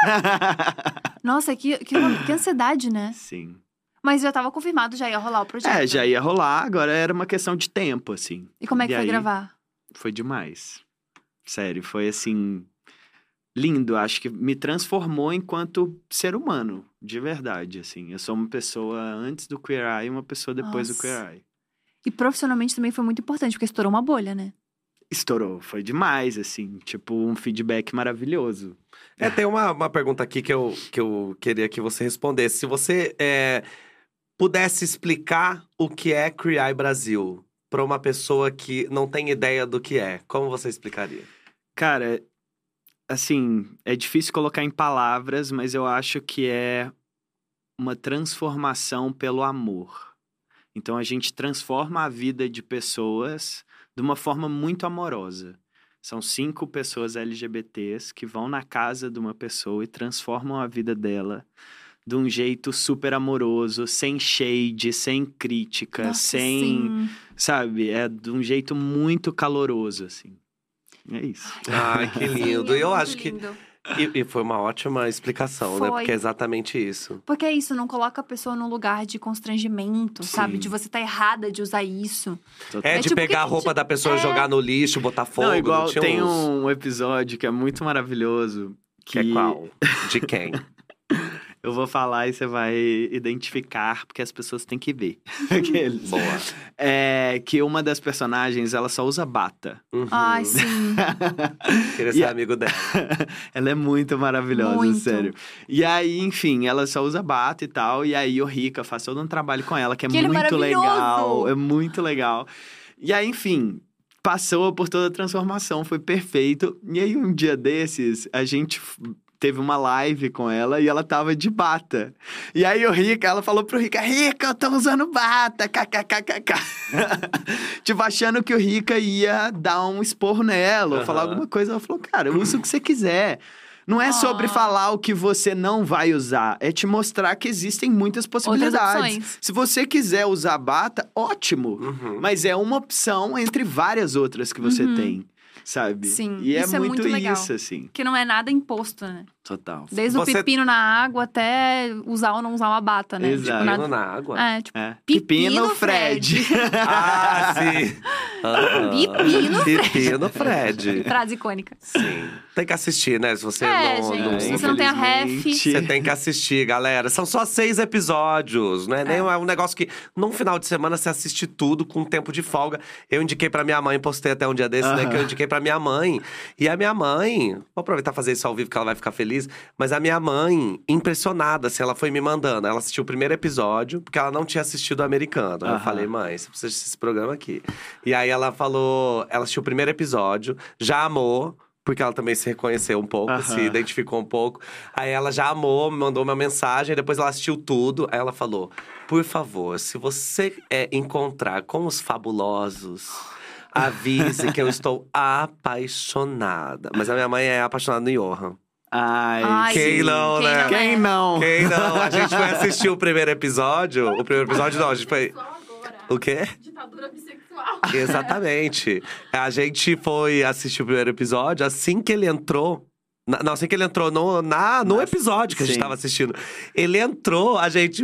Nossa, que, que, que ansiedade, né? Sim. Mas já tava confirmado, já ia rolar o projeto. É, já ia rolar, agora era uma questão de tempo, assim. E como é que E foi aí? gravar? Foi demais. Sério, foi assim. Lindo, acho que me transformou enquanto ser humano, de verdade, assim. Eu sou uma pessoa antes do Queer Eye e uma pessoa depois Nossa. do Queer Eye. E profissionalmente também foi muito importante, porque estourou uma bolha, né? Estourou, foi demais, assim. Tipo, um feedback maravilhoso. É, tem uma, uma pergunta aqui que eu, que eu queria que você respondesse. Se você é, pudesse explicar o que é Queer Eye Brasil para uma pessoa que não tem ideia do que é, como você explicaria? Cara, assim, é difícil colocar em palavras, mas eu acho que é uma transformação pelo amor. Então a gente transforma a vida de pessoas de uma forma muito amorosa. São cinco pessoas L G B Ts que vão na casa de uma pessoa e transformam a vida dela de um jeito super amoroso, sem shade, sem crítica, Nossa, sem, sim. sabe, é de um jeito muito caloroso, assim. É isso. Ai, que lindo. Sim, E é eu muito acho que. lindo. E, e foi uma ótima explicação, né? Foi. Porque é exatamente isso. Porque é isso, não coloca a pessoa num lugar de constrangimento, sabe? Sim. De você tá errada de usar isso. Total. É, É de tipo pegar a que- roupa da pessoa, é. jogar no lixo, botar fogo. Não, igual tinha tem uns- um episódio que é muito maravilhoso. Que é qual? De quem? Eu vou falar e você vai identificar, porque as pessoas têm que ver. Aqueles. Boa. É que uma das personagens, ela só usa bata. Uhum. Ai, sim. Queria E ser a- amigo dela. Ela é muito maravilhosa, Muito. sério. E aí, enfim, ela só usa bata e tal. E aí o Rica faz todo um trabalho com ela, que é Que ele é muito maravilhoso! legal. É muito legal. E aí, enfim, passou por toda a transformação, foi perfeito. E aí, um dia desses, a gente f- teve uma live com ela e ela tava de bata. E aí o Rica, ela falou pro Rica, Rica, eu tô usando bata, kkkk. Tipo, achando que o Rica ia dar um esporro nela, ou Aham. falar alguma coisa. Ela falou, cara, usa o que você quiser. Não é sobre Ah. falar o que você não vai usar, é te mostrar que existem muitas possibilidades. opções. Se você quiser usar bata, ótimo. Uhum. Mas é uma opção entre várias outras que você Uhum. tem, sabe? Sim, E é isso é muito, muito legal. isso, assim. Que não é nada imposto, né? Total. Desde Você- o pepino na água até usar ou não usar uma bata, né? Exato. Tipo, Pino nada... na água. É, tipo, É. Pepino Fred. Ah, sim. Aham. Pepino Pepino Fred. frase icônica. Sim. Tem que assistir, né? Se você É, não, gente, não- se você não tem a ref. Infelizmente. Você tem que assistir, galera. São só seis episódios, não é nem é um negócio que num final de semana você assiste tudo com tempo de folga. Eu indiquei pra minha mãe, postei até um dia desse, né? Aham. Que eu indiquei pra minha mãe. E a minha mãe, vou aproveitar e fazer isso ao vivo que ela vai ficar feliz. Mas a minha mãe, impressionada, assim, ela foi me mandando. Ela assistiu o primeiro episódio, porque ela não tinha assistido o americano. Aí eu Aham. falei, mãe, você precisa assistir esse programa aqui. E aí ela falou, ela assistiu o primeiro episódio, já amou. Porque ela também se reconheceu um pouco, Aham. se identificou um pouco. Aí ela já amou, me mandou uma mensagem, depois ela assistiu tudo. Aí ela falou: por favor, se você é, encontrar com os fabulosos, avise que eu estou apaixonada. Mas a minha mãe é apaixonada no Johan. Ai, Ai, Quem sim. não, né? Quem não? Quem não? A gente foi assistir o primeiro episódio. O primeiro episódio não, a gente foi. Só agora. O quê? Ditadura bissexual. Exatamente. A gente foi assistir o primeiro episódio, assim que ele entrou. na- Não, assim que ele entrou no, na, no Nossa, episódio que a gente sim. tava assistindo. Ele entrou, a gente.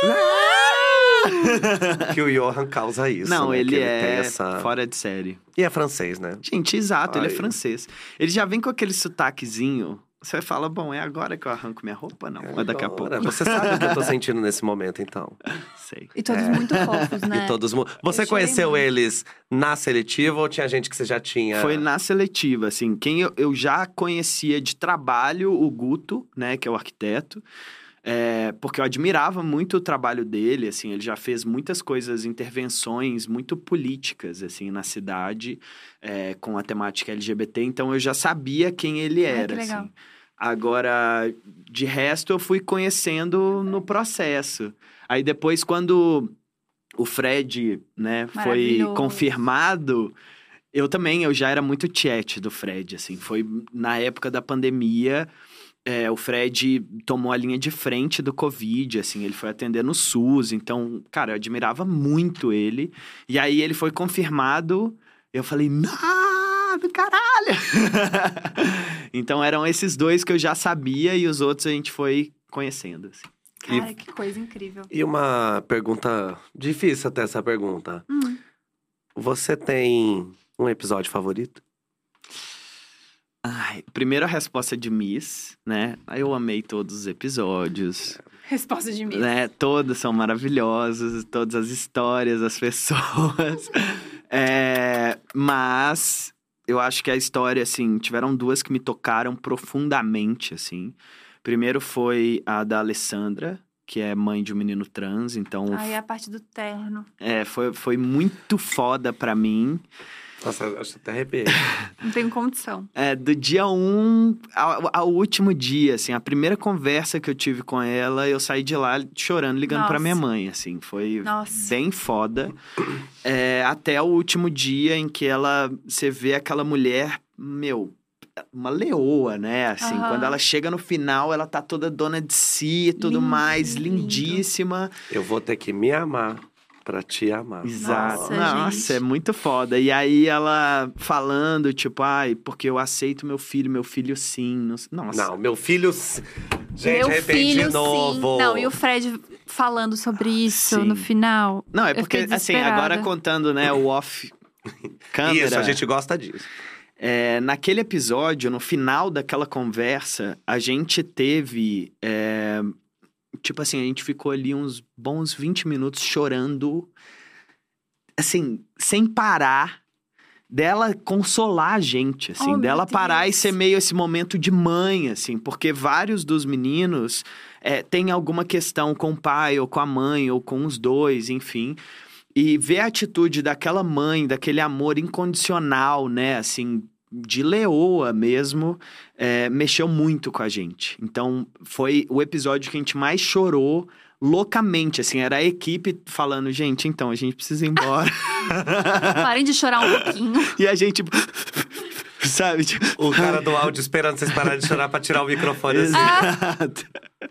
que o Johan causa isso. Não, né? ele, Que é tem essa... fora de série. E é francês, né? Gente, exato, ele é Ai. francês. Ele já vem com aquele sotaquezinho. Você fala, bom, é agora que eu arranco minha roupa? Não, é daqui a pouco. Agora, Você sabe o que eu tô sentindo nesse momento, então. Sei. E todos É. muito fofos, né? E todos. mu- Você Eu chorei conheceu muito. eles na seletiva ou tinha gente que você já tinha? Foi na seletiva, assim. Quem eu, eu já conhecia de trabalho, o Guto, né, que é o arquiteto. É, porque eu admirava muito o trabalho dele, assim. Ele já fez muitas coisas, intervenções muito políticas, assim, na cidade. É, com a temática L G B T. Então, eu já sabia quem ele Ai, era, que legal. assim. Agora, de resto, eu fui conhecendo no processo. Aí, depois, quando o Fred, né, foi Maravilhoso. confirmado... Eu também, eu já era muito chat do Fred, assim. Foi na época da pandemia, é, o Fred tomou a linha de frente do Covid, assim. Ele foi atender no SUS, então, cara, eu admirava muito ele. E aí, ele foi confirmado, eu falei, não, do caralho! Então eram esses dois que eu já sabia e os outros a gente foi conhecendo, assim. Cara, que coisa incrível. E uma pergunta difícil até essa pergunta. Hum. Você tem um episódio favorito? Ai, primeiro a resposta de Miss, né? Eu amei todos os episódios. Resposta de mim. Né? Todos são maravilhosos, todas as histórias, as pessoas. é, mas eu acho que a história, assim, tiveram duas que me tocaram profundamente, assim. Primeiro foi a da Alessandra, que é mãe de um menino trans, então... Aí a parte do terno. É, foi, foi muito foda pra mim. Nossa, eu acho que até arrepiei. Não tenho condição. É, do dia um ao, ao último dia, assim, a primeira conversa que eu tive com ela, eu saí de lá chorando, ligando Nossa. pra minha mãe, assim, foi Nossa. bem foda. É, até o último dia em que ela, você vê aquela mulher, meu, uma leoa, né, assim, Aham. quando ela chega no final, ela tá toda dona de si e tudo Lindo, mais, lindo. lindíssima. Eu vou ter que me amar pra te amar. Exato. Nossa, Nossa, gente. é muito foda. E aí ela falando, tipo, ai, porque eu aceito meu filho, meu filho sim. Nossa. Não, meu filho... s- Gente, Meu arrependi filho, de novo. sim. Não, e o Fred falando sobre isso Sim. no final. Não, é Eu porque, fiquei assim, agora desesperada. contando, né, o off câmera. Isso, a gente gosta disso. É, naquele episódio, no final daquela conversa, a gente teve. é, tipo assim, a gente ficou ali uns bons vinte minutos chorando, assim, sem parar, dela consolar a gente, assim, Oh, meu dela parar e Deus. ser meio esse momento de mãe, assim, porque vários dos meninos é, têm alguma questão com o pai, ou com a mãe, ou com os dois, enfim. E ver a atitude daquela mãe, daquele amor incondicional, né, assim, de leoa mesmo, é, mexeu muito com a gente. Então, foi o episódio que a gente mais chorou loucamente, assim, era a equipe falando, gente, então, a gente precisa ir embora. Parem de chorar um pouquinho. E a gente, sabe? Tipo, O cara do áudio esperando vocês pararem de chorar pra tirar o microfone assim. exato.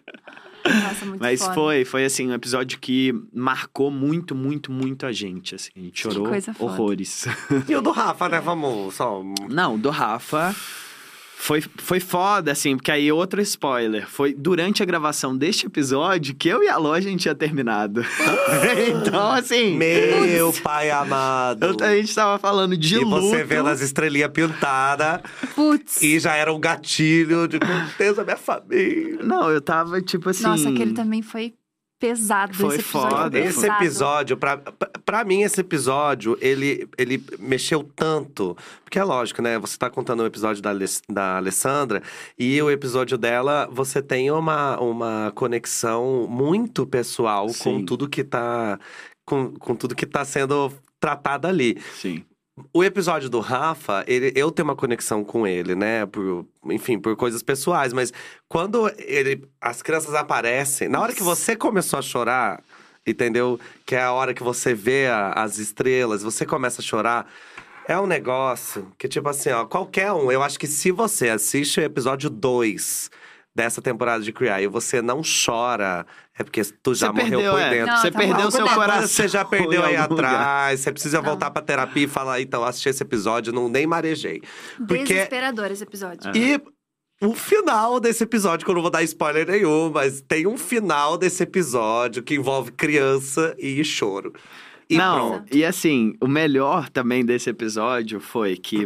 Nossa, muito Mas foda. foi, foi assim, um episódio que marcou muito, muito, muito a gente, assim. A gente chorou coisa foda. horrores. E o do Rafa, né? Vamos só... Não, do Rafa foi, foi foda, assim, porque aí outro spoiler. Foi durante a gravação deste episódio que eu e a Lô a gente tinha terminado. Então, assim, Meu pai amado. eu- a gente tava falando de E luto. você vendo as estrelinhas pintadas. Putz. E já era um gatilho de certeza minha família. Não, eu tava, tipo assim... Nossa, aquele também foi pesado. Foi esse episódio foda, foi Esse pesado. episódio, pra, pra- pra mim, esse episódio, ele, ele mexeu tanto. Porque é lógico, né? Você tá contando o episódio da, Aless- da Alessandra. E o episódio dela, você tem uma, uma conexão muito pessoal com Sim. tudo que tá… Com, com tudo que tá sendo tratado ali. Sim. O episódio do Rafa, ele, eu tenho uma conexão com ele, né? Por, enfim, por coisas pessoais. Mas quando ele, as crianças aparecem, na hora que você começou a chorar, entendeu? Que é a hora que você vê a- as estrelas, você começa a chorar. É um negócio que, tipo assim, ó, qualquer um. Eu acho que se você assiste o episódio dois dessa temporada de Queer Eye e você não chora, é porque tu já Você morreu perdeu, por é. dentro. Não, Você tá perdeu bom. seu Alguma coração. coisa você já perdeu em aí algum lugar. atrás. Você precisa Não. voltar pra terapia e falar, então, assisti esse episódio, não nem marejei. Porque… Desesperador esse episódio. É. E o final desse episódio, que eu não vou dar spoiler nenhum, mas tem um final desse episódio que envolve criança e choro. E Não, pronto. e assim, o melhor também desse episódio foi que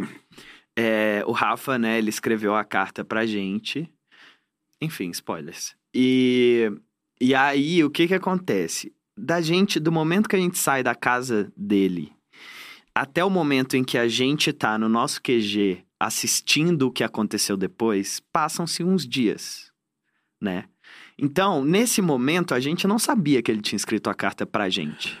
é, o Rafa, né, ele escreveu a carta pra gente. Enfim, spoilers. E, e aí, o que que acontece? Da gente, do momento que a gente sai da casa dele, até o momento em que a gente tá no nosso Q G assistindo o que aconteceu depois, passam-se uns dias, né? Então, nesse momento, a gente não sabia que ele tinha escrito a carta pra gente.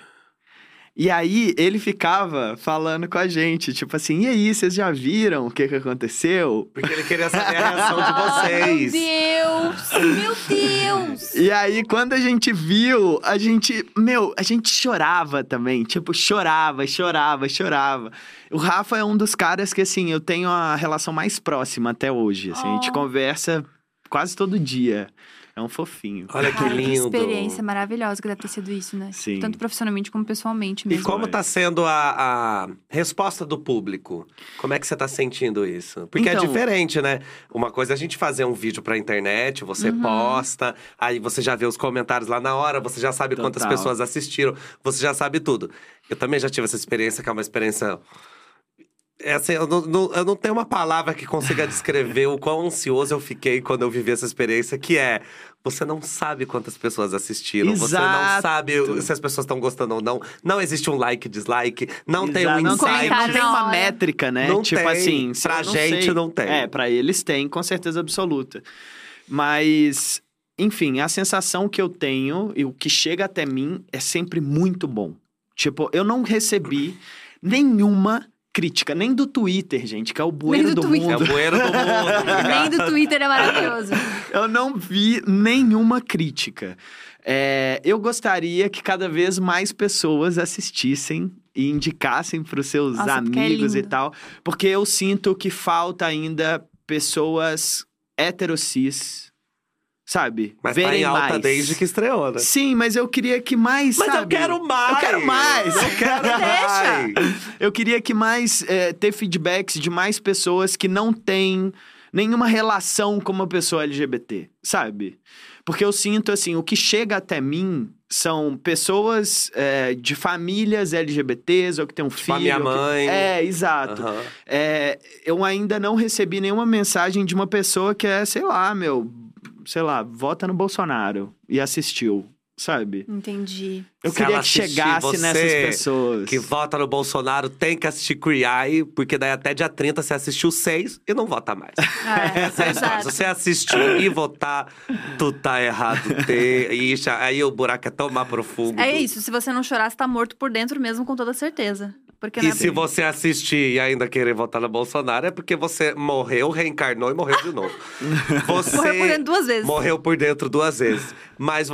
E aí, ele ficava falando com a gente, tipo assim, e aí, vocês já viram o que que aconteceu? Porque ele queria saber a reação de vocês. Meu Deus! Meu Deus! E aí, quando a gente viu, a gente, meu, a gente chorava também, tipo, chorava, chorava, chorava. O Rafa é um dos caras que, assim, eu tenho a relação mais próxima até hoje, assim, a gente Oh. conversa quase todo dia. É um fofinho. Olha que Cara, lindo. Que experiência maravilhosa que deve ter sido isso, né? Sim. Tanto profissionalmente como pessoalmente E mesmo. como tá sendo a, a resposta do público? Como é que você tá sentindo isso? Porque Então- é diferente, né? Uma coisa é a gente fazer um vídeo pra internet, você Uhum. posta, aí você já vê os comentários lá na hora, você já sabe quantas Total. pessoas assistiram, você já sabe tudo. Eu também já tive essa experiência, que é uma experiência… É assim, eu não, não- eu não tenho uma palavra que consiga descrever o quão ansioso eu fiquei quando eu vivi essa experiência, que é… Você não sabe quantas pessoas assistiram, você não Exato. sabe se as pessoas estão gostando ou não. Não existe um like, dislike, não tem Exato, um não insight. tem, não Comentário tem na uma hora. métrica, né? Não tipo tem. assim, se Pra eu não gente, sei- não tem. É, pra eles tem, com certeza absoluta. Mas, enfim, a sensação que eu tenho e o que chega até mim é sempre muito bom. Tipo, eu não recebi nenhuma crítica, nem do Twitter, gente, que é o bueiro do do, Twitter. É o mundo. bueiro do mundo. Nem do Twitter é maravilhoso. Eu não vi nenhuma crítica. É, eu gostaria que cada vez mais pessoas assistissem e indicassem para os seus Nossa, porque é amigos e lindo. tal. Porque eu sinto que falta ainda pessoas heterocis, sabe? Mas tá Verem em alta mais. desde que estreou, né? Sim, mas eu queria que mais, Mas eu sabe? quero mais! Eu quero mais! Eu quero mais! Eu queria que mais, é, ter feedbacks de mais pessoas que não têm nenhuma relação com uma pessoa L G B T, sabe? Porque eu sinto, assim, o que chega até mim são pessoas é, de famílias L G B Ts ou que tem um Tipo a filho. minha ou que- mãe. É, exato. Aham. É, eu ainda não recebi nenhuma mensagem de uma pessoa que é, sei lá, meu, sei lá, vota no Bolsonaro e assistiu, sabe? Entendi. Eu Se queria ela que assistir chegasse você nessas pessoas. Que vota no Bolsonaro tem que assistir Queer Eye, porque daí até dia trinta você assistiu seis e não vota mais. É, Essa é a história. Se exato. você assistir e votar, tu tá errado. Tem... Ixi, aí o buraco é tão mais profundo. É isso, se você não chorar, você tá morto por dentro mesmo, com toda certeza. Porque não E é se você assistir e ainda querer votar no Bolsonaro, é porque você morreu, reencarnou e morreu de novo. Você Morreu por dentro duas vezes. morreu por dentro duas vezes. Mas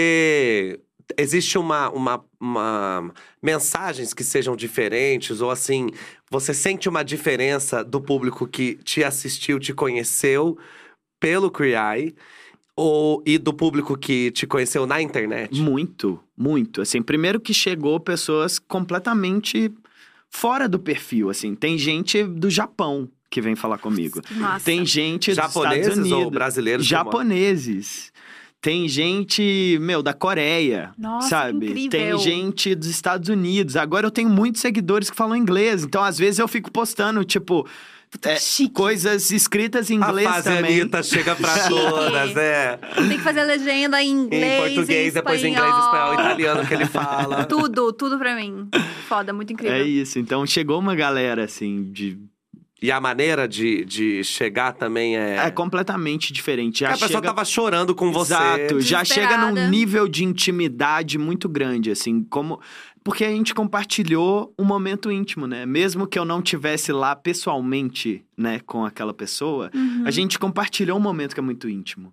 você… Existe uma, uma, uma… mensagens que sejam diferentes, ou assim… Você sente uma diferença do público que te assistiu, te conheceu pelo Queer Eye, ou, e do público que te conheceu na internet? Muito, muito. Assim, primeiro que chegou pessoas completamente fora do perfil, assim. Tem gente do Japão que vem falar comigo. Nossa. Tem gente dos Japoneses Estados Unidos. ou brasileiros? que moram- Japoneses. Tem gente, meu, da Coreia, Nossa, que sabe? incrível. Tem gente dos Estados Unidos. Agora eu tenho muitos seguidores que falam inglês. Então, às vezes, eu fico postando, tipo… é, chique. coisas escritas em A inglês fase também. Anitta chega pra todas, é. Tem que fazer legenda em inglês, Em português, em depois em espanhol. inglês, espanhol, italiano que ele fala. Tudo, tudo pra mim. Foda, muito incrível. É isso. Então, chegou uma galera, assim, de… E a maneira de, de chegar também é… É completamente diferente. Já a pessoa chega… tava chorando com você. Exato, já chega num Desesperada. nível de intimidade muito grande, assim, como… Porque a gente compartilhou um momento íntimo, né? Mesmo que eu não tivesse lá pessoalmente, né, com aquela pessoa, Uhum. a gente compartilhou um momento que é muito íntimo.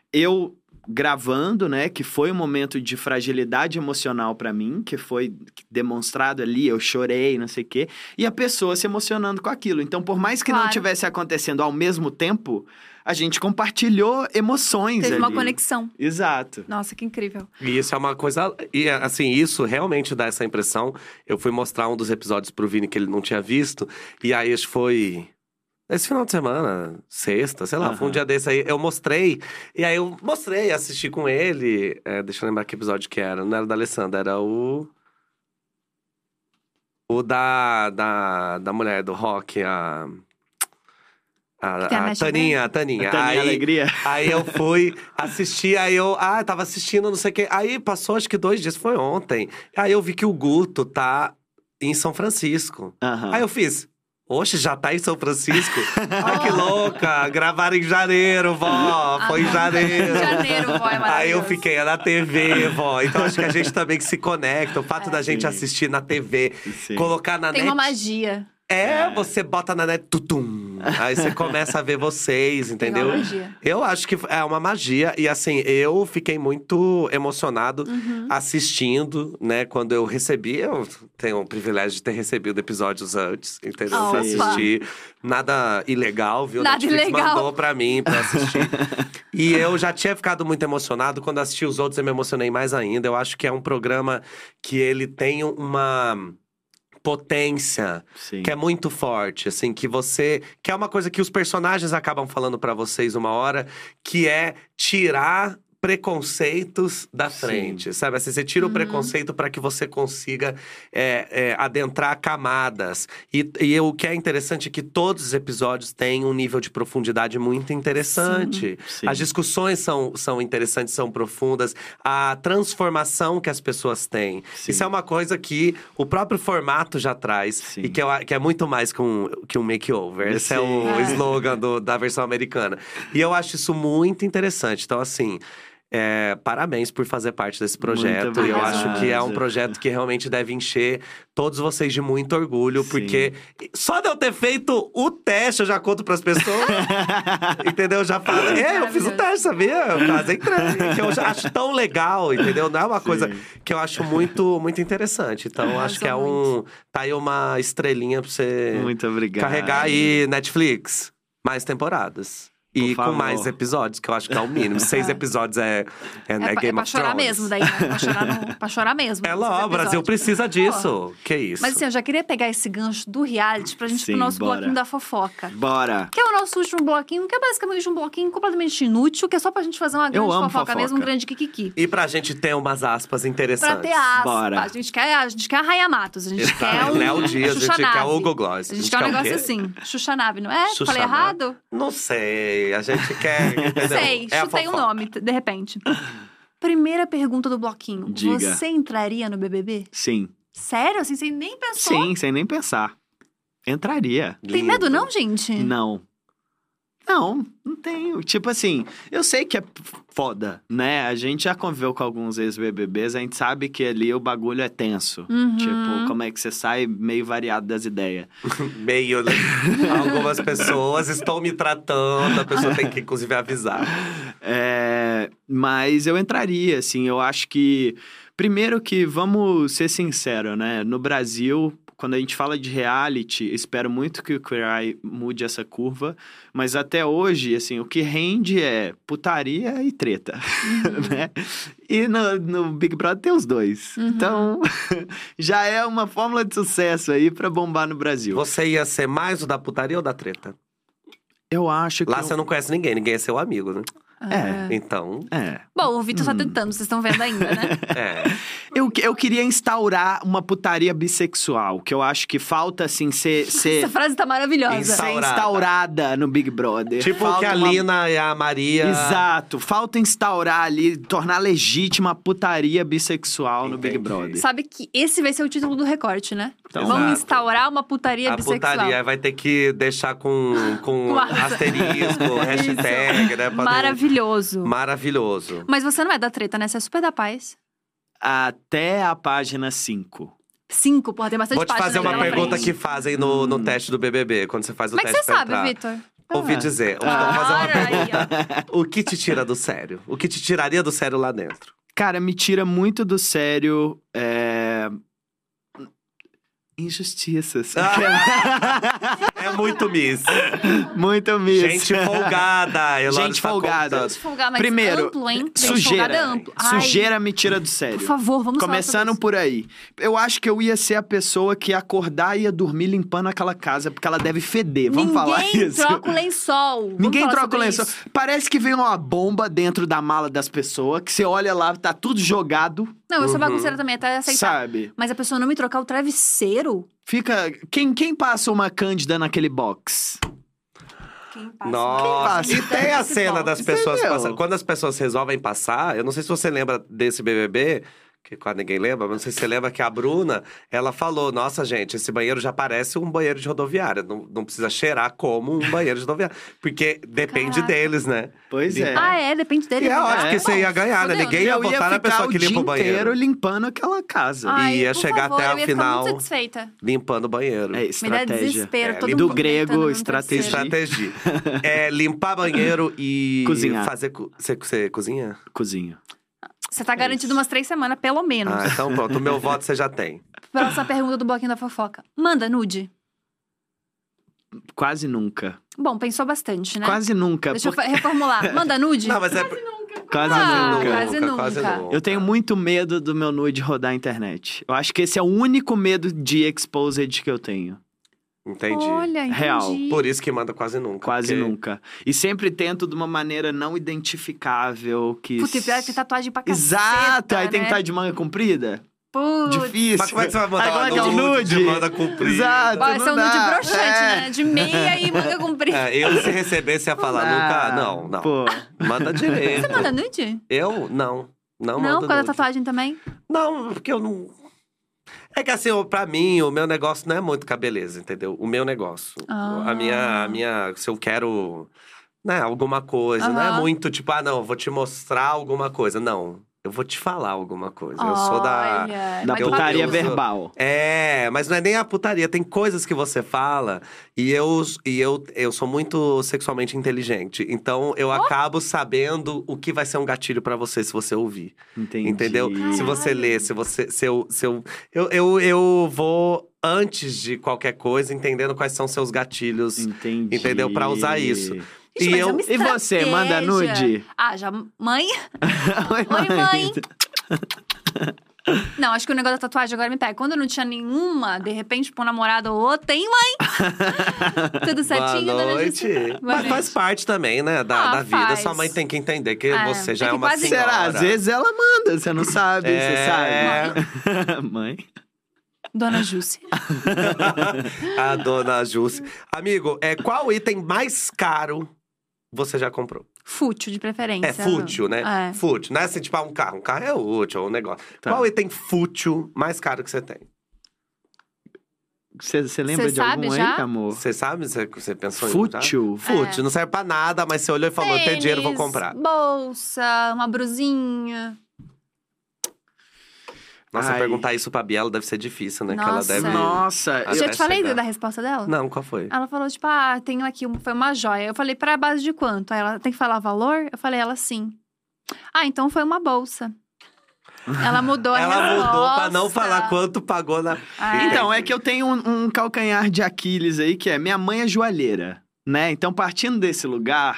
Eu gravando, né, que foi um momento de fragilidade emocional pra mim, que foi demonstrado ali, eu chorei, não sei o quê, e a pessoa se emocionando com aquilo. Então, por mais que não Claro. tivesse acontecendo ao mesmo tempo, a gente compartilhou emoções Teve ali. uma conexão. Exato. Nossa, que incrível. E isso é uma coisa… E assim, isso realmente dá essa impressão. Eu fui mostrar um dos episódios pro Vini que ele não tinha visto. E aí, acho que foi… Esse final de semana, sexta, sei lá, Aham. foi um dia desse aí. Eu mostrei. E aí eu mostrei, assisti com ele. É, deixa eu lembrar que episódio que era. Não era da Alessandra, era o… O da, da, da mulher do rock, a… A, Que tem a a mecha Taninha, a Taninha. A Taninha Aí, Alegria. aí eu fui assistir, aí eu… Ah, tava assistindo, não sei o quê. Aí passou, acho que dois dias, foi ontem. Aí eu vi que o Guto tá em São Francisco. Aham. Aí eu fiz… Oxe, já tá em São Francisco? Ai, que louca! Gravaram em janeiro, vó! Foi em janeiro. Janeiro, vó, é Aí eu maravilhoso. fiquei é na T V, vó. Então acho que a gente também que se conecta. O fato É. da gente Sim. assistir na T V, Sim. colocar na Tem net… uma magia. É, você bota na net, tutum. Aí você começa a ver vocês, entendeu? Tem uma magia. Eu acho que é uma magia. E assim, eu fiquei muito emocionado Uhum. assistindo, né? Quando eu recebi, eu tenho o privilégio de ter recebido episódios antes, entendeu? Pra Opa. assistir. Nada ilegal, viu? Nada Netflix ilegal. mandou pra mim pra assistir. E eu já tinha ficado muito emocionado. Quando assisti os outros, eu me emocionei mais ainda. Eu acho que é um programa que ele tem uma potência Sim. que é muito forte, assim, que você… Que é uma coisa que os personagens acabam falando pra vocês uma hora, que é tirar preconceitos da Sim. frente, sabe? Assim, você tira o preconceito para que você consiga é, é, adentrar camadas. E, e o que é interessante é que todos os episódios têm um nível de profundidade muito interessante. Sim. As discussões são, são interessantes, são profundas. A transformação que as pessoas têm. Sim. Isso é uma coisa que o próprio formato já traz. Sim. E que, eu, que é muito mais que um, que um makeover. Esse é o Sim. É. slogan do, da versão americana. E eu acho isso muito interessante. Então, assim… É, parabéns por fazer parte desse projeto. Muito E eu obrigada. acho que é um projeto que realmente deve encher todos vocês de muito orgulho, Sim. porque só de eu ter feito o teste, eu já conto pras pessoas. Entendeu? Eu já falo, é, eu fiz o teste, sabia? Eu quase entrei. Que eu já acho tão legal, entendeu? Não é uma Sim. coisa que eu acho muito, muito interessante. Então, eu acho que é um. Tá aí uma estrelinha pra você Muito obrigado. carregar aí, Netflix. Mais temporadas. E Por com favor. mais episódios, que eu acho que é o mínimo. Seis episódios é, é, É, né, pra, Game é pra of chorar Thrones. mesmo daí, né? Pra chorar, no, pra chorar mesmo. É nesses lá, o Brasil episódios. precisa disso. Que isso. Mas assim, eu já queria pegar esse gancho do reality pra gente ir Sim, pro nosso bora. bloquinho da fofoca. Bora. Que é o nosso último bloquinho, que é basicamente um bloquinho completamente inútil, que é só pra gente fazer uma grande amo fofoca, fofoca. mesmo, um grande kikiki. E pra gente ter umas aspas Pra interessantes. ter aspas. Bora. A gente quer, a gente quer a Raia Matos, a gente quer um Léo Dias, a gente Xuxa quer Nave. o Hugo Gloss. A gente quer um o negócio quê? assim, Xuxa Nave, não é? Xuxa Falei Nave. errado? Não sei, a gente quer, entendeu? Sei, é a chutei o fofoca. nome, de repente. Primeira pergunta do bloquinho. Diga. Você entraria no B B B? Sim. Sério? Assim, você nem pensou? Sim, sem nem pensar. Entraria. Tem Lindo. medo não, gente? Não. Não, não tenho. Tipo assim, eu sei que é foda, né? A gente já conviveu com alguns ex-B B Bs, a gente sabe que ali o bagulho é tenso. Uhum. Tipo, como é que você sai meio variado das ideias. Meio, né? Algumas pessoas estão me tratando, a pessoa tem que, inclusive, avisar. É, mas eu entraria, assim, eu acho que… Primeiro que, vamos ser sinceros, né? No Brasil, quando a gente fala de reality, espero muito que o Queer Eye mude essa curva. Mas até hoje, assim, o que rende é putaria e treta, né? E no, no Big Brother tem os dois. Uhum. Então, já é uma fórmula de sucesso aí pra bombar no Brasil. Você ia ser mais o da putaria ou da treta? Eu acho que… Lá eu- você não conhece ninguém, ninguém é seu amigo, né? Ah. Então, É. Bom, o Vitor Hum. tá tentando, vocês estão vendo ainda, né? é. Eu, eu queria instaurar uma putaria bissexual, que eu acho que falta, assim, ser, ser, Essa frase tá maravilhosa. Insta- ser Instaurada. instaurada no Big Brother. Tipo Falta que a uma- Lina e a Maria… Exato. Falta instaurar ali, tornar legítima a putaria bissexual no Big Entendi. Brother. Sabe que esse vai ser o título do recorte, né? Então- Vamos Exato. instaurar uma putaria A bissexual. putaria vai ter que deixar com, com Com a- asterisco, hashtag, né? pra não- Maravilhoso. Maravilhoso. Mas você não é da treta, né? Você é super da paz. Até a página cinco. Cinco, porra, tem bastante Vou te página fazer uma pela pergunta frente. que fazem no, no teste do B B B, quando você faz o Como é que teste você pra sabe, entrar. Vitor? Ouvi Ah. dizer. Vou Ah. fazer uma Olha aí, pergunta. O que te tira do sério? O que te tiraria do sério lá dentro? Cara, me tira muito do sério. É... Injustiças. É muito miss. Muito mesmo. Gente folgada. Elora Gente está folgada. contando. Gente folgada, mas Primeiro, amplo, hein? Gente folgada sujeira. é amplo. Ai, Sujeira me tira do sério. por favor, vamos falar Começando sobre por aí. Eu acho que eu ia ser a pessoa que ia acordar e ia dormir limpando aquela casa, porque ela deve feder. isso. Vamos falar Ninguém isso. troca o lençol. Vamos Ninguém falar troca o sobre lençol. isso. Parece que vem uma bomba dentro da mala das pessoas, que você olha lá, tá tudo jogado, Não, eu sou Uhum. bagunceira também, até aceitar. sabe? Mas a pessoa não me trocar o travesseiro? Fica. Quem, quem passa uma cândida naquele box? Quem passa? Nossa, passa? e tem a cena das pessoas Entendeu? passando. Quando as pessoas resolvem passar, eu não sei se você lembra desse B B B, que quase ninguém lembra, mas não sei se você lembra que a Bruna, ela falou, nossa, gente, esse banheiro já parece um banheiro de rodoviária. Não, não precisa cheirar como um banheiro de rodoviária. Porque depende Caraca. deles, né? Pois é. Ah, é? Depende dele. E é ótimo que você ia ganhar, né? Fudeu, Ninguém ia Eu botar na pessoa que limpa o o dia inteiro banheiro. limpando aquela casa. Ai, E ia por chegar favor, até eu o ia ficar final. muito satisfeita. Limpando o banheiro. É Me dá estratégia. desespero. É, todo do mundo grego, vomitando no estratégia. travesseiro. Estratégia. É limpar banheiro e Cozinhar. fazer. co- Você, você cozinha? Cozinha. Você tá garantido umas três semanas, pelo menos. Ah, então pronto. O meu voto você já tem. Próxima pergunta do bloquinho da fofoca. Manda nude? Quase nunca. Bom, pensou bastante, né? Quase nunca. Deixa porque- eu fa- reformular. Manda nude? Não, mas é. Quase Ah, nunca. quase Quase nunca. nunca. Eu tenho muito medo do meu nude rodar a internet. Eu acho que esse é o único medo de exposed que eu tenho. Entendi. Olha, entendi. Real. Por isso que manda quase nunca. Quase porque- nunca. E sempre tento de uma maneira não identificável. Que... Puta, e pior é que tem tatuagem pra caceta, Exato! Aí tem que né? estar de manga comprida. Putz. Difícil. Mas como é que você vai mandar Agora uma que é um nude nude. de manga comprida? Exato. Vai ser um não nude dá. broxante, É. né? De meia e manga comprida. É, eu, se recebesse, ia falar, Ah, nunca. Não, não. Pô. Manda direito. Você manda nude? Eu? Não. Não, Não, mando por causa da nude. tatuagem também? Não, porque eu não. É que assim, eu- pra mim, o meu negócio não é muito com a beleza, entendeu? O meu negócio. Ah. A minha, a minha. Se eu quero, né, alguma coisa. Não é Aham. muito tipo, ah, não, eu vou te mostrar alguma coisa. Não. Eu vou te falar alguma coisa. Eu sou da. Olha, Da mas eu- putaria eu- verbal. É, mas não é nem a putaria. Tem coisas que você fala e eu, e eu, eu sou muito sexualmente inteligente. Então eu acabo sabendo o que vai ser um gatilho pra você se você ouvir. Entendi. Entendeu? Se você Caralho. ler, se você. Se eu, se eu, eu, eu, eu vou, antes de qualquer coisa, entendendo quais são seus gatilhos. Entendi. Entendeu? Pra usar isso. Ixi, E mas é eu- uma E você, manda estratégia. nude? Ah, já. Mãe? Oi, Oi, mãe. Não, acho que o negócio da tatuagem agora me pega. Quando eu não tinha nenhuma, de repente, tipo, um namorado ou outro, tem, mãe? Tudo certinho, Boa dona noite. Justi? Boa Mas noite. faz parte também, né, da, Ah, da vida. faz. Sua mãe tem que entender que É, você já é é, que uma quase- senhora. Será? Às vezes ela manda, você não sabe, É. você sabe. Mãe. Dona Jússi. A dona Jússi. Amigo, é, qual item mais caro você já comprou? Fútil, de preferência. É fútil, né? É. Fútil. Não é assim, tipo, ah, um carro. Um carro é útil, é um negócio. Tá. Qual item fútil mais caro que você tem? Você, você lembra Você de algum sabe aí, já? amor? Você sabe? Você, você pensou em um já? Fútil. Fútil. É. Não serve pra nada, mas você olhou e falou, eu tenho dinheiro, vou Tênis, comprar. Bolsa, uma brusinha. Nossa, Ai. perguntar isso pra Biela deve ser difícil, né? Que ela Nossa. deve… Nossa, Até Já te falei chegar. da resposta dela? Não, qual foi? Ela falou, tipo, ah, tenho aqui, um- foi uma joia. Eu falei, pra base de quanto? Aí ela, tem que falar valor? Eu falei, ela, sim. Ah, então foi uma bolsa. Ela mudou a Ela resposta. mudou pra não falar quanto pagou na… Ah, Então, é que eu tenho um, um calcanhar de Aquiles aí, que é minha mãe é joalheira, né? Então, partindo desse lugar,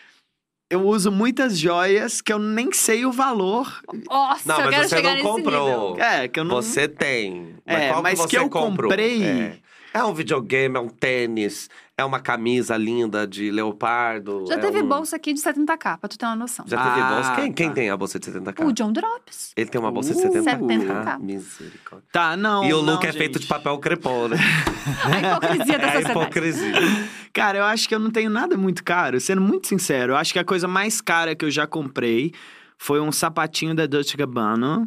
eu uso muitas joias que eu nem sei o valor. Nossa, Não, eu mas quero você chegar não nesse comprou. nível. É, que eu não… Você tem. É, qual mas você que eu comprou? comprei- É. É um videogame, é um tênis, é uma camisa linda de leopardo. Já é teve um... bolsa aqui de setenta k, pra tu ter uma noção. Já teve Ah, bolsa. Quem, quem tá. tem a bolsa de setenta k? O John Drops. Ele tem uma bolsa de Uh, setenta k. setenta K. Misericórdia. Tá, não, E o não, look é gente. feito de papel crepom, né? A hipocrisia da É a sociedade. hipocrisia. Cara, eu acho que eu não tenho nada muito caro. Sendo muito sincero, eu acho que a coisa mais cara que eu já comprei foi um sapatinho da Dolce Gabbana.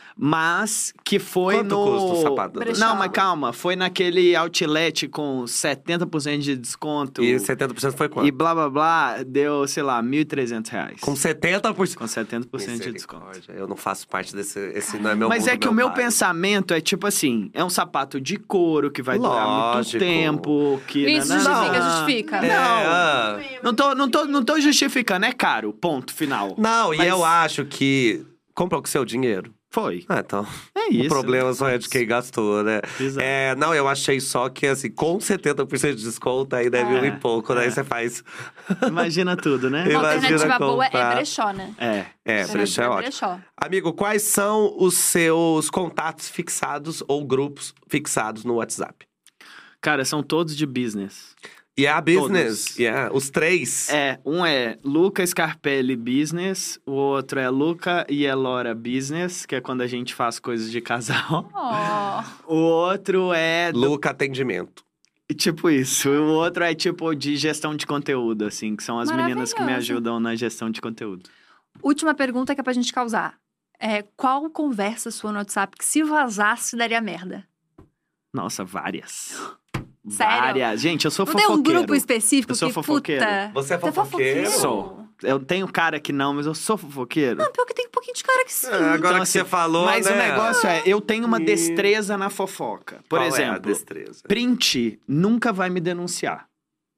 Mas que foi Quanto no… custa o sapato da Brechó. Não, mas calma. Foi naquele outlet com setenta por cento de desconto. E setenta por cento foi E quanto? blá, blá, blá. Deu, sei lá, mil e trezentos reais. Com setenta por cento? Com setenta por cento de desconto. Misericórdia, eu não faço parte desse… Esse não é meu Mas mundo, é que o meu pai. pensamento é tipo assim: é um sapato de couro que vai durar muito Lógico. tempo. Que Isso, nananã. justifica, justifica. É, Não. ah. Não tô, não, tô, não tô justificando, é caro. Ponto final. Não, e Mas- eu acho que… Comprou com seu dinheiro. Foi. Ah, então… É O isso. problema só é de quem gastou, né? Exato. É, não, eu achei só que, assim, com setenta por cento de desconto, aí deve É, um e pouco, né? é. Aí você faz… Imagina tudo, né? Eu- Uma Imagina alternativa boa é comprar. brechó, né? É. É, brechó é ótimo. brechó. Amigo, quais são os seus contatos fixados ou grupos fixados no WhatsApp? Cara, são todos de business. E é a business, Todos. yeah, os três. É, um é Luca Scarpelli Business, o outro é Luca e Elora Business, que é quando a gente faz coisas de casal. Oh. O outro é… do- Luca Atendimento. Tipo isso. O outro é tipo de gestão de conteúdo, assim, que são as meninas que me Maravilhoso. ajudam na gestão de conteúdo. Última pergunta que é pra gente causar. É, qual conversa sua no WhatsApp que se vazasse daria merda? Nossa, várias. Sério? Várias. Gente, eu sou Não fofoqueiro. tem um grupo específico Eu sou que, fofoqueiro. puta... Você é fofoqueiro? Sou. Eu tenho cara que não, mas eu sou fofoqueiro. Não, pior que tem um pouquinho de cara que sim. É, agora Então, que assim, você falou, Mas né? o negócio é, eu tenho uma E- destreza na fofoca. Por Qual é a exemplo, destreza? print nunca vai me denunciar.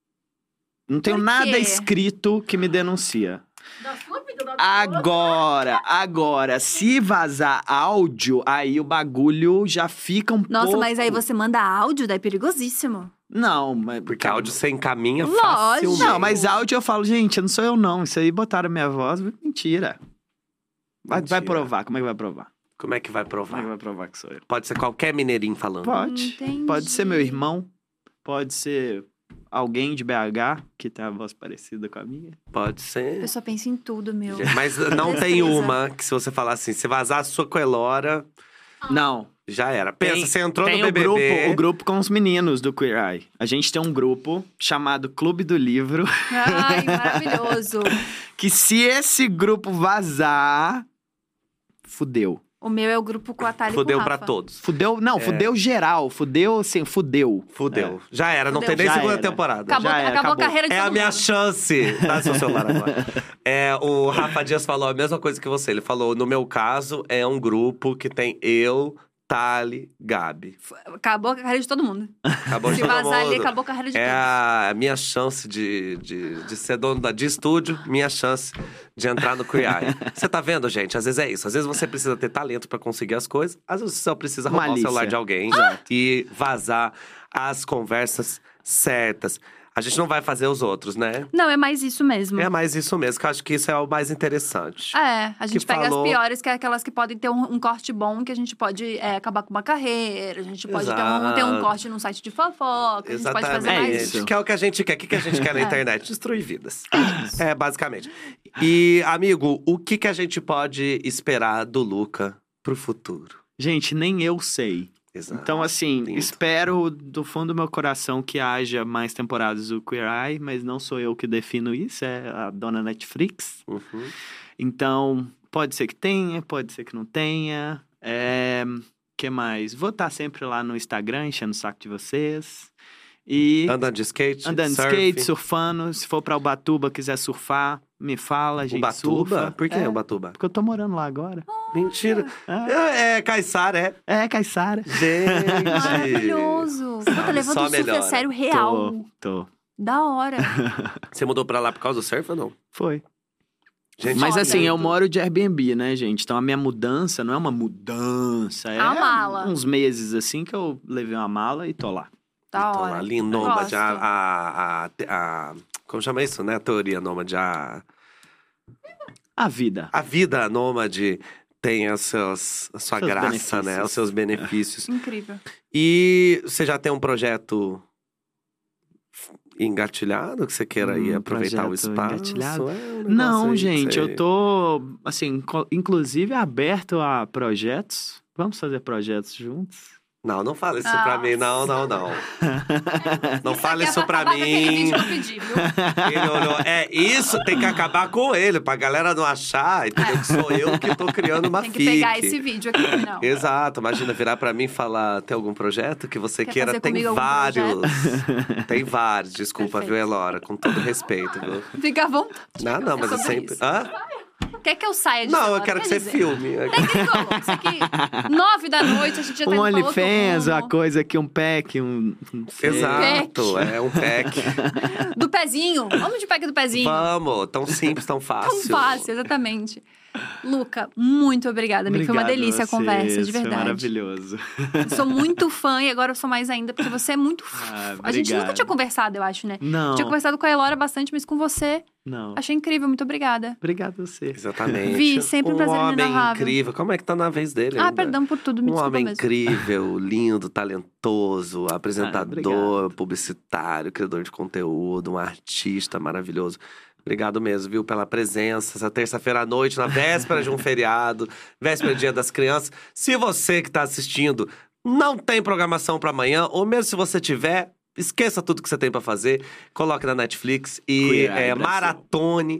Não tenho Por nada quê? escrito que me denuncia. Da sua vida, da Agora, agora, se vazar áudio, aí o bagulho já fica um Nossa, pouco... mas aí você manda áudio, daí é perigosíssimo. Não, mas... Porque áudio você encaminha Lógico. facilmente. Não, mas áudio eu falo, gente, não sou eu não. Isso aí botaram minha voz, mentira. Vai, vai Mentira. provar, como é que vai provar? Como é que vai Como é provar? que vai provar que sou eu? Pode ser qualquer mineirinho falando. Pode. Entendi. Pode ser meu irmão, pode ser alguém de B H que tem a voz parecida com a minha. Pode A ser. pessoa pensa em tudo, meu. Mas não tem Destreza. uma que se você falar assim, se vazar a sua coelhora, Não. já era. Pensa, Tem- você entrou Tem no o B B B. grupo, o grupo com os meninos do Queer Eye. A gente tem um grupo chamado Clube do Livro, Ai, maravilhoso. que se esse grupo vazar, fudeu. O meu é o grupo com a Thalia e com o Fudeu Rafa. pra todos. Fudeu, não, fudeu geral. Fudeu, assim, fudeu. Fudeu. Já era, não Fudeu. tem nem Já segunda era. temporada. Acabou, Já era, acabou, acabou. a carreira de É a todo minha mundo. chance. Dá seu celular agora. É, o Rafa Dias falou a mesma coisa que você. Ele falou, no meu caso, é um grupo que tem eu, Thali, Gabi. Acabou a carreira de todo mundo. Acabou de Se todo vazar ali, mundo. acabou a carreira de É todos. a minha chance de, de, de ser dono da, de estúdio, minha chance de entrar no Queer Eye. Você tá vendo, gente? Às vezes é isso. Às vezes você precisa ter talento pra conseguir as coisas. Às vezes você só precisa roubar Malícia. o celular de alguém e vazar as conversas certas. A gente não vai fazer os outros, né? Não, é mais isso mesmo. É mais isso mesmo, que eu acho que isso é o mais interessante. É, a gente Que pega falou- as piores, que é aquelas que podem ter um, um corte bom, que a gente pode é, acabar com uma carreira, a gente pode ter um, ter um Exato. corte num site de fofoca, a gente pode fazer É mais isso. Que é o que a gente quer. O que que a gente quer na É. internet? Destruir vidas. É, basicamente. E, amigo, o que que a gente pode esperar do Luca pro futuro? Gente, nem eu sei. Exato. Então, assim, lindo. espero do fundo do meu coração que haja mais temporadas do Queer Eye, mas não sou eu que defino isso, é a dona Netflix. Uhum. Então, pode ser que tenha, pode ser que não tenha. É... que mais? Vou estar sempre lá no Instagram, enchendo o saco de vocês. E Andando de skate, andando de surf. skate, surfando. Se for pra Ubatuba, quiser surfar, me fala, a gente Ubatuba? surfa. Por que É, Ubatuba? Porque eu tô morando lá agora. Mentira. Ah, É, é Caiçara, é. é, Caiçara. Gente. Maravilhoso. Puta, Só levando o surf melhora. a sério real. Tô, tô. Da hora. Você mudou pra lá por causa do surf ou não? Foi. Gente, Mas Foda. assim, eu moro de Airbnb, né, gente? Então a minha mudança não é uma mudança, é A mala. uns meses assim que eu levei uma mala e tô lá. Da Então, hora. ali, nômade, Gosto. a, a, a, a- Como chama isso, né? A teoria nômade. A, A vida. a vida nômade tem as seus, a sua Seus graça, benefícios. né? Os seus benefícios. Incrível. E você já tem um projeto engatilhado que você queira aí Um aproveitar o projeto espaço? engatilhado? É um negócio Não, aí que gente, você- eu tô, assim, co- inclusive aberto a projetos. Vamos fazer projetos juntos? Não, não fala isso pra mim. Não, não, não. Não fala isso pra acabar com aquele mim. vídeo que eu pedi, viu? Ele olhou. É, isso tem que acabar com ele, pra galera não achar, entendeu? Que sou eu que tô criando uma Tem que fic. pegar esse vídeo aqui, não. Exato, imagina virar pra mim e falar: tem algum projeto que você Quer queira? fazer Tem comigo algum vários. Tem vários, desculpa, Perfeito. viu, Elora? Com todo respeito, viu? Fica à vontade. Não, não, mas eu sobre sempre. isso. Hã? Quer que eu saia de Não, eu semana? quero que Quer você dizer, filme. Tem que rolar. Isso aqui, nove da noite, a gente já tá Um indo pra outro OnlyFans, rumo. uma coisa aqui, um pack, um... um Exato, Pack. é um pack. Do pezinho. Vamos de pack do pezinho. Vamos, tão simples, tão fácil. Tão fácil, exatamente. Luca, muito obrigada, amigo. Foi uma Obrigado delícia a vocês, conversa, de Foi verdade. maravilhoso. Sou muito fã e agora eu sou mais ainda, porque você é muito. Ah, a gente nunca obrigado. tinha conversado, eu acho, né? Não, Tinha conversado com a Elora bastante, mas com você, não. achei incrível. Muito obrigada. Obrigado a você. Exatamente. Vi, sempre um prazer homem inenarrável. incrível. Como é que tá na vez dele Ah, ainda? perdão por tudo, me Um desculpa homem mesmo. incrível, lindo, talentoso, apresentador, obrigado. publicitário, criador de conteúdo, um artista maravilhoso. Obrigado mesmo, viu, pela presença. Essa terça-feira à noite, na véspera de um feriado, véspera de Dia das Crianças. Se você que tá assistindo não tem programação pra amanhã, ou mesmo se você tiver, esqueça tudo que você tem pra fazer, coloque na Netflix e Queer Eye é, Brasil. maratone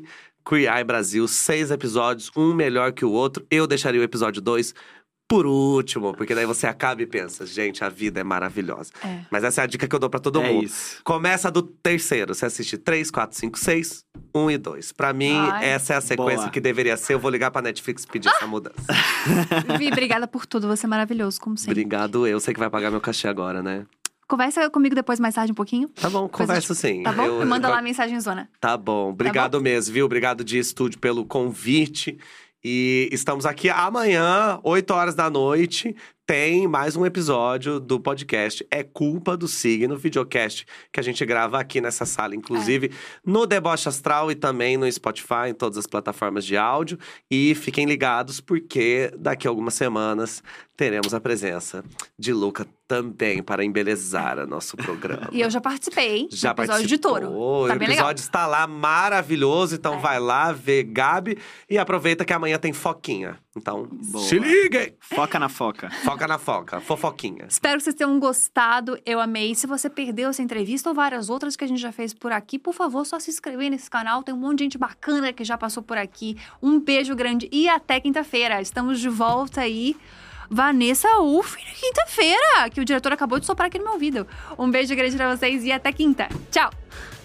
Queer Eye Brasil, seis episódios, um melhor que o outro. Eu deixaria o episódio dois por último, porque daí você acaba e pensa, gente, a vida é maravilhosa. É. Mas essa é a dica que eu dou pra todo É mundo. isso. Começa do terceiro, você assiste três, quatro, cinco, seis, um e dois. Pra mim, Ai. essa é a sequência Boa. que deveria ser. Eu vou ligar pra Netflix pedir essa mudança. Vi, obrigada por tudo. Você é maravilhoso, como sempre. Obrigado, eu sei que vai pagar meu cachê agora, né? Conversa comigo depois, mais tarde, um pouquinho. Tá bom, Depois eu converso te- sim. Tá bom? Eu- Manda eu- lá a mensagem zona. Tá bom, obrigado mesmo, viu? Obrigado de estúdio pelo convite. E estamos aqui amanhã, oito horas da noite. Tem mais um episódio do podcast É Culpa do Signo, videocast que a gente grava aqui nessa sala, inclusive no Deboche Astral e também no Spotify, em todas as plataformas de áudio. E fiquem ligados, porque daqui a algumas semanas teremos a presença de Luca também para embelezar o nosso programa. E eu já participei, hein? Já do episódio participou. de touro. Tá o bem episódio legal. está lá maravilhoso, então É. vai lá ver Gabi e aproveita que amanhã tem foquinha. Então, Boa. se liguem! Foca na foca. Foca na foca, fofoquinha. Espero que vocês tenham gostado. Eu amei. Se você perdeu essa entrevista ou várias outras que a gente já fez por aqui, por favor, só se inscrever nesse canal. Tem um monte de gente bacana que já passou por aqui. Um beijo grande e até quinta-feira. Estamos de volta aí. Vanessa Uff, na quinta-feira, que o diretor acabou de soprar aqui no meu ouvido. Um beijo grande pra vocês e até quinta. Tchau!